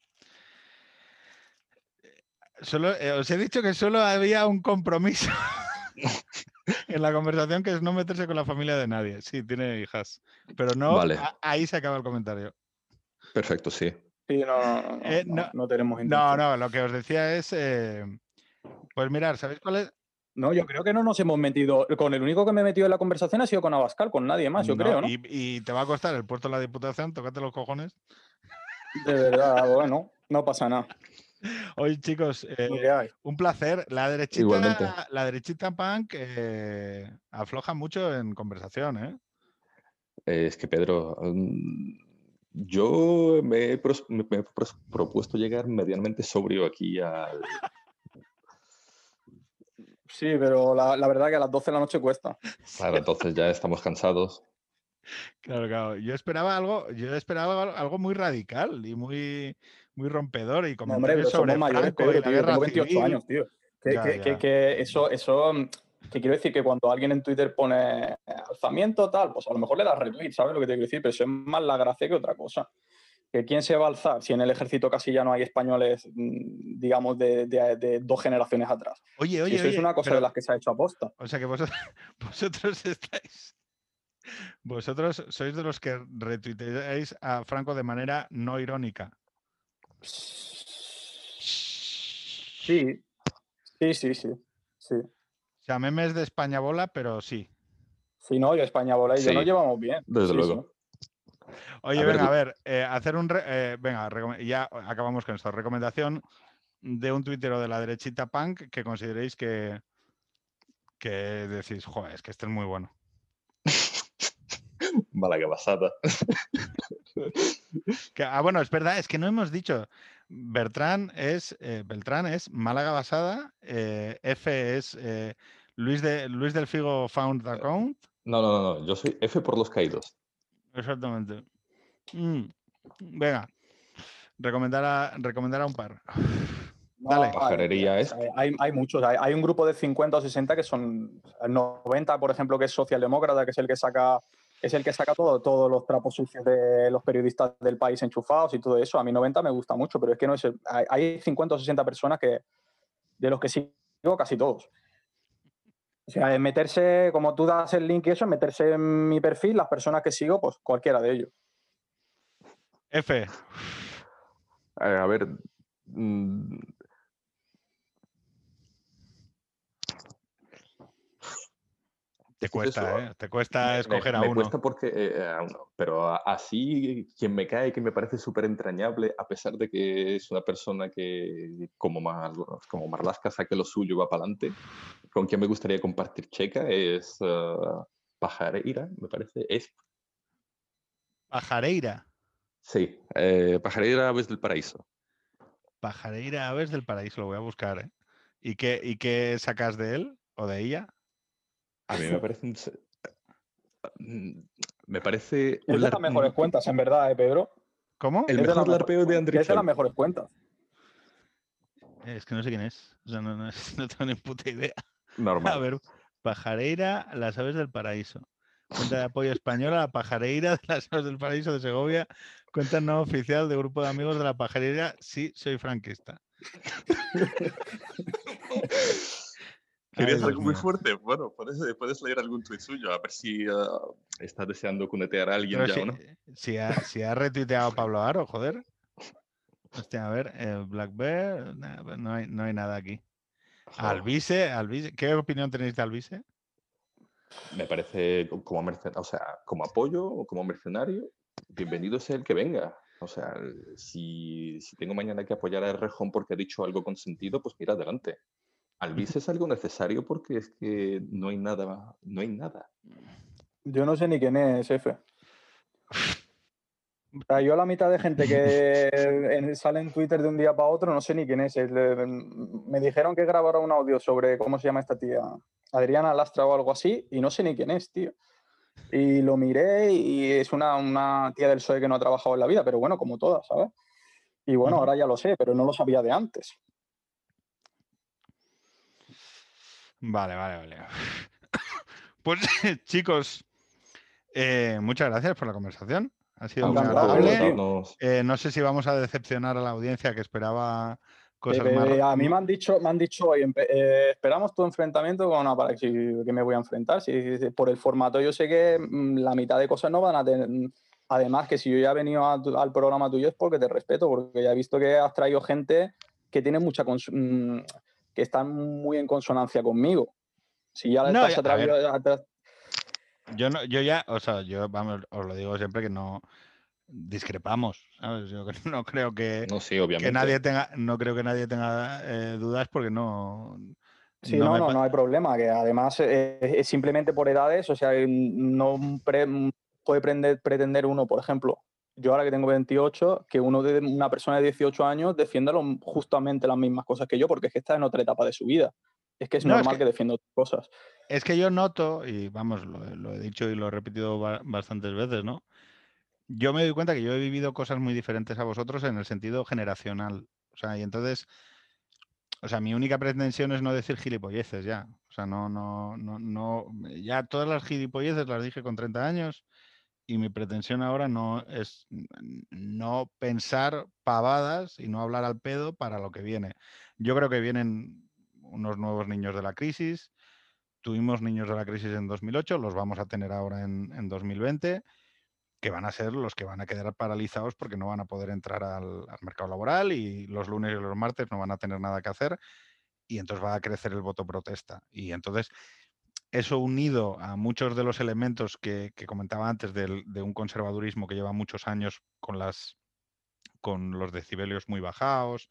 Solo, eh, os he dicho que solo había un compromiso en la conversación que es no meterse con la familia de nadie. Sí, tiene hijas. Pero no, Vale, a- ahí se acaba el comentario. perfecto, sí. sí, no, no, no, Eh, no, no, no tenemos no, intención. no, lo que os decía es, eh, pues mirar, ¿sabéis cuál es? No, yo creo que no nos hemos metido. Con el único que me he metido en la conversación ha sido con Abascal, con nadie más, yo No, creo, ¿no? y, y te va a costar el puesto en la Diputación, tócate los cojones. De verdad, bueno, no pasa nada. Oye, chicos, Lo eh, que hay. un placer. La Igualmente. derechita, la derechita punk eh, afloja mucho en conversación, ¿eh? Eh, es que, Pedro, mm, yo me he, pros- me- me he pros- propuesto llegar medianamente sobrio aquí al... Sí, pero la, la verdad que a las doce de la noche cuesta. Claro, entonces ya estamos cansados. Claro, claro. Yo esperaba algo, yo esperaba algo, algo muy radical y muy, muy rompedor y No, hombre, comentarios pero somos sobre mayores, Franco y Pedro, la tío. Yo guerra tengo veintiocho civil. años, tío. Que, Ya, que, que, ya. que eso, eso, que quiero decir que cuando alguien en Twitter pone alzamiento tal, pues a lo mejor le das retweet, ¿sabes lo que te quiero decir? Pero eso es más la gracia que otra cosa. ¿Que ¿Quién se va a alzar si en el ejército casi ya no hay españoles, mm, digamos, de, de- de dos generaciones atrás? Oye, Si oye, eso es oye, una cosa de pero, las que se ha hecho aposta. o sea que vosotros, vosotros estáis, vosotros sois de los que retuiteáis a Franco de manera no irónica. Sí, sí, sí, sí. Sí, O sea, memes de España bola, pero sí. sí, no, yo España bola y yo nos Sí, llevamos bien. desde Sí, sí. luego. Oye, A ver, venga, a du- ver, eh, hacer un... re- eh, venga, recome- ya acabamos con esto. Recomendación de un tuitero de la derechita punk que consideréis que, que decís, joder, es que este es muy bueno. Málaga Basada. Que, ah, bueno, es verdad, es que no hemos dicho. Bertrán es, eh, Beltrán es Málaga Basada, eh, F es eh, Luis, de, Luis del Figo Found Account. No, no, no, no. Yo soy F por los caídos. Exactamente. Mm, venga, recomendar a, recomendar a un par. Dale. No, hay, Pajarería es. hay, hay muchos. Hay, hay un grupo de cincuenta o sesenta que son el noventa, por ejemplo, que es socialdemócrata, que es el que saca, es el que saca todo, todos los trapos sucios de los periodistas del país enchufados y todo eso. A mí noventa me gusta mucho, pero es que no es. el- hay, hay cincuenta o sesenta personas que, de los que sigo casi todos. O sea, es meterse, como tú das el link y eso, meterse en mi perfil, las personas que sigo, pues cualquiera de ellos. F. Eh, a ver. mm, Te es que es cuesta, eso. ¿eh? Te cuesta Me, me- escoger a me uno. cuesta porque eh, eh, a uno, pero a- así quien me cae, que me parece súper entrañable, a pesar de que es una persona que, como, Mar- como Marlaska, saque lo suyo y va para adelante, con quien me gustaría compartir checa es eh, Pajareira, me parece. Es, Pajareira. sí, eh, Pajareira Aves del Paraíso. Pajareira Aves del Paraíso, lo voy a buscar, ¿eh? ¿Y qué, ¿Y qué sacas de él o de ella? A mí me parece un se- mm, me parece Es un de las lar- mejores mm, cuentas, en verdad, ¿eh, Pedro? ¿Cómo? el Es de las mejor mejores larpeo de cuentas. André Es de las Choi. mejores cuentas. Eh, Es que no sé quién es. O sea, no, no, no tengo ni puta idea. A Normal. ver, Pajareira, las aves del paraíso. Cuenta de apoyo español a la pajareira de las aves del paraíso de Segovia. Cuenta no oficial de grupo de amigos de la pajareira. Sí, soy franquista. Ay, ¿Querías Dios algo muy mío. fuerte? Bueno, puedes, puedes leer algún tuit suyo, a ver si ah, está deseando cunetear a alguien Pero ya si, o no. si, ha, si ha retuiteado Pablo Aro, joder. Hostia, a ver, eh, Black Bear, nah, pues no, hay, no hay nada aquí. Jo, Alvise, Alvise, ¿qué opinión tenéis de Alvise? me parece como, mercen- o sea, como apoyo o como mercenario, bienvenido sea el que venga. O sea, si, si tengo mañana que apoyar a Rejón porque ha dicho algo con sentido, pues mira, adelante. Alvis es algo necesario porque es que no hay nada, no hay nada. Yo no sé ni quién es F. O sea, yo la mitad de gente que en- sale en Twitter de un día para otro no sé ni quién es. Es le- Me dijeron que grabara un audio sobre cómo se llama esta tía, Adriana Lastra o algo así, y no sé ni quién es, tío. Y lo miré y es una, una tía del P S O E que no ha trabajado en la vida, pero bueno, como todas, ¿sabes? Y bueno, Ujú. ahora ya lo sé, pero no lo sabía de antes. Vale, vale, vale. Pues chicos, eh, muchas gracias por la conversación. Ha sido A muy Encantado, vosotros, tío. agradable. darnos... Eh, no sé si vamos a decepcionar a la audiencia que esperaba cosas Eh, más. eh, a mí me han dicho, me han dicho hoy, empe- eh, esperamos tu enfrentamiento con una para que, que me voy a enfrentar. Si, si- por el formato yo sé que mm, la mitad de cosas no van a tener. Además, que si yo ya he venido a tu- al programa tuyo es porque te respeto, porque ya he visto que has traído gente que tiene mucha cons- mm, que están muy en consonancia conmigo. Si ya No, te has a ver, atrevido a- te- yo no, yo ya, o sea, yo vamos, os lo digo siempre que no discrepamos, ¿sabes? Yo no creo que, No, sí, que obviamente. nadie tenga, no creo que nadie tenga eh, dudas porque no, Sí, no no, me no, pa- no hay problema, que además eh, es simplemente por edades, o sea, no pre- puede prender- pretender uno, por ejemplo, yo ahora que tengo veintiocho, que uno de una persona de dieciocho años defienda lo- justamente las mismas cosas que yo, porque es que está en otra etapa de su vida. es que es No, es normal que- que defienda otras cosas. Es que yo noto, y vamos, lo, lo he dicho y lo he repetido ba- bastantes veces, ¿no? Yo me doy cuenta que yo he vivido cosas muy diferentes a vosotros en el sentido generacional. O sea, y entonces, o sea, mi única pretensión es no decir gilipolleces ya. O sea, no, no, no, no, ya todas las gilipolleces las dije con treinta años y mi pretensión ahora no es n- no pensar pavadas y no hablar al pedo para lo que viene. Yo creo que vienen unos nuevos niños de la crisis. Tuvimos niños de la crisis en dos mil ocho, los vamos a tener ahora en, en dos mil veinte, que van a ser los que van a quedar paralizados porque no van a poder entrar al, al mercado laboral y los lunes y los martes no van a tener nada que hacer y entonces va a crecer el voto protesta. Y entonces eso unido a muchos de los elementos que, que comentaba antes del, de un conservadurismo que lleva muchos años con, las, con los decibelios muy bajados,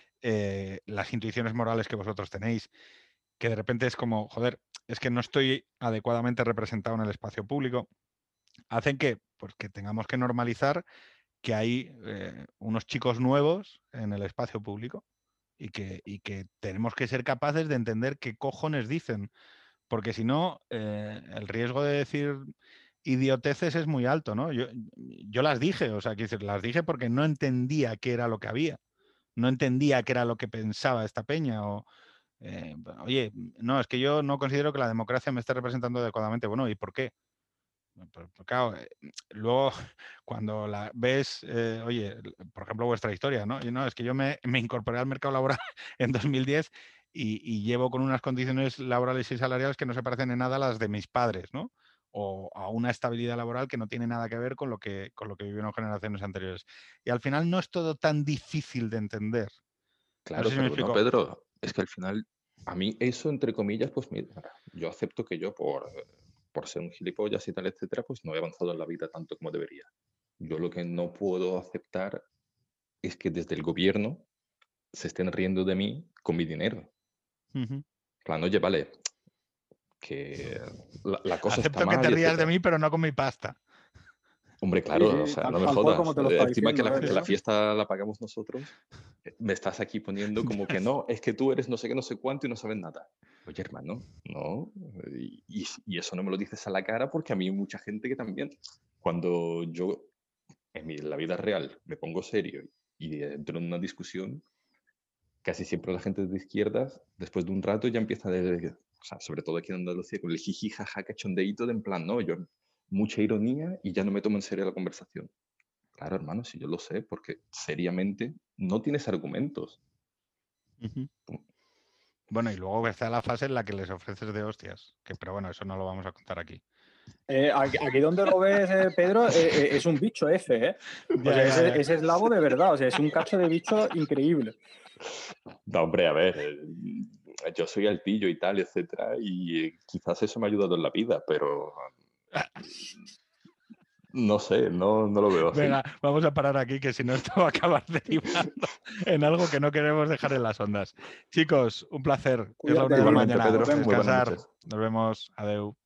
eh, las intuiciones morales que vosotros tenéis, que de repente es como, joder, es que no estoy adecuadamente representado en el espacio público, hacen que, pues, que tengamos que normalizar que hay eh, unos chicos nuevos en el espacio público y que, y que tenemos que ser capaces de entender qué cojones dicen, porque si no, eh, el riesgo de decir idioteces es muy alto, ¿no? Yo, yo las dije, o sea, quiero decir, las dije porque no entendía qué era lo que había, no entendía qué era lo que pensaba esta peña o, eh, oye, no, es que yo no considero que la democracia me esté representando adecuadamente. Bueno, ¿y por qué? Pero, pero claro, eh, luego cuando la ves, eh, oye, l- por ejemplo, vuestra historia, ¿no? Y no, es que yo me, me incorporé al mercado laboral en dos mil diez y, y llevo con unas condiciones laborales y salariales que no se parecen en nada a las de mis padres, ¿no? O a una estabilidad laboral que no tiene nada que ver con lo que, con lo que vivieron generaciones anteriores. Y al final no es todo tan difícil de entender. No sé Claro, si me pero no, explico. Pedro, es que al final, a mí eso, entre comillas, pues mira, yo acepto que yo por, eh, por ser un gilipollas y tal, etcétera, pues no he avanzado en la vida tanto como debería. Yo lo que no puedo aceptar es que desde el gobierno se estén riendo de mí con mi dinero. Ujú. En plan, oye, vale, que la, la cosa está Acepto que te mal y rías de etcétera. mí, pero no con mi pasta. Hombre, Sí, claro, o sí, sea, tal, no me tal cual como jodas. te lo Eh, está Encima que diciendo, la, ¿eh? que Sí, la sí. fiesta la pagamos nosotros, eh, me estás aquí poniendo como que no, es que tú eres no sé qué, no sé cuánto y no sabes nada. Oye, hermano, no. Y, y- y eso no me lo dices a la cara porque a mí hay mucha gente que también, cuando yo en mi- la vida real me pongo serio y entro en una discusión, casi siempre la gente de izquierdas, después de un rato ya empieza de, o sea, sobre todo aquí en Andalucía, con el jiji, jaja, cachondeíto de en plan, no, yo, mucha ironía y ya no me tomo en serio la conversación. Claro, hermano, si yo lo sé, porque seriamente no tienes argumentos. Ujú. Bueno, y luego está la fase en la que les ofreces de hostias, que, pero bueno, eso no lo vamos a contar aquí. Eh, aquí, aquí donde lo ves, eh, Pedro, eh, eh, es un bicho F, ¿eh? O Ya, sea, ya, ese, ya. ese eslavo de verdad, o sea, es un cacho de bicho increíble. No, hombre, a ver, eh, yo soy altillo y tal, etcétera, y eh, quizás eso me ha ayudado en la vida, pero no sé, no, no lo veo así. Venga, vamos a parar aquí, que si no esto va a acabar derivando en algo que no queremos dejar en las ondas. Chicos, un placer. Es la Cuídate, una de la tío. Igualmente, mañana. Nos Pedro, vemos. muy buenas Descansar. noches. Nos vemos. Adeu.